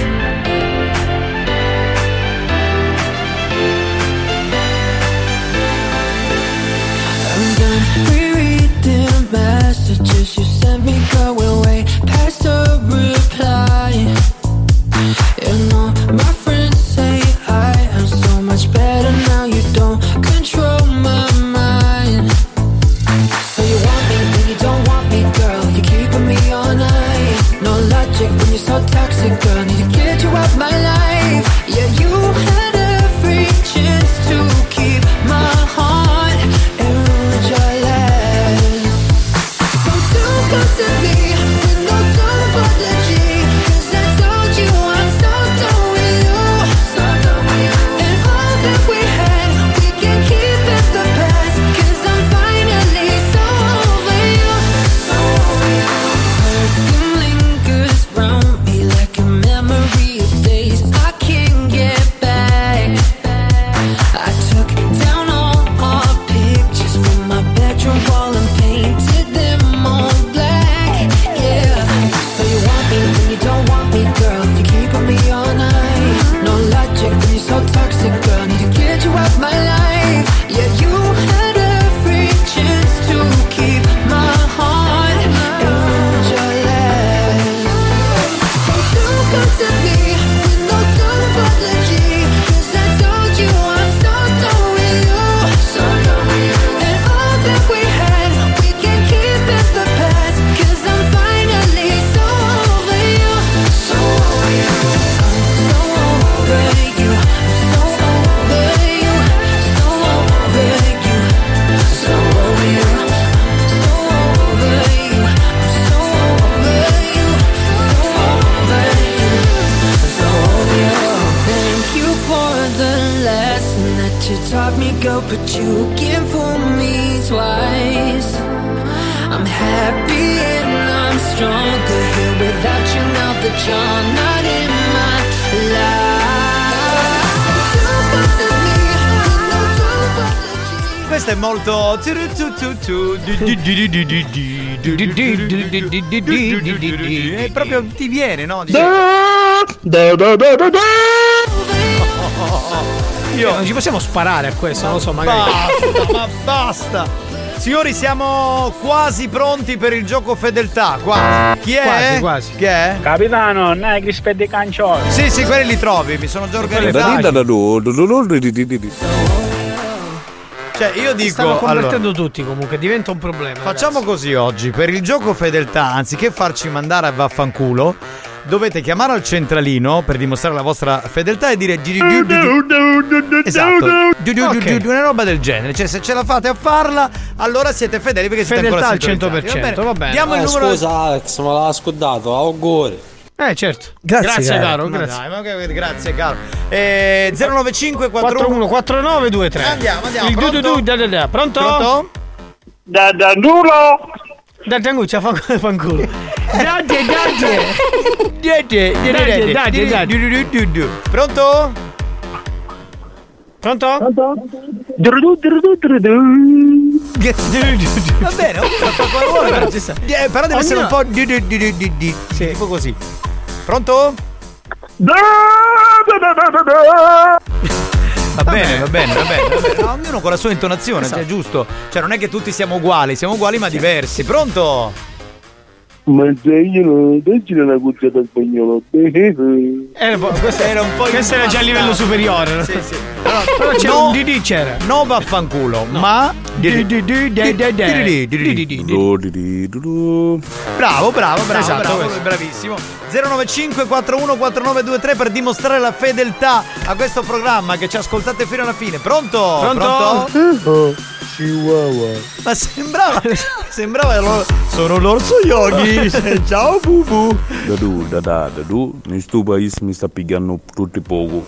Messages you sent me going way past the reply. You know my friends say I am so much better now. You don't control my mind. So you want me, then you don't want me, girl. You're keeping me all night. No logic when you're so toxic, girl. Need to you taught me, girl, but you can't fool me twice. I'm happy and I'm stronger here without you now that you're not in my life. Questo è molto. E proprio ti viene, no? Io non ci possiamo sparare a questo, non lo so, magari. Basta, ma basta. Signori, siamo quasi pronti per il gioco fedeltà. Quasi. Chi è? Quasi. Chi è? Capitano, Negri speddi cancioli. Sì, quelli li trovi, mi sono già organizzato. Cioè, io dico. Stanno convertendo tutti comunque, diventa un problema. Facciamo così oggi, per il gioco fedeltà, anziché farci mandare a vaffanculo, dovete chiamare al centralino per dimostrare la vostra fedeltà e dire esatto, una roba del genere. Cioè, se ce la fate a farla, allora siete fedeli perché siete ancora sintonizzati. Al 100%, va bene. Diamo il numero. Scusa Alex, me l'ha scudato, auguri. Certo. Grazie caro. Grazie. Grazie caro. 095 41 4923. Andiamo. Pronto? Da nulo. Da tanguccia fanculo. Dai. Pronto? Va bene, però deve essere un po' tipo così. Pronto? Va bene. No, ognuno con la sua intonazione, esatto. Cioè, giusto. Cioè, non è che tutti siamo uguali ma diversi. Pronto? Ma se io non decide una cucciata spagnolo. Questo era già a livello superiore. Sì. Però c'è un DD, c'era. No vaffanculo, ma Bravo, esatto, bravissimo. 095 41 4923 per dimostrare la fedeltà a questo programma che ci ascoltate fino alla fine. Pronto? Chihuahua. Ma sembrava sono l'orso Yogi. Ciao Bubu. Dadu, in sto paese mi sta pigliando tutti poco.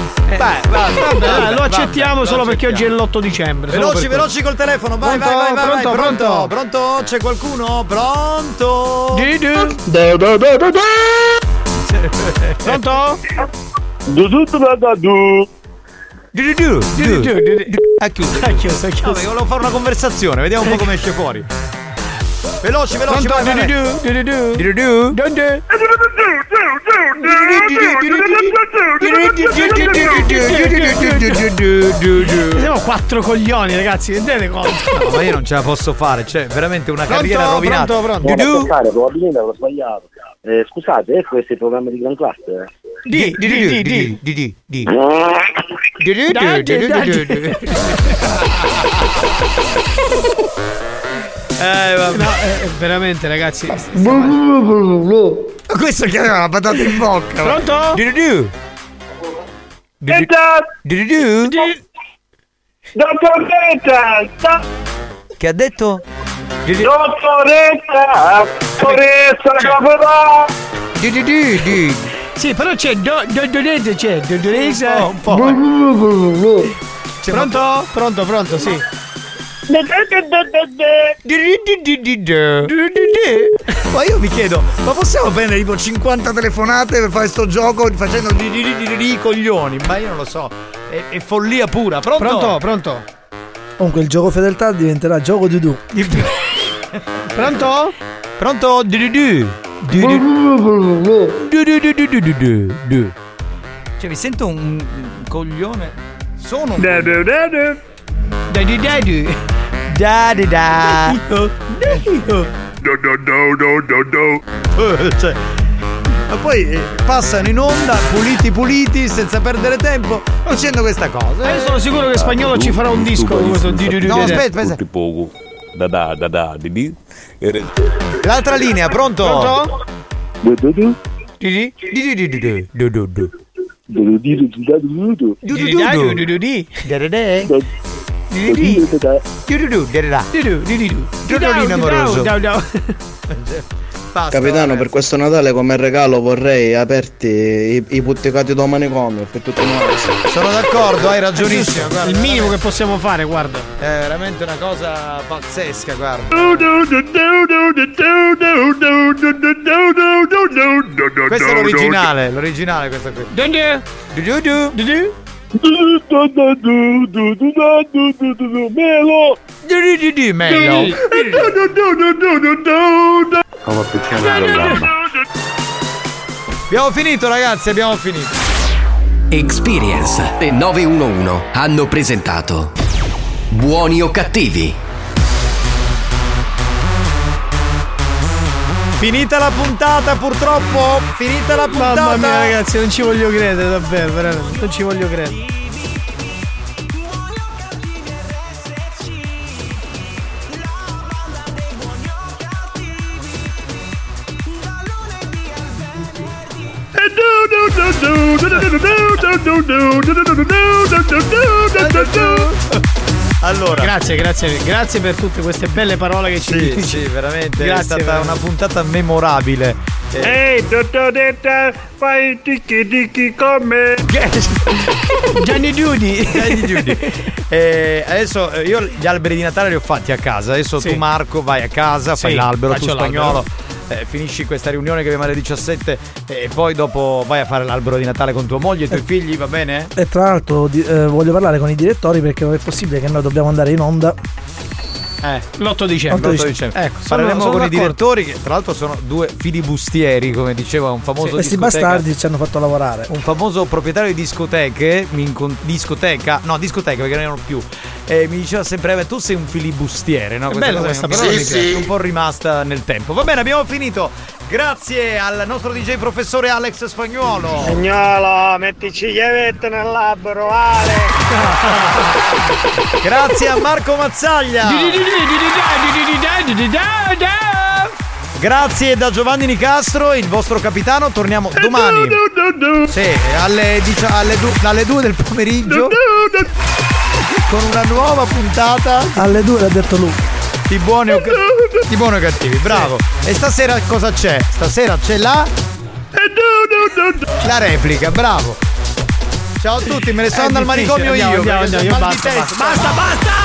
Lo accettiamo solo perché oggi è l'8 dicembre. Veloci col telefono. Vai. Pronto? C'è qualcuno? Pronto? Pronto? Ha chiuso. No, volevo fare una conversazione, vediamo un po' come esce fuori. Veloci, vai. Siamo 4 coglioni, ragazzi, rendete conto? No, ma io non ce la posso fare, cioè veramente una carriera rovinata. Pronto. Probabilmente avevo sbagliato. Scusate, questo è il programma di Gran Classe? Veramente, ragazzi. Questo che aveva la patata in bocca. Pronto? Dottoretta! Che ha detto? Dottoretta! Sì, però c'è un po'. Pronto, sì. Ma io mi chiedo, ma possiamo prendere tipo 50 telefonate per fare sto gioco facendo i coglioni? Ma io non lo so, è follia pura. Pronto? Comunque il gioco fedeltà diventerà gioco di du. Pronto? Cioè mi sento un coglione. Sono un cioè, ma poi passano in onda puliti senza perdere tempo facendo questa cosa. Io sono sicuro che Spagnolo ci farà un disco con questo. No, aspetta. Poco. L'altra linea, pronto? Basta, Capitano, per questo Natale come regalo vorrei aperti i puttecati da manicomio per tutti noi. Sono d'accordo, hai ragionissimo. Guarda, il minimo che possiamo fare, guarda. È veramente una cosa pazzesca, guarda. Questo è l'originale questa qui. Melo. Abbiamo finito, ragazzi, abbiamo finito. Experience e 911 hanno presentato Buoni o cattivi. Finita la puntata, purtroppo. Finita la puntata. Mamma mia, ragazzi, non ci voglio credere, davvero, veramente. Non ci voglio credere. Allora, grazie per tutte queste belle parole che ci dici. Sì, veramente grazie, è stata veramente una puntata memorabile. Ehi, dottoretta, fai ticchi con me. Gianni Giudi. Adesso io gli alberi di Natale li ho fatti a casa. Adesso tu, Marco, vai a casa, fai l'albero, tu Spagnolo. Finisci questa riunione che abbiamo alle 17 e poi dopo vai a fare l'albero di Natale con tua moglie e i tuoi figli, va bene? E tra l'altro voglio parlare con i direttori perché non è possibile che noi dobbiamo andare in onda l'8 dicembre. Ecco, parleremo con i direttori che tra l'altro sono due filibustieri, come diceva un famoso questi bastardi ci hanno fatto lavorare. Un famoso proprietario di discoteche discoteca perché non erano più, mi diceva sempre tu sei un filibustiere, no? È bella questa parola, mi piace, un po' rimasta nel tempo. Va bene, abbiamo finito. Grazie al nostro DJ professore Alex Spagnuolo. Spagnolo, mettici gli eventi nell'albero, Alex. Grazie a Marco Mazzaglia. Grazie da Giovanni Nicastro, il vostro capitano. Torniamo domani. Sì, alle 2 del pomeriggio con una nuova puntata. Alle 2 l'ha detto lui. Di buoni o cattivi, bravo. E stasera cosa c'è? Stasera c'è la replica, bravo. Ciao a tutti, me ne sto andando al manicomio io. Andiamo, basta.